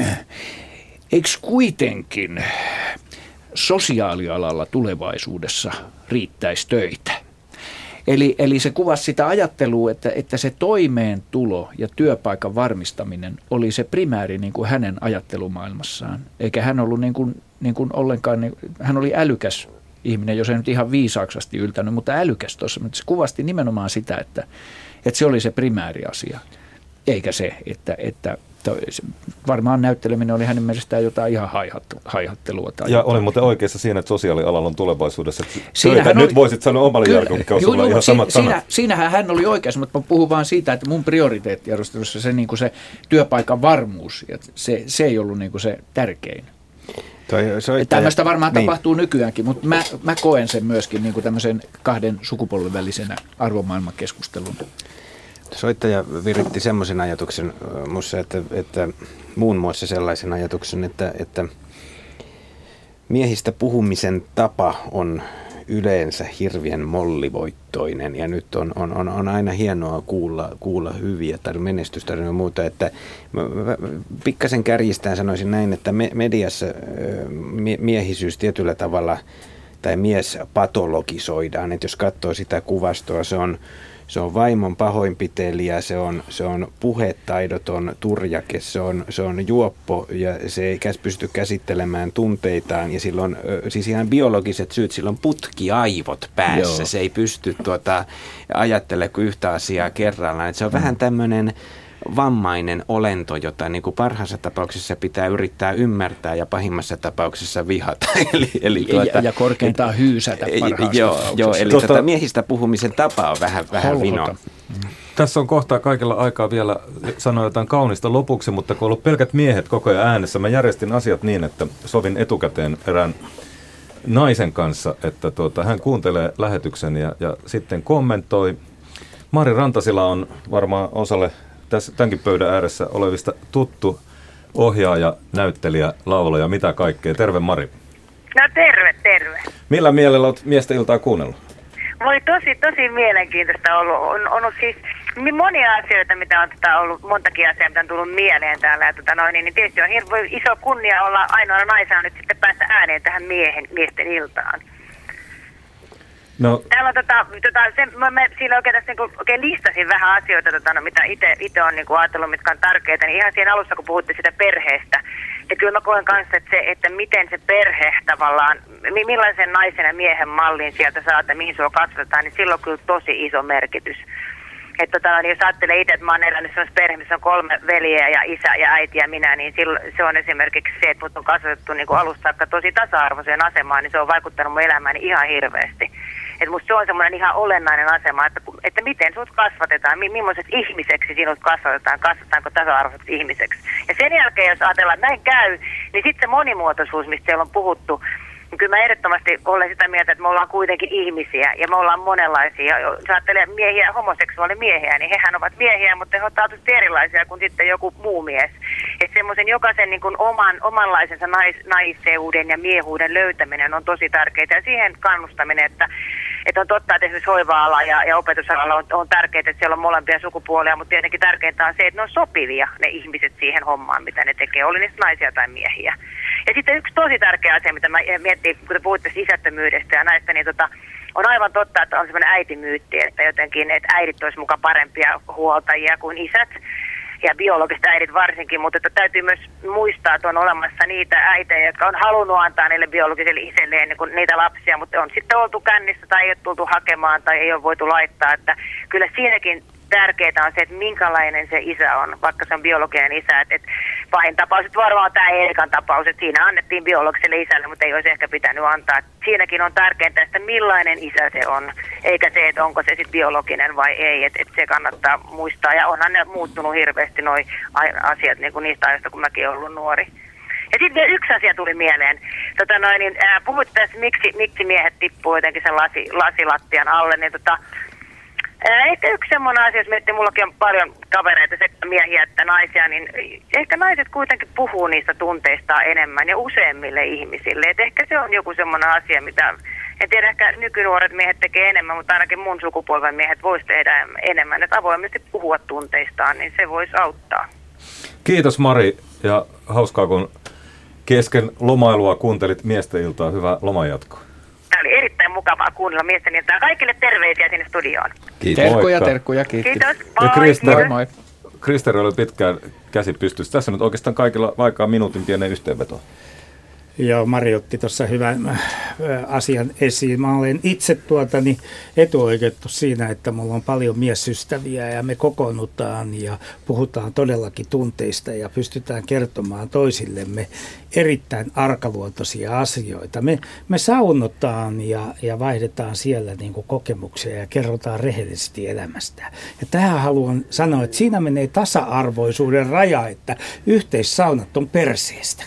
eikö kuitenkin sosiaalialalla tulevaisuudessa riittäisi töitä? Eli se kuvasi sitä ajattelua, että se toimeentulo ja työpaikan varmistaminen oli se primääri niin kuin hänen ajattelumaailmassaan. Eikä hän ollut niin kuin ollenkaan, hän oli älykäs ihminen, jos ei nyt ihan viisaaksasti yltänyt, mutta älykäs tuossa. Mutta se kuvasti nimenomaan sitä, että se oli se primääri asia, eikä se, että varmaan näytteleminen oli hänen mielestään jotain ihan haihattelua. Tai ja oli muuten oikeassa siinä, että sosiaalialalla on tulevaisuudessa. Nyt voisit sanoa omalla jälkeen, mikä on sulla ihan samat sanat. Siinähän hän oli oikeassa, mutta mä puhun vaan siitä, että mun prioriteettijärjestelyssä se, niin kuin se työpaikan varmuus, se ei ollut niin kuin se tärkein. Tämmöistä varmaan tapahtuu nykyäänkin, mutta mä koen sen myöskin niin kuin tämmöisen kahden sukupolven välisenä arvomaailmankeskustelun. Soittaja viritti semmoisen ajatuksen musta, että muun muassa sellaisen ajatuksen, että miehistä puhumisen tapa on yleensä hirveän mollivoittoinen ja nyt on aina hienoa kuulla hyviä tai menestystarinoja ja muuta, että pikkasen kärjistään sanoisin näin, että mediassa miehisyys tietyllä tavalla tai mies patologisoidaan, että jos katsoo sitä kuvastoa, se on vaimon pahoinpitelijä, se on puhetaidoton turjake, se on juoppo ja se ei pysty käsittelemään tunteitaan ja silloin siis ihan biologiset syyt, sillä on putkiaivot päässä, se ei pysty ajattelemaan kuin yhtä asiaa kerrallaan. Että se on vähän tämmöinen vammainen olento, jota niin kuin parhaassa tapauksessa pitää yrittää ymmärtää ja pahimmassa tapauksessa vihata. Ja korkeintaan hyysätä parhaassa tapauksessa. Eli miehistä puhumisen tapa on vähän vino. Tässä on kohtaa kaikilla aikaa vielä sanoa jotain kaunista lopuksi, mutta kun on ollut pelkät miehet koko ajan äänessä, mä järjestin asiat niin, että sovin etukäteen erään naisen kanssa, että hän kuuntelee lähetyksen ja sitten kommentoi. Mari Rantasila on varmaan osalle tämänkin pöydän ääressä olevista tuttu ohjaaja, näyttelijä, laulaja, mitä kaikkea. Terve Mari. No terve. Millä mielellä olet miesten iltaa kuunnellut? Oli tosi mielenkiintoista ollut. On ollut siis monia asioita, mitä on ollut, montakin asiaa, mitä on tullut mieleen täällä. Niin tietysti on hirveän iso kunnia olla ainoana naisena nyt sitten päästä ääneen tähän miesten iltaan. No. Täällä on mä siinä oikein listasin vähän asioita, mitä itse on ajatellut, mitkä on tärkeitä. Niin ihan siinä alussa, kun puhutte sitä perheestä, ja kyllä mä koen kanssa, että miten se perhe tavallaan, millaisen naisen ja miehen mallin sieltä saat ja mihin sua kasvatetaan, niin sillä on kyllä tosi iso merkitys. Että jos ajattelee itse, että mä oon elänyt sellaisessa perhe, missä on 3 veljeä ja isä ja äiti ja minä, niin se on esimerkiksi se, että mut on kasvatettu niin kuin alusta saakka tosi tasa-arvoiseen asemaan, niin se on vaikuttanut mun elämääni ihan hirveästi. Että musta se on semmoinen ihan olennainen asema, että miten sut kasvatetaan, millaiseksi ihmiseksi sinut kasvatetaanko tasa-arvoiseksi ihmiseksi. Ja sen jälkeen, jos ajatellaan, että näin käy, niin sitten se monimuotoisuus, mistä siellä on puhuttu, niin kyllä mä ehdottomasti olen sitä mieltä, että me ollaan kuitenkin ihmisiä ja me ollaan monenlaisia. Jos ajattelee miehiä, homoseksuaalimiehiä, niin hehän ovat miehiä, mutta he ovat tietysti erilaisia kuin sitten joku muu mies. Että semmoisen jokaisen niin kuin omanlaisensa naiseuden ja miehuuden löytäminen on tosi tärkeää ja siihen kannustaminen, että on totta, että esimerkiksi hoiva-ala ja opetusalalla on tärkeää, että siellä on molempia sukupuolia, mutta tietenkin tärkeintä on se, että ne on sopivia ne ihmiset siihen hommaan, mitä ne tekee, oli niistä naisia tai miehiä. Ja sitten yksi tosi tärkeä asia, mitä mä miettii, kun te puhutte isättömyydestä ja näistä, niin on aivan totta, että on semmoinen äitimyytti, että jotenkin, että äidit olisi muka parempia huoltajia kuin isät. Ja biologiset äidit varsinkin, mutta että täytyy myös muistaa, että on olemassa niitä äitejä, jotka on halunnut antaa niille biologisille iselleen niin niitä lapsia, mutta on sitten oltu kännissä tai ei ole tultu hakemaan tai ei ole voitu laittaa. Että kyllä siinäkin tärkeää on se, että minkälainen se isä on, vaikka se on biologinen isä. Että pahin tapaus, että varmaan on tämä Eerikan tapaus, että siinä annettiin biologiselle isälle, mutta ei olisi ehkä pitänyt antaa. Että siinäkin on tärkeintä, että millainen isä se on, eikä se, että onko se sitten biologinen vai ei. Että se kannattaa muistaa. Ja onhan ne muuttunut hirveästi nuo asiat niin kuin niistä ajoista, kun mäkin olen ollut nuori. Ja sitten vielä yksi asia tuli mieleen. Puhuit tässä, miksi miehet tippuu jotenkin sen lasilattian alle, niin ehkä yksi semmoinen asia, jos miettii, mullakin on paljon kavereita, sekä miehiä että naisia, niin ehkä naiset kuitenkin puhuu niistä tunteista enemmän ja useimmille ihmisille. Et ehkä se on joku semmoinen asia, mitä, en tiedä, ehkä nykynuoret miehet tekee enemmän, mutta ainakin mun sukupolven miehet vois tehdä enemmän. Että avoimesti puhua tunteistaan, niin se voisi auttaa. Kiitos Mari ja hauskaa, kun kesken lomailua kuuntelit Miesten iltaa. Hyvää lomanjatkoa. Tämä oli erittäin mukavaa kuunnella Miesten iltaa. Kaikille terveisiä sinne studioon. Kiitos. Terkkuja. Kiitos. Ja Kristeri oli pitkään käsi pystyssä. Tässä nyt oikeastaan kaikilla vaikka minuutin pienen yhteenveto. Joo, Mari otti tuossa hyvän asian esiin. Mä olen itse etuoikeutettu siinä, että mulla on paljon miesystäviä ja me kokoonnutaan ja puhutaan todellakin tunteista ja pystytään kertomaan toisillemme erittäin arkaluontoisia asioita. Me saunotaan ja vaihdetaan siellä niin kuin kokemuksia ja kerrotaan rehellisesti elämästä. Ja tähän haluan sanoa, että siinä menee tasa-arvoisuuden raja, että yhteissaunat on perseestä.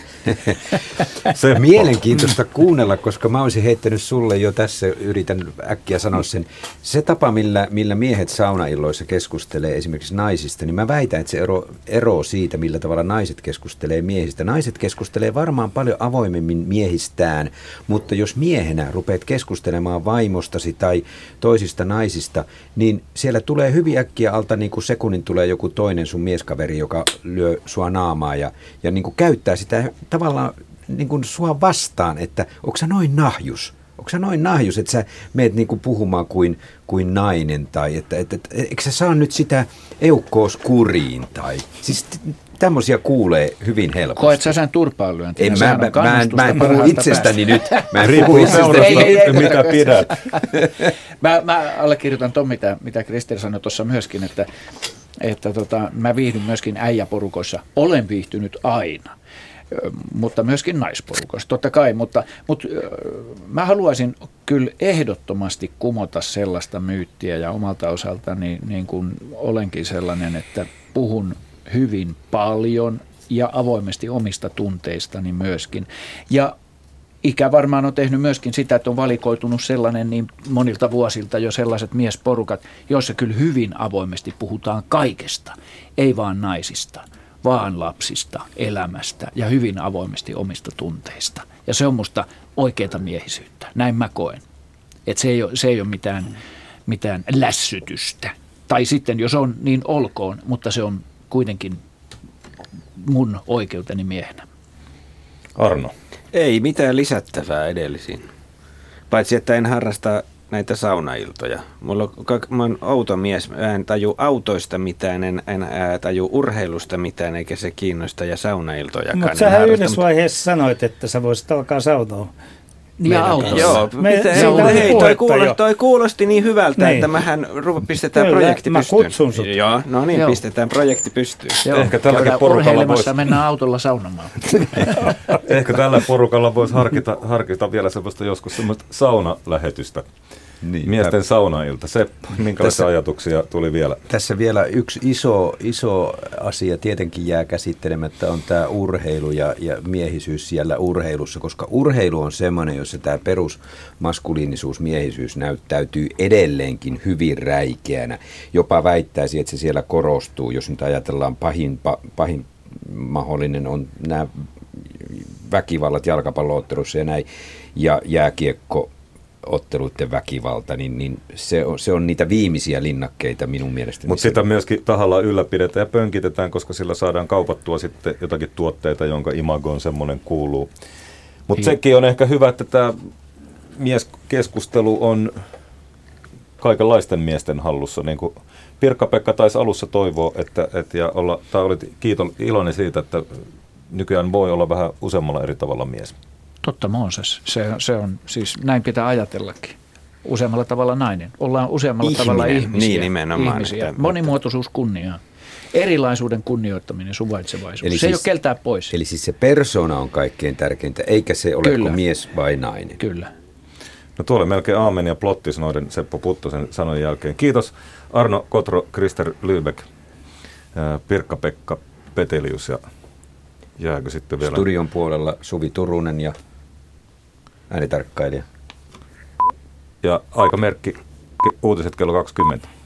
Se on mielenkiintoista kuunnella, koska mä olisin heittänyt sulle jo tässä, yritän äkkiä sanoa sen. Se tapa, millä miehet saunailloissa keskustelee esimerkiksi naisista, niin mä väitän, että se ero siitä, millä tavalla naiset keskustelee miehistä. Naiset keskustelee varmaan paljon avoimemmin miehistään, mutta jos miehenä rupeat keskustelemaan vaimostasi tai toisista naisista, niin siellä tulee hyvin äkkiä alta niin kuin sekunnin tulee joku toinen sun mieskaveri, joka lyö sua naamaa ja niin kuin käyttää sitä tavallaan niin kuin sua vastaan, että onko sä noin nahjus? Onko sä noin nahjus, että sä meet niin kuin puhumaan kuin nainen tai että eikö sä saa nyt sitä eukkoos kuriin tai siis tämmöisiä kuulee hyvin helposti. Koet sä sen turpaanlyöntinä? Mä en puhu itsestäni nyt. Mä en puhu itsestäni, mitä pidät. Mä allekirjoitan ton, mitä Kristeri sanoi tuossa myöskin, että mä viihdyn myöskin äijäporukoissa. Olen viihtynyt aina. Mutta myöskin naisporukoissa, totta kai, mutta mä haluaisin kyllä ehdottomasti kumota sellaista myyttiä ja omalta osaltani niin kuin olenkin sellainen, että puhun hyvin paljon ja avoimesti omista tunteistani myöskin. Ja ikä varmaan on tehnyt myöskin sitä, että on valikoitunut sellainen niin monilta vuosilta jo sellaiset miesporukat, joissa kyllä hyvin avoimesti puhutaan kaikesta, ei vaan naisista, vaan lapsista, elämästä ja hyvin avoimesti omista tunteista. Ja se on musta oikeata miehisyyttä. Näin mä koen. Että se ei ole mitään lässytystä. Tai sitten, jos on, niin olkoon, mutta se on kuitenkin mun oikeuteni miehenä. Arno. Ei mitään lisättävää edellisiin. Paitsi, että en harrasta näitä saunailtoja. Mä oon outo mies, mä en taju autoista mitään, en taju urheilusta mitään, eikä se kiinnosta ja saunailtojakaan. Mutta sähän yhdessä vaiheessa sanoit, että sä voisit alkaa saunoa. Ja autossa. Joo, toi kuulosti niin hyvältä, niin. Että mehän pistetään projekti pystyyn. Mä kutsun sut. Joo, no niin, pistetään projekti pystyyn. Joo, ehkä tälläkin porukalla voisi mennään autolla saunomaan. Ehkä tällä porukalla voisi harkita vielä joskus semmoista saunalähetystä. Niin, miesten saunailta. Seppo, minkälaisia ajatuksia tuli vielä? Tässä vielä yksi iso asia tietenkin jää käsittelemättä, on tämä urheilu ja miehisyys siellä urheilussa, koska urheilu on semmoinen, jossa tämä perusmaskuliinisuus, miehisyys näyttäytyy edelleenkin hyvin räikeänä. Jopa väittäisi, että se siellä korostuu, jos nyt ajatellaan pahin mahdollinen on nämä väkivallat jalkapallo-ottelussa ja näin, ja jääkiekko-otteluiden väkivalta, niin se on niitä viimeisiä linnakkeita minun mielestäni. Mutta sitä myöskin tahallaan ylläpidetään ja pönkitetään, koska sillä saadaan kaupattua sitten jotakin tuotteita, jonka imagoon semmoinen kuuluu. Mutta sekin on ehkä hyvä, että tämä mieskeskustelu on kaikenlaisten miesten hallussa. Niin kuin Pirkka-Pekka taisi alussa toivoa, olit iloinen siitä, että nykyään voi olla vähän useammalla eri tavalla mies. Totta Mooses. Se on siis näin pitää ajatellakin. Useammalla tavalla nainen. Ollaan useammalla tavalla ihmisiä. Niin, nimenomaan. Ihmisiä. Monimuotoisuus kunniaa. Erilaisuuden kunnioittaminen, suvaitsevaisuus. Eli se ei ole keltään pois. Eli siis se persona on kaikkein tärkeintä, eikä se ole mies vai nainen. Kyllä. No tuolla melkein aamen ja plottis noiden Seppo Puttosen sanojen jälkeen. Kiitos Arno Kotro, Krister Lybeck, Pirkka-Pekka Petelius ja jääkö sitten vielä? Studion puolella Suvi Turunen ja äänitarkkailija. Ja aikamerkki uutiset kello 20.